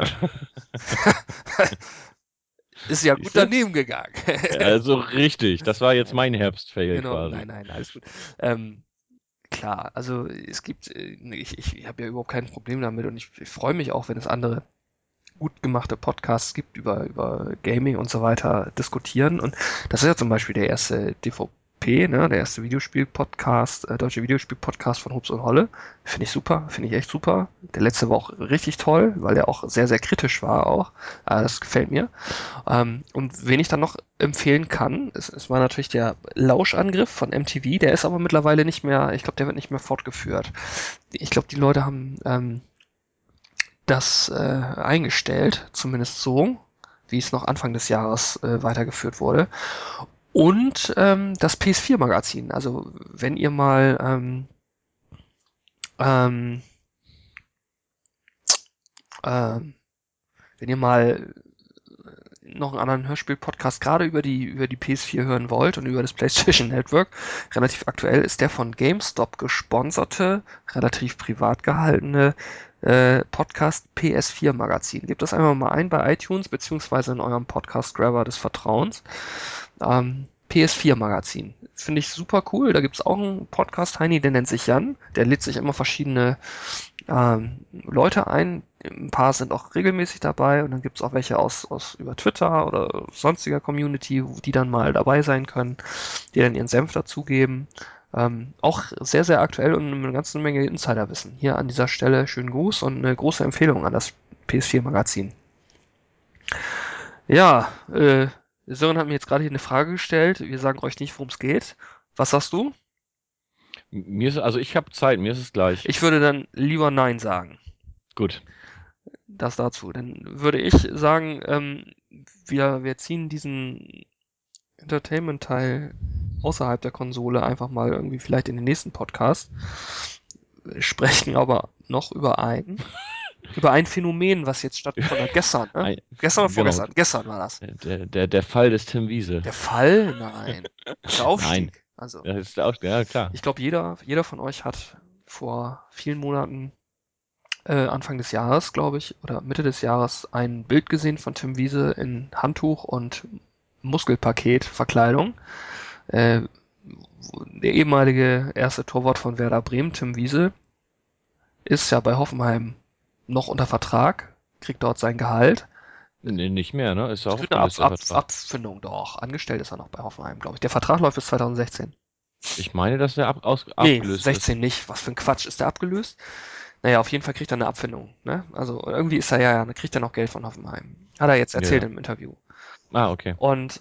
ist ja gut Siehst du? daneben gegangen. Also richtig. Das war jetzt Nein, mein Herbstfail genau, quasi. nein, alles gut. Ähm, klar, also es gibt, ich habe ja überhaupt kein Problem damit und ich freue mich auch, wenn es andere gut gemachte Podcasts gibt über Gaming und so weiter diskutieren. Und das ist ja zum Beispiel der erste DVP, ne, der erste Videospiel-Podcast, deutsche Videospiel-Podcast von Hubs und Holle. Finde ich super, finde ich echt super. Der letzte war auch richtig toll, weil der auch sehr, sehr kritisch war auch. Das gefällt mir. Und wen ich dann noch empfehlen kann, ist mal natürlich der Lauschangriff von MTV. Der ist aber mittlerweile nicht mehr, ich glaube, der wird nicht mehr fortgeführt. Ich glaube, die Leute haben das eingestellt, zumindest so, wie es noch Anfang des Jahres weitergeführt wurde. Und das PS4-Magazin. Also wenn ihr mal ähm, ähm, wenn ihr mal noch einen anderen Hörspiel-Podcast gerade über die PS4 hören wollt und über das PlayStation Network, relativ aktuell ist der von GameStop gesponserte, relativ privat gehaltene Podcast PS4 Magazin. Gebt das einfach mal ein bei iTunes beziehungsweise in eurem Podcast Grabber des Vertrauens. PS4 Magazin. Finde ich super cool. Da gibt es auch einen Podcast, Heini, der nennt sich Jan. Der lädt sich immer verschiedene Leute ein. Ein paar sind auch regelmäßig dabei und dann gibt es auch welche aus über Twitter oder sonstiger Community, die dann mal dabei sein können, die dann ihren Senf dazugeben. Auch sehr, sehr aktuell und eine ganze Menge Insiderwissen. Hier an dieser Stelle schönen Gruß und eine große Empfehlung an das PS4-Magazin. Ja, Sören hat mir jetzt gerade hier eine Frage gestellt. Wir sagen euch nicht, worum es geht. Was sagst du? Also ich habe Zeit, mir ist es gleich. Ich würde dann lieber Nein sagen. Gut. Das dazu. Dann würde ich sagen, wir ziehen diesen Entertainment-Teil außerhalb der Konsole einfach mal irgendwie vielleicht in den nächsten Podcast. Sprechen aber noch über ein Phänomen, was jetzt stattgefunden hat. Gestern, ne? Ein, Gestern oder genau. vorgestern? Gestern war das. Der Fall des Tim Wiese. Der Fall? Nein. Der Nein. Aufstieg. Also, Das ist auch, ja klar. ich glaube, jeder von euch hat vor vielen Monaten, Anfang des Jahres, glaube ich, oder Mitte des Jahres, ein Bild gesehen von Tim Wiese in Handtuch und Muskelpaket-Verkleidung. Äh, Der ehemalige erste Torwart von Werder Bremen, Tim Wiese, ist ja bei Hoffenheim noch unter Vertrag, kriegt dort sein Gehalt. Nee, nicht mehr, ne? Ist ja auch Kriegt eine aufgelöst, der Vertrag. Abfindung doch. Angestellt ist er noch bei Hoffenheim, glaube ich. Der Vertrag läuft bis 2016. Ich meine, dass der Nee, abgelöst ist. 16 nicht. Was für ein Quatsch. Ist der abgelöst? Naja, auf jeden Fall kriegt er eine Abfindung. Ne? Also irgendwie ist er ja, kriegt er noch Geld von Hoffenheim. Hat er jetzt Ja, erzählt ja. im Interview. Ah, okay. Und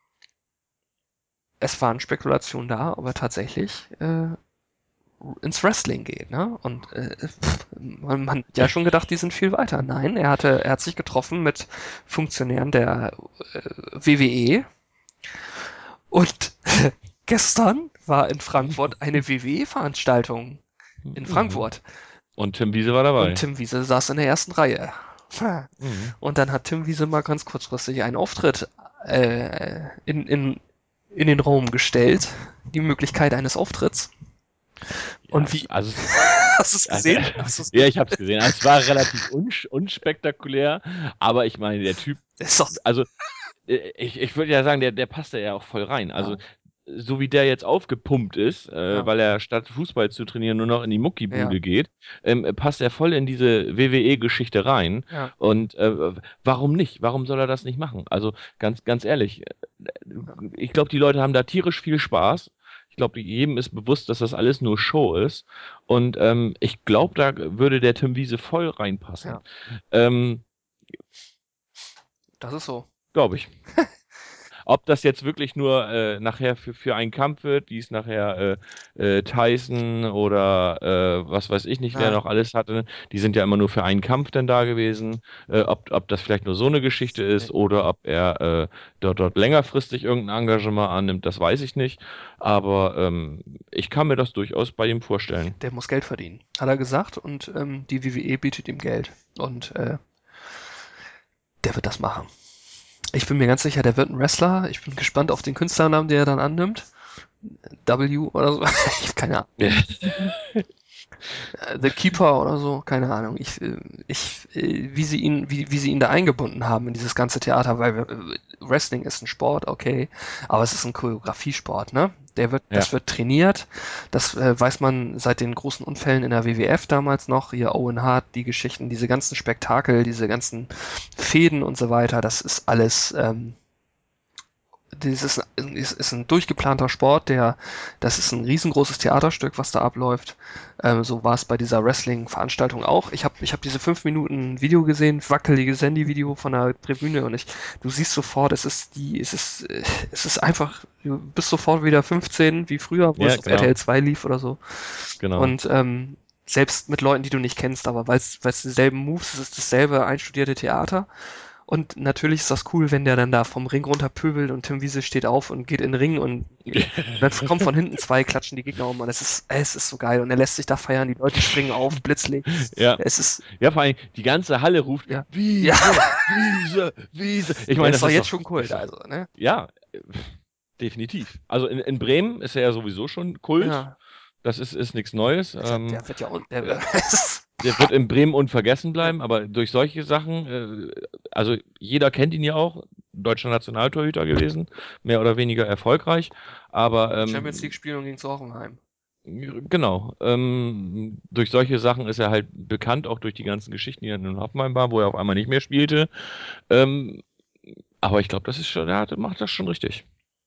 es waren Spekulationen da, ob er tatsächlich ins Wrestling geht, ne? Und man hat ja schon gedacht, die sind viel weiter. Nein, er hat sich getroffen mit Funktionären der WWE Und gestern war in Frankfurt eine WWE-Veranstaltung in Mhm. Frankfurt. Und Tim Wiese war Und dabei. Tim Wiese saß in der ersten Reihe. Mhm. Und dann hat Tim Wiese mal ganz kurzfristig einen Auftritt in den Raum gestellt. Die Möglichkeit eines Auftritts. Ja, Und wie, also hast du es also, gesehen? Hast du es ja, gesehen? ich habe es gesehen. Also, es war relativ unspektakulär, aber ich meine, der Typ, Ist doch, also ich würde ja sagen, der passt da ja auch voll rein. Also, ja, so wie der jetzt aufgepumpt ist, ja, weil er statt Fußball zu trainieren nur noch in die ja, Muckibude geht, passt er voll in diese WWE-Geschichte rein. ja, Und warum nicht? Warum soll er das nicht machen? Also ganz ehrlich, ja, ich glaube, die Leute haben da tierisch viel Spaß. Ich glaube, jedem ist bewusst, dass das alles nur Show ist. Und ich glaube, da würde der Tim Wiese voll reinpassen. ja. Ähm, Das ist so. glaube ich. Ob das jetzt wirklich nur nachher für einen Kampf wird, wie es nachher Tyson oder was weiß ich nicht, wer Ja, noch alles hatte, die sind ja immer nur für einen Kampf dann da gewesen. Ob das vielleicht nur so eine Geschichte ist nee. oder ob er dort längerfristig irgendein Engagement annimmt, das weiß ich nicht. Aber ich kann mir das durchaus bei ihm vorstellen. Der muss Geld verdienen, hat er gesagt. Und die WWE bietet ihm Geld. Und der wird das machen. Ich bin mir ganz sicher, der wird ein Wrestler. Ich bin gespannt auf den Künstlernamen, den er dann annimmt. W oder so. Ich habe keine Ahnung. The Keeper oder so, keine Ahnung. Wie sie ihn da eingebunden haben in dieses ganze Theater, weil Wrestling ist ein Sport, okay, aber es ist ein Choreografiesport, ne? Ja, Das wird trainiert, das weiß man seit den großen Unfällen in der WWF damals noch, hier Owen Hart, die Geschichten, diese ganzen Spektakel, diese ganzen Fäden und so weiter, das ist alles ist ein durchgeplanter Sport, das ist ein riesengroßes Theaterstück, was da abläuft. So war es bei dieser Wrestling-Veranstaltung auch. Ich hab diese 5 Minuten Video gesehen, wackeliges Handy-Video von der Tribüne und du siehst sofort, es ist einfach, du bist sofort wieder 15, wie früher, wo es ja, auf RTL genau, 2 lief oder so. genau. Und selbst mit Leuten, die du nicht kennst, aber weil es dieselben Moves, es ist dasselbe einstudierte Theater. Und natürlich ist das cool, wenn der dann da vom Ring runter pöbelt und Tim Wiese steht auf und geht in den Ring und dann kommen von hinten zwei, klatschen die Gegner um und es ist so geil und er lässt sich da feiern, die Leute springen auf, Blitzlicht. Ja. Es ist, Ja, vor allem die ganze Halle ruft ja, ja, Wiese, Wiese, Wiese. Ich der meine, ist das doch ist jetzt doch, schon das Kult, ist doch, also, ne? ja, definitiv. Also in Bremen ist er ja sowieso schon Kult. Ja, Das ist nichts Neues. der wird ja, Äh, ist, der wird in Bremen unvergessen ja, bleiben, aber durch solche Sachen, also jeder kennt ihn ja auch, deutscher Nationaltorhüter gewesen, mehr oder weniger erfolgreich, aber Champions League Spielen gegen Hoffenheim. genau. Durch solche Sachen ist er halt bekannt, auch durch die ganzen Geschichten, die er in Hoffenheim war, wo er auf einmal nicht mehr spielte. Ähm, aber ich glaube, das ist schon, macht das schon richtig.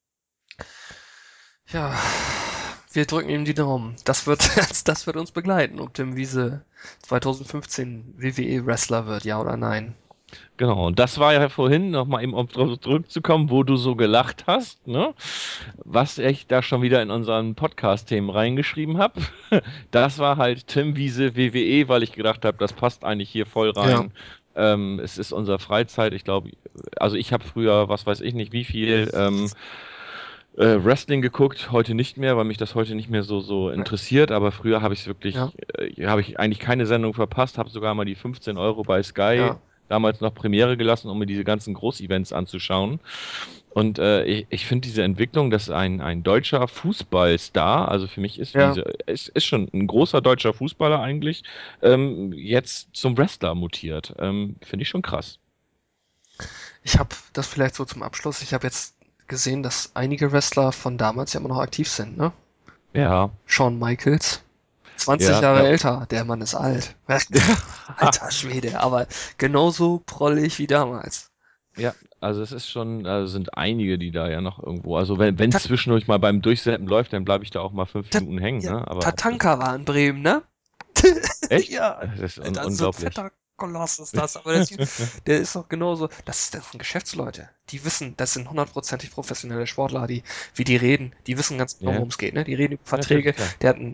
Ja, wir drücken ihm die Daumen. Das wird uns begleiten, ob Tim Wiese 2015 WWE-Wrestler wird, ja oder nein. Genau. Und das war ja vorhin, nochmal eben um drauf zurückzukommen, wo du so gelacht hast, ne? Was ich da schon wieder in unseren Podcast-Themen reingeschrieben habe. Das war halt Tim Wiese WWE, weil ich gedacht habe, das passt eigentlich hier voll Ja, rein. Es ist unsere Freizeit. Ich glaube, also ich habe früher, was weiß ich nicht, wie viel Wrestling geguckt, heute nicht mehr, weil mich das heute nicht mehr so interessiert. Aber früher habe ich es ja, wirklich, habe ich eigentlich keine Sendung verpasst, habe sogar mal die 15 Euro bei Sky ja, damals noch Premiere gelassen, um mir diese ganzen Großevents anzuschauen. Und ich finde diese Entwicklung, dass ein deutscher Fußballstar, also für mich ist ja. Wiese, ist schon ein großer deutscher Fußballer eigentlich, jetzt zum Wrestler mutiert. Finde ich schon krass. Ich habe das vielleicht so zum Abschluss. Ich habe jetzt gesehen, dass einige Wrestler von damals ja immer noch aktiv sind, ne? Ja, Shawn Michaels, 20 ja, Jahre ja. älter, der Mann ist alt. Alter Schwede, aber genauso prollig wie damals. Ja, also es ist schon, also sind einige, die da ja noch irgendwo, also wenn Ta zwischendurch mal beim Durchseppen läuft, dann bleibe ich da auch mal fünf Ta Minuten hängen, ja, ne? Aber das Tatanka war in Bremen, ne? echt? Ja, Das ist Alter, so ein unglaublich. fetter Koloss ist das. Aber der ist doch genauso. Das sind Geschäftsleute. Die wissen, das sind hundertprozentig professionelle Sportler, wie die reden. Die wissen ganz genau, Ja, worum es geht. Ne? Die reden über natürlich, Verträge. klar.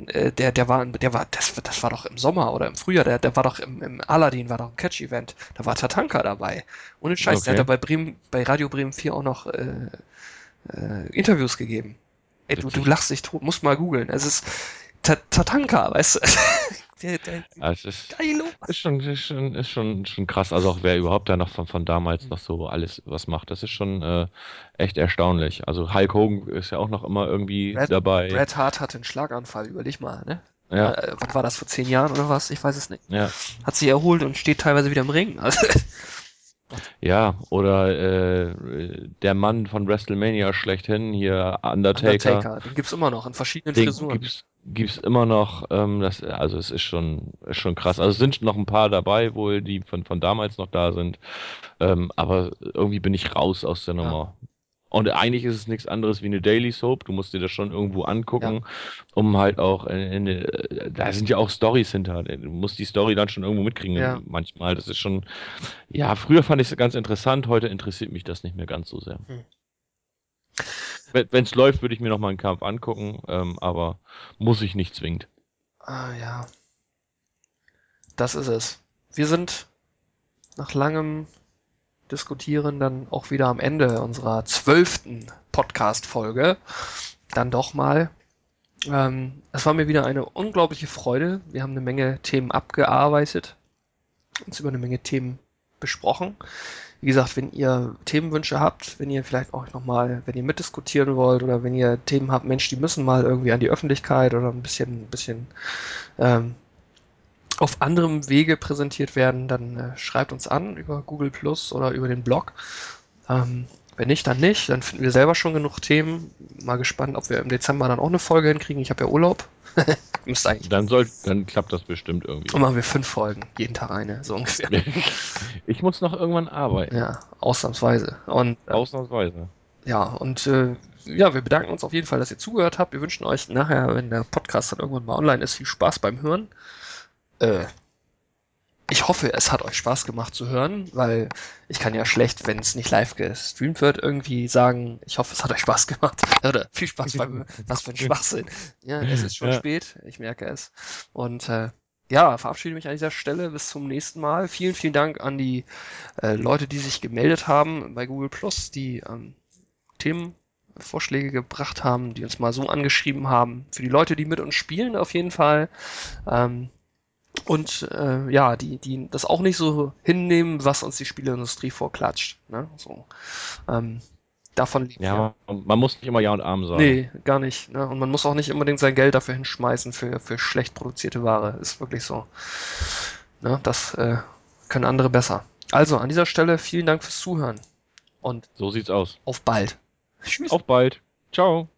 Das war doch im Sommer oder im Frühjahr. Der war doch im Aladdin, war doch ein Catch-Event. Da war Tatanka dabei. Ohne Scheiß. Der hat da Okay. bei Radio Bremen 4 auch noch Interviews gegeben. Ey, du Witzig. lachst dich tot, musst mal googeln. Es ist Tatanka, weißt du? Der Ja, es ist, Geilo. schon krass. Also auch wer überhaupt da noch von damals noch so alles was macht. Das ist schon echt erstaunlich. Also Hulk Hogan ist ja auch noch immer irgendwie Bret, dabei. Bret Hart hatte einen Schlaganfall, überleg mal, ne? Ja, Wann war das, vor 10 Jahren oder was? Ich weiß es nicht. ja. Hat sich erholt und steht teilweise wieder im Ring. Also, Ja, oder der Mann von WrestleMania schlechthin, hier Undertaker. Undertaker, den gibt's immer noch in verschiedenen Den Frisuren. gibt's immer noch. Also es ist schon krass. Also es sind noch ein paar dabei, wohl, die von damals noch da sind. Aber irgendwie bin ich raus aus der Ja, Nummer. Und eigentlich ist es nichts anderes wie eine Daily Soap. Du musst dir das schon irgendwo ja, angucken, um halt auch da sind ja auch Stories hinter. Du musst die Story dann schon irgendwo ja. mitkriegen manchmal. Das ist schon, ja, früher fand ich es ganz interessant, heute interessiert mich das nicht mehr ganz so sehr. Hm. Wenn es läuft, würde ich mir noch mal einen Kampf angucken, aber muss ich nicht zwingend. Ah, ja, das ist es. Wir sind nach langem Diskutieren dann auch wieder am Ende unserer 12. Podcast-Folge. Dann doch mal. Es war mir wieder eine unglaubliche Freude. Wir haben eine Menge Themen abgearbeitet, uns über eine Menge Themen besprochen. Wie gesagt, wenn ihr Themenwünsche habt, wenn ihr vielleicht auch nochmal, wenn ihr mitdiskutieren wollt oder wenn ihr Themen habt, Mensch, die müssen mal irgendwie an die Öffentlichkeit oder ein bisschen ähm, auf anderem Wege präsentiert werden, dann schreibt uns an über Google Plus oder über den Blog. Ähm, wenn nicht, dann nicht. Dann finden wir selber schon genug Themen. Mal gespannt, ob wir im Dezember dann auch eine Folge hinkriegen. Ich habe ja Urlaub. Müsste eigentlich. Dann klappt das bestimmt Und irgendwie. machen wir 5 Folgen, jeden Tag eine, so ungefähr. Ich muss noch irgendwann arbeiten. Ja, ausnahmsweise. Und Ausnahmsweise. ja, und ja, wir bedanken uns auf jeden Fall, dass ihr zugehört habt. Wir wünschen euch nachher, wenn der Podcast dann irgendwann mal online ist, viel Spaß beim Hören. Äh, Ich hoffe, es hat euch Spaß gemacht zu hören, weil ich kann ja schlecht, wenn es nicht live gestreamt wird, irgendwie sagen, ich hoffe, es hat euch Spaß gemacht. Oder viel Spaß beim, was für ein Schwachsinn. Ja, es ist schon Ja, spät, ich merke es. Und ja, verabschiede mich an dieser Stelle. Bis zum nächsten Mal. Vielen, vielen Dank an die Leute, die sich gemeldet haben bei Google Plus, die Themenvorschläge gebracht haben, die uns mal so angeschrieben haben. Für die Leute, die mit uns spielen, auf jeden Fall. Ähm, und ja, die das auch nicht so hinnehmen, was uns die Spieleindustrie vorklatscht. Ne? So, ähm, davon leben wir. ja, man muss nicht immer Ja und Amen sagen. Nee, gar nicht. Ne? Und man muss auch nicht unbedingt sein Geld dafür hinschmeißen für schlecht produzierte Ware. Ist wirklich so. Ne? Das können andere besser. Also an dieser Stelle vielen Dank fürs Zuhören und So sieht's aus. auf bald. Tschüss. Auf bald. Ciao.